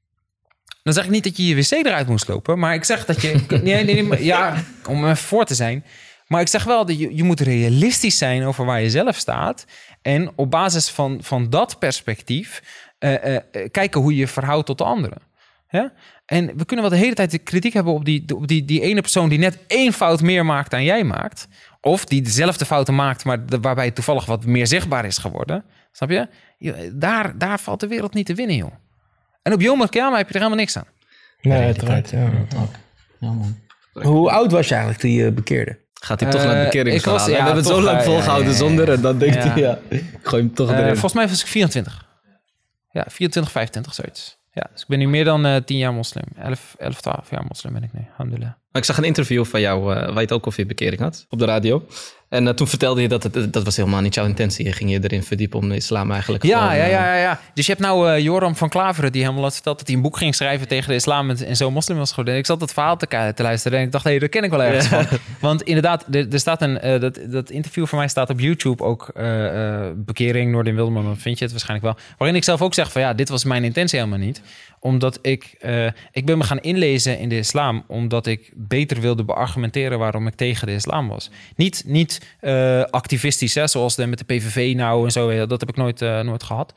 dan zeg ik niet dat je je wc eruit moest lopen, maar ik zeg dat je... nee, nee, nee, ja, om even voor te zijn. Maar ik zeg wel dat je, je moet realistisch zijn over waar je zelf staat. En op basis van, van dat perspectief uh, uh, kijken hoe je je verhoudt tot de anderen. Ja? En we kunnen wel de hele tijd de kritiek hebben op, die, op die, die ene persoon die net één fout meer maakt dan jij maakt. Of die dezelfde fouten maakt, maar de, waarbij het toevallig wat meer zichtbaar is geworden. Snap je? Daar, daar valt de wereld niet te winnen, joh. En op Yom Kippur heb je er helemaal niks aan. Nee, uiteraard. Ja. Ja, man. Hoe oud was je eigenlijk toen je bekeerde? Gaat hij toch uh, naar het bekeringsverhaal? Ja, we hebben het zo lang uh, volgehouden ja, ja, ja. zonder en dan denkt ja. hij, ja, ik gooi hem toch uh, erin. Volgens mij was ik vierentwintig. Ja, vierentwintig, vijfentwintig, zoiets. Ja, dus ik ben nu meer dan uh, tien jaar moslim. elf, elf, twaalf jaar moslim ben ik nu, alhamdulillah. Ik zag een interview van jou, uh, waar je het ook over je bekering had, op de radio. En uh, toen vertelde je dat het, dat was helemaal niet jouw intentie. Je ging je erin verdiepen om de islam eigenlijk. Ja, gewoon, ja, ja, ja, ja. Dus je hebt nou uh, Joram van Klaveren, die helemaal had verteld dat hij een boek ging schrijven tegen de islam en, en zo moslim was geworden. Ik zat dat verhaal te, te luisteren en ik dacht, hé, hey, dat ken ik wel ergens ja. van. Want inderdaad, er, er staat een, uh, dat, dat interview van mij staat op YouTube ook, uh, uh, bekering, Noordin Wilderman, dan vind je het waarschijnlijk wel. Waarin ik zelf ook zeg van ja, dit was mijn intentie helemaal niet. Omdat ik, uh, ik ben me gaan inlezen in de islam, omdat ik beter wilde beargumenteren waarom ik tegen de islam was. Niet, niet uh, activistisch, hè, zoals de, met de P V V nou en zo. Dat heb ik nooit, uh, nooit gehad.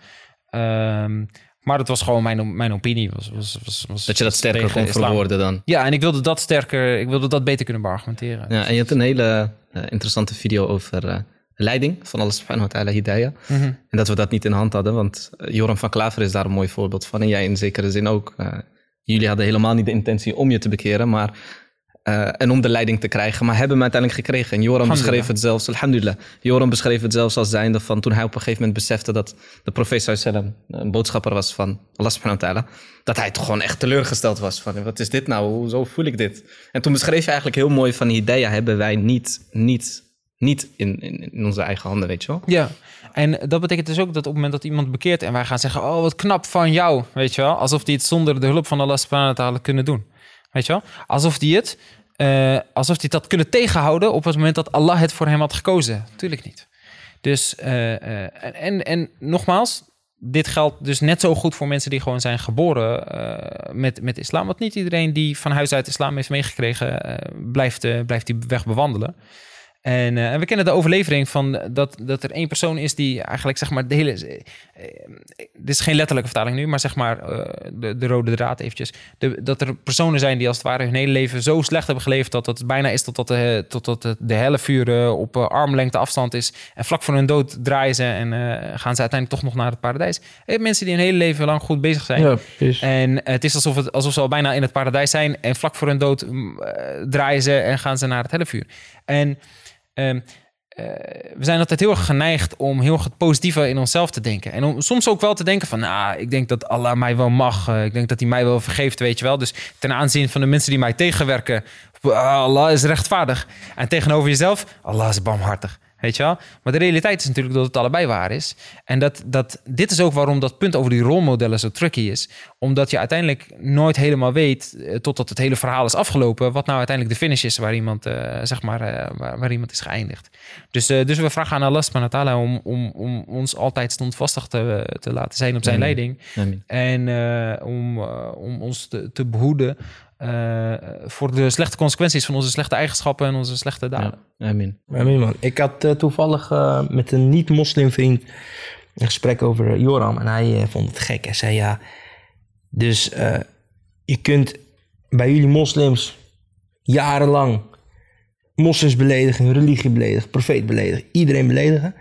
Um, maar dat was gewoon mijn, mijn opinie. Was, was, was, was dat je dat sterker kon verwoorden dan. Ja, en ik wilde dat sterker, ik wilde dat beter kunnen beargumenteren. Ja, en je hebt een hele uh, interessante video over uh, leiding van Allah subhanahu wa ta'ala, hidayah. Mm-hmm. En dat we dat niet in hand hadden, want uh, Joram van Klaveren is daar een mooi voorbeeld van. En jij in zekere zin ook. Uh, jullie hadden helemaal niet de intentie om je te bekeren, maar Uh, en om de leiding te krijgen, maar hebben hem uiteindelijk gekregen. En Joram beschreef het zelfs, alhamdulillah. Joram beschreef het zelfs als zijnde van toen hij op een gegeven moment besefte dat de profeet sallam een boodschapper was van Allah subhanahu wa ta'ala, dat hij toch gewoon echt teleurgesteld was van wat is dit nou, hoezo voel ik dit? En toen beschreef je eigenlijk heel mooi van die ideeën hebben wij niet, niet, niet in, in, in onze eigen handen, weet je wel? Ja, en dat betekent dus ook dat op het moment dat iemand bekeert en wij gaan zeggen, oh wat knap van jou, weet je wel, alsof die het zonder de hulp van Allah subhanahu wa ta'ala kunnen doen. Weet je wel? Alsof die het, uh, alsof die het had kunnen tegenhouden op het moment dat Allah het voor hem had gekozen. Tuurlijk niet. Dus, uh, uh, en, en nogmaals, dit geldt dus net zo goed voor mensen die gewoon zijn geboren uh, met, met islam. Want niet iedereen die van huis uit islam heeft meegekregen, uh, blijft, uh, blijft die weg bewandelen. En, uh, en we kennen de overlevering van dat, dat er één persoon is die eigenlijk zeg maar de hele... Uh, dit is geen letterlijke vertaling nu, maar zeg maar uh, de, de rode draad eventjes. De, dat er personen zijn die als het ware hun hele leven zo slecht hebben geleefd dat het bijna is totdat de, totdat de, de hellevuur uh, op uh, armlengte afstand is. En vlak voor hun dood draaien ze en uh, gaan ze uiteindelijk toch nog naar het paradijs. Je hebt mensen die een hele leven lang goed bezig zijn. Ja, en uh, het is alsof, het, alsof ze al bijna in het paradijs zijn en vlak voor hun dood uh, draaien ze en gaan ze naar het hellevuur. En Um, uh, we zijn altijd heel erg geneigd om heel erg het positieve in onszelf te denken. En om soms ook wel te denken van, nou, ik denk dat Allah mij wel mag. Uh, ik denk dat hij mij wel vergeeft, weet je wel. Dus ten aanzien van de mensen die mij tegenwerken, uh, Allah is rechtvaardig. En tegenover jezelf, Allah is barmhartig. Weet je wel? Maar de realiteit is natuurlijk dat het allebei waar is. En dat, dat, dit is ook waarom dat punt over die rolmodellen zo tricky is. Omdat je uiteindelijk nooit helemaal weet, uh, totdat het hele verhaal is afgelopen, wat nou uiteindelijk de finish is waar iemand, uh, zeg maar, uh, waar, waar iemand is geëindigd. Dus, uh, dus we vragen aan Allah subhanahu wa ta'ala om, om, om ons altijd standvastig te, te laten zijn op zijn Amen. leiding. Amen. En uh, om, uh, om ons te, te behoeden Uh, voor de slechte consequenties van onze slechte eigenschappen en onze slechte daden. Ja, amen. Amen, man. Ik had uh, toevallig uh, met een niet-moslim vriend een gesprek over Joram en hij uh, vond het gek. Hij zei ja, dus uh, je kunt bij jullie moslims jarenlang moslims beledigen, hun religie beledigen, profeet beledigen, iedereen beledigen.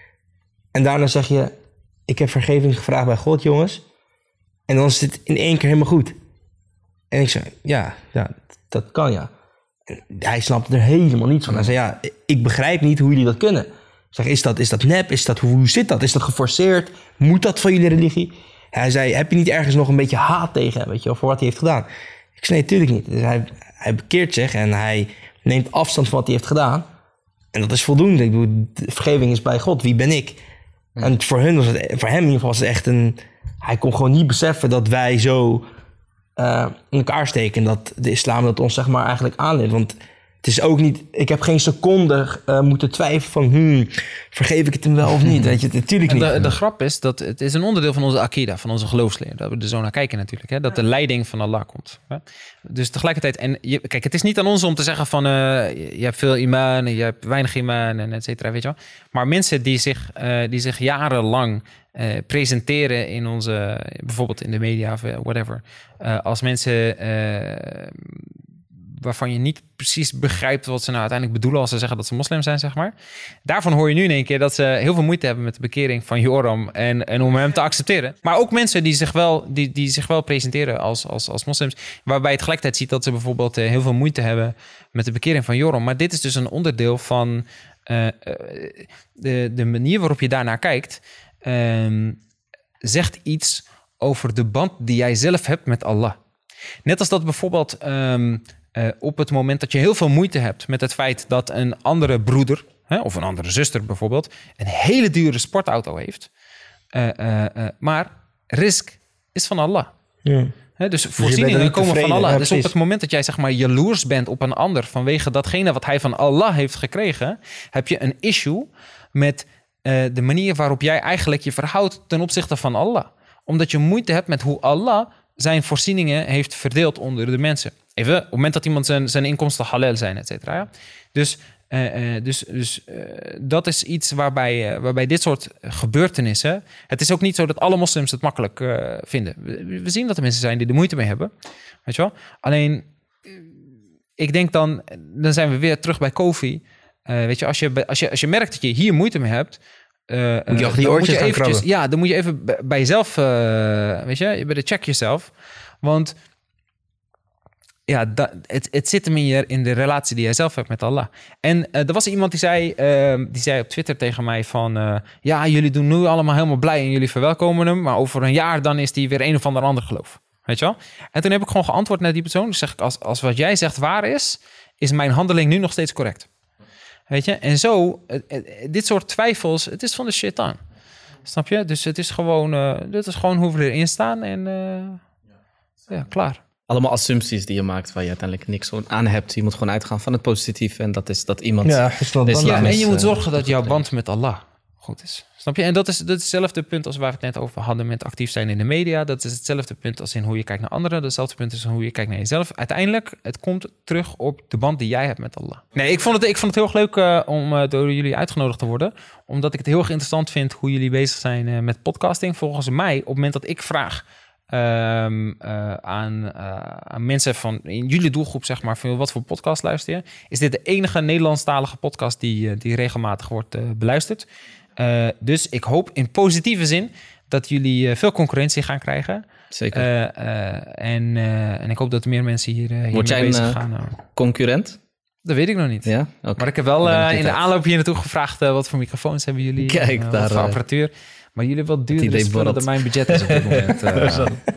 En daarna zeg je, ik heb vergeving gevraagd bij God, jongens. En dan is het in één keer helemaal goed. En ik zei, ja, ja, dat kan ja. En hij snapte er helemaal niets van. Hij zei, ja, ik begrijp niet hoe jullie dat kunnen. Ik zeg, is dat, is dat nep? Is dat, hoe zit dat? Is dat geforceerd? Moet dat van jullie religie? Hij zei, heb je niet ergens nog een beetje haat tegen hem, weet je wel, voor wat hij heeft gedaan? Ik zei, nee, natuurlijk niet. Dus hij, hij bekeert zich en hij neemt afstand van wat hij heeft gedaan. En dat is voldoende. Ik bedoel, de vergeving is bij God. Wie ben ik? Ja. En voor, hun was het, voor hem in ieder geval was het echt een... Hij kon gewoon niet beseffen dat wij zo... Uh, in elkaar steken. Dat de islam dat ons zeg maar eigenlijk aanleert. Want het is ook niet... Ik heb geen seconde uh, moeten twijfelen van... Hmm, vergeef ik het hem wel of niet? Weet je, natuurlijk niet. De, de grap is dat het is een onderdeel van onze akida, van onze geloofsleer. Dat we er zo naar kijken natuurlijk. Hè? Dat de leiding van Allah komt. Hè? Dus tegelijkertijd... En je, kijk, het is niet aan ons om te zeggen van... Uh, je hebt veel iman en je hebt weinig iman en et cetera, weet je wel. Maar mensen die zich, uh, die zich jarenlang... Uh, presenteren in onze, bijvoorbeeld in de media of whatever, uh, als mensen uh, waarvan je niet precies begrijpt wat ze nou uiteindelijk bedoelen als ze zeggen dat ze moslim zijn, zeg maar. Daarvan hoor je nu in één keer dat ze heel veel moeite hebben met de bekering van Joram en, en om hem te accepteren. Maar ook mensen die zich wel, die, die zich wel presenteren als, als, als moslims, waarbij je tegelijkertijd ziet dat ze bijvoorbeeld uh, heel veel moeite hebben met de bekering van Joram. Maar dit is dus een onderdeel van uh, uh, de, de manier waarop je daarnaar kijkt. Um, zegt iets over de band die jij zelf hebt met Allah. Net als dat bijvoorbeeld um, uh, op het moment dat je heel veel moeite hebt met het feit dat een andere broeder, hè, of een andere zuster bijvoorbeeld, een hele dure sportauto heeft. Uh, uh, uh, maar risk is van Allah. Ja. He, dus voorzieningen dus komen van Allah. Ja, dus op het moment dat jij zeg maar jaloers bent op een ander vanwege datgene wat hij van Allah heeft gekregen, heb je een issue met Uh, de manier waarop jij eigenlijk je verhoudt ten opzichte van Allah. Omdat je moeite hebt met hoe Allah zijn voorzieningen heeft verdeeld onder de mensen. Even, op het moment dat iemand zijn, zijn inkomsten halal zijn, et cetera. Ja? Dus, uh, uh, dus, dus uh, dat is iets waarbij, uh, waarbij dit soort gebeurtenissen... Het is ook niet zo dat alle moslims het makkelijk uh, vinden. We, we zien dat er mensen zijn die er moeite mee hebben. Weet je wel? Alleen, ik denk dan... Dan zijn we weer terug bij Kofi... Uh, weet je, als je, als, je, als je merkt dat je hier moeite mee hebt... Uh, moet je achter die oortjes gaan krabben. Ja, dan moet je even bij jezelf... Uh, weet je, je bent check jezelf. Want ja, dat, het, het zit hem hier in de relatie die jij zelf hebt met Allah. En uh, er was iemand die zei, uh, die zei op Twitter tegen mij van... Uh, ja, jullie doen nu allemaal helemaal blij en jullie verwelkomen hem... maar over een jaar dan is die weer een of ander ander geloof. Weet je wel? En toen heb ik gewoon geantwoord naar die persoon. Dus zeg ik, als, als wat jij zegt waar is... is mijn handeling nu nog steeds correct. Weet je? En zo, dit soort twijfels, het is van de shaitaan. Snap je? Dus het is gewoon, uh, dit is gewoon hoe we erin staan en uh, ja, klaar. Allemaal assumpties die je maakt waar je uiteindelijk niks aan hebt. Je moet gewoon uitgaan van het positieve en dat is dat iemand... Ja, dus ja en je moet zorgen dat jouw band met Allah goed is. Snap je? En dat is, dat is hetzelfde punt als waar we het net over hadden met actief zijn in de media. Dat is hetzelfde punt als in hoe je kijkt naar anderen. Hetzelfde punt is hoe je kijkt naar jezelf. Uiteindelijk, het komt terug op de band die jij hebt met Allah. Nee, ik vond het, ik vond het heel erg leuk uh, om uh, door jullie uitgenodigd te worden. Omdat ik het heel erg interessant vind hoe jullie bezig zijn uh, met podcasting. Volgens mij, op het moment dat ik vraag um, uh, aan, uh, aan mensen van in jullie doelgroep, zeg maar, van wat voor podcast luister je, is dit de enige Nederlandstalige podcast die, uh, die regelmatig wordt uh, beluisterd. Uh, dus ik hoop in positieve zin dat jullie uh, veel concurrentie gaan krijgen. Zeker. Uh, uh, en, uh, en ik hoop dat er meer mensen hier, uh, hier Word jij bezig een, uh, gaan. Uh. concurrent? Dat weet ik nog niet. Ja? Okay. Maar ik heb wel uh, in de aanloop hier naartoe gevraagd... Uh, wat voor microfoons hebben jullie? Kijk, uh, daar, wat voor apparatuur. Maar jullie hebben wel duurdere spullen dan mijn budget is op dit moment. Uh.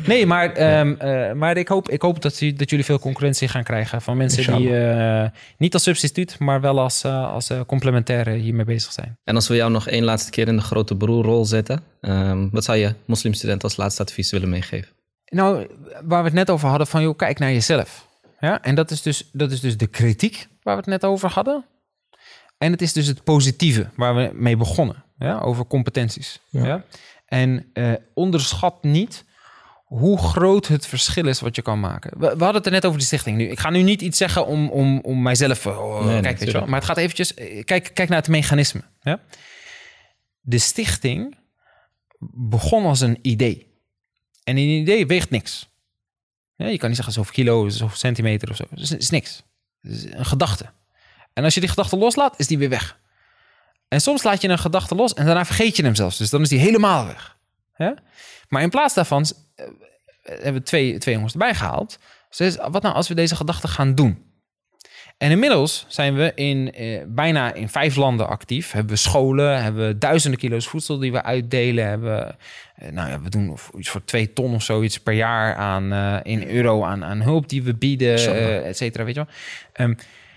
Nee, maar, um, uh, maar ik hoop, ik hoop dat, u, dat jullie veel concurrentie gaan krijgen van mensen Inshallah. die uh, niet als substituut, maar wel als, uh, als uh, complementaire hiermee bezig zijn. En als we jou nog één laatste keer in de grote broerrol zetten, um, wat zou je moslimstudent als laatste advies willen meegeven? Nou, waar we het net over hadden van, joh, kijk naar jezelf. Ja? En dat is, dus, dat is dus de kritiek waar we het net over hadden. En het is dus het positieve waar we mee begonnen, ja? Over competenties. Ja. Ja? En uh, onderschat niet hoe groot het verschil is wat je kan maken. We, we hadden het er net over die stichting nu. Ik ga nu niet iets zeggen om, om, om mijzelf... Oh, nee, kijk, weet je wel. Maar het gaat eventjes... Kijk, kijk naar het mechanisme. Ja? De stichting begon als een idee. En een idee weegt niks. Ja, je kan niet zeggen zoveel kilo, zoveel centimeter of zo. Het is, is niks. Het is een gedachte. En als je die gedachte loslaat, is die weer weg. En soms laat je een gedachte los en daarna vergeet je hem zelfs. Dus dan is die helemaal weg. Ja? Maar in plaats daarvan uh, hebben we twee, twee jongens erbij gehaald. Dus wat nou als we deze gedachte gaan doen? En inmiddels zijn we in, uh, bijna in vijf landen actief. Hebben we scholen, hebben we duizenden kilo's voedsel die we uitdelen. Hebben, uh, nou ja, we doen iets voor twee ton of zoiets per jaar aan, uh, in euro aan, aan hulp die we bieden, uh, et cetera. Weet je wel. Um,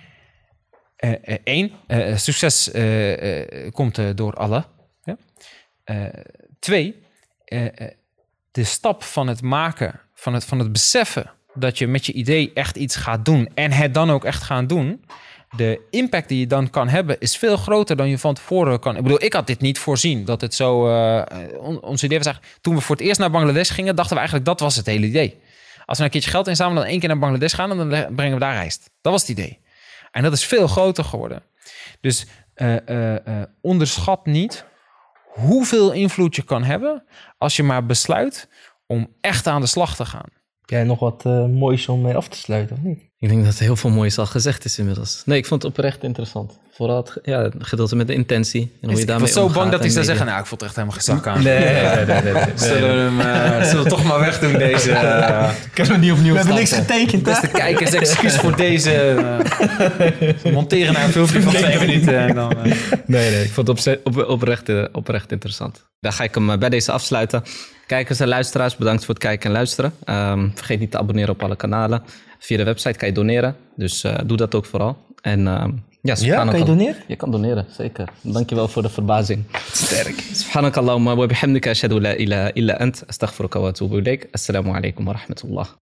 Eén, uh, uh, uh, succes uh, uh, komt uh, door Allah. Ja? Uh, twee, uh, uh, de stap van het maken, van het, van het beseffen dat je met je idee echt iets gaat doen en het dan ook echt gaan doen, de impact die je dan kan hebben is veel groter dan je van tevoren kan. Ik bedoel, ik had dit niet voorzien, dat het zo... Uh, on, ons idee was eigenlijk, toen we voor het eerst naar Bangladesh gingen, dachten we eigenlijk dat was het hele idee. Als we een keertje geld inzamelen, dan één keer naar Bangladesh gaan en dan brengen we daar rijst. Dat was het idee. En dat is veel groter geworden. Dus uh, uh, uh, onderschat niet hoeveel invloed je kan hebben als je maar besluit om echt aan de slag te gaan. Heb jij nog wat uh, moois om mee af te sluiten, of niet? Ik denk dat heel veel moois al gezegd is inmiddels. Nee, ik vond het oprecht interessant. Vooral het, ja, het gedeelte met de intentie. En hoe je ik daarmee was zo bang dat hij zou de... zeggen, nou, ik vond het echt helemaal geen zak aan. Nee, nee, nee. nee, nee. Zullen, we hem, uh, zullen we toch maar wegdoen, deze... Uh, Kunnen we niet opnieuw We hebben niks getekend, hè? Beste kijkers, excuus voor deze... Uh, monteren naar een filmpje van twee minuten. En dan, uh... Nee, nee, ik vond het op, op, oprecht, uh, oprecht interessant. Daar ga ik hem uh, bij deze afsluiten. Kijkers en luisteraars, bedankt voor het kijken en luisteren. Um, vergeet niet te abonneren op alle kanalen. Via de website kan je doneren, dus uh, doe dat ook vooral. En... Uh, Ja, ja, kan je doneren? Je kan doneren, zeker. Dankjewel voor de verbazing. Sterk. Subhanak Allahumma wa bihamdika ashhadu la ilaha illa ant astaghfiruka wa atubu ilaik. Assalamu alaikum wa rahmatullah.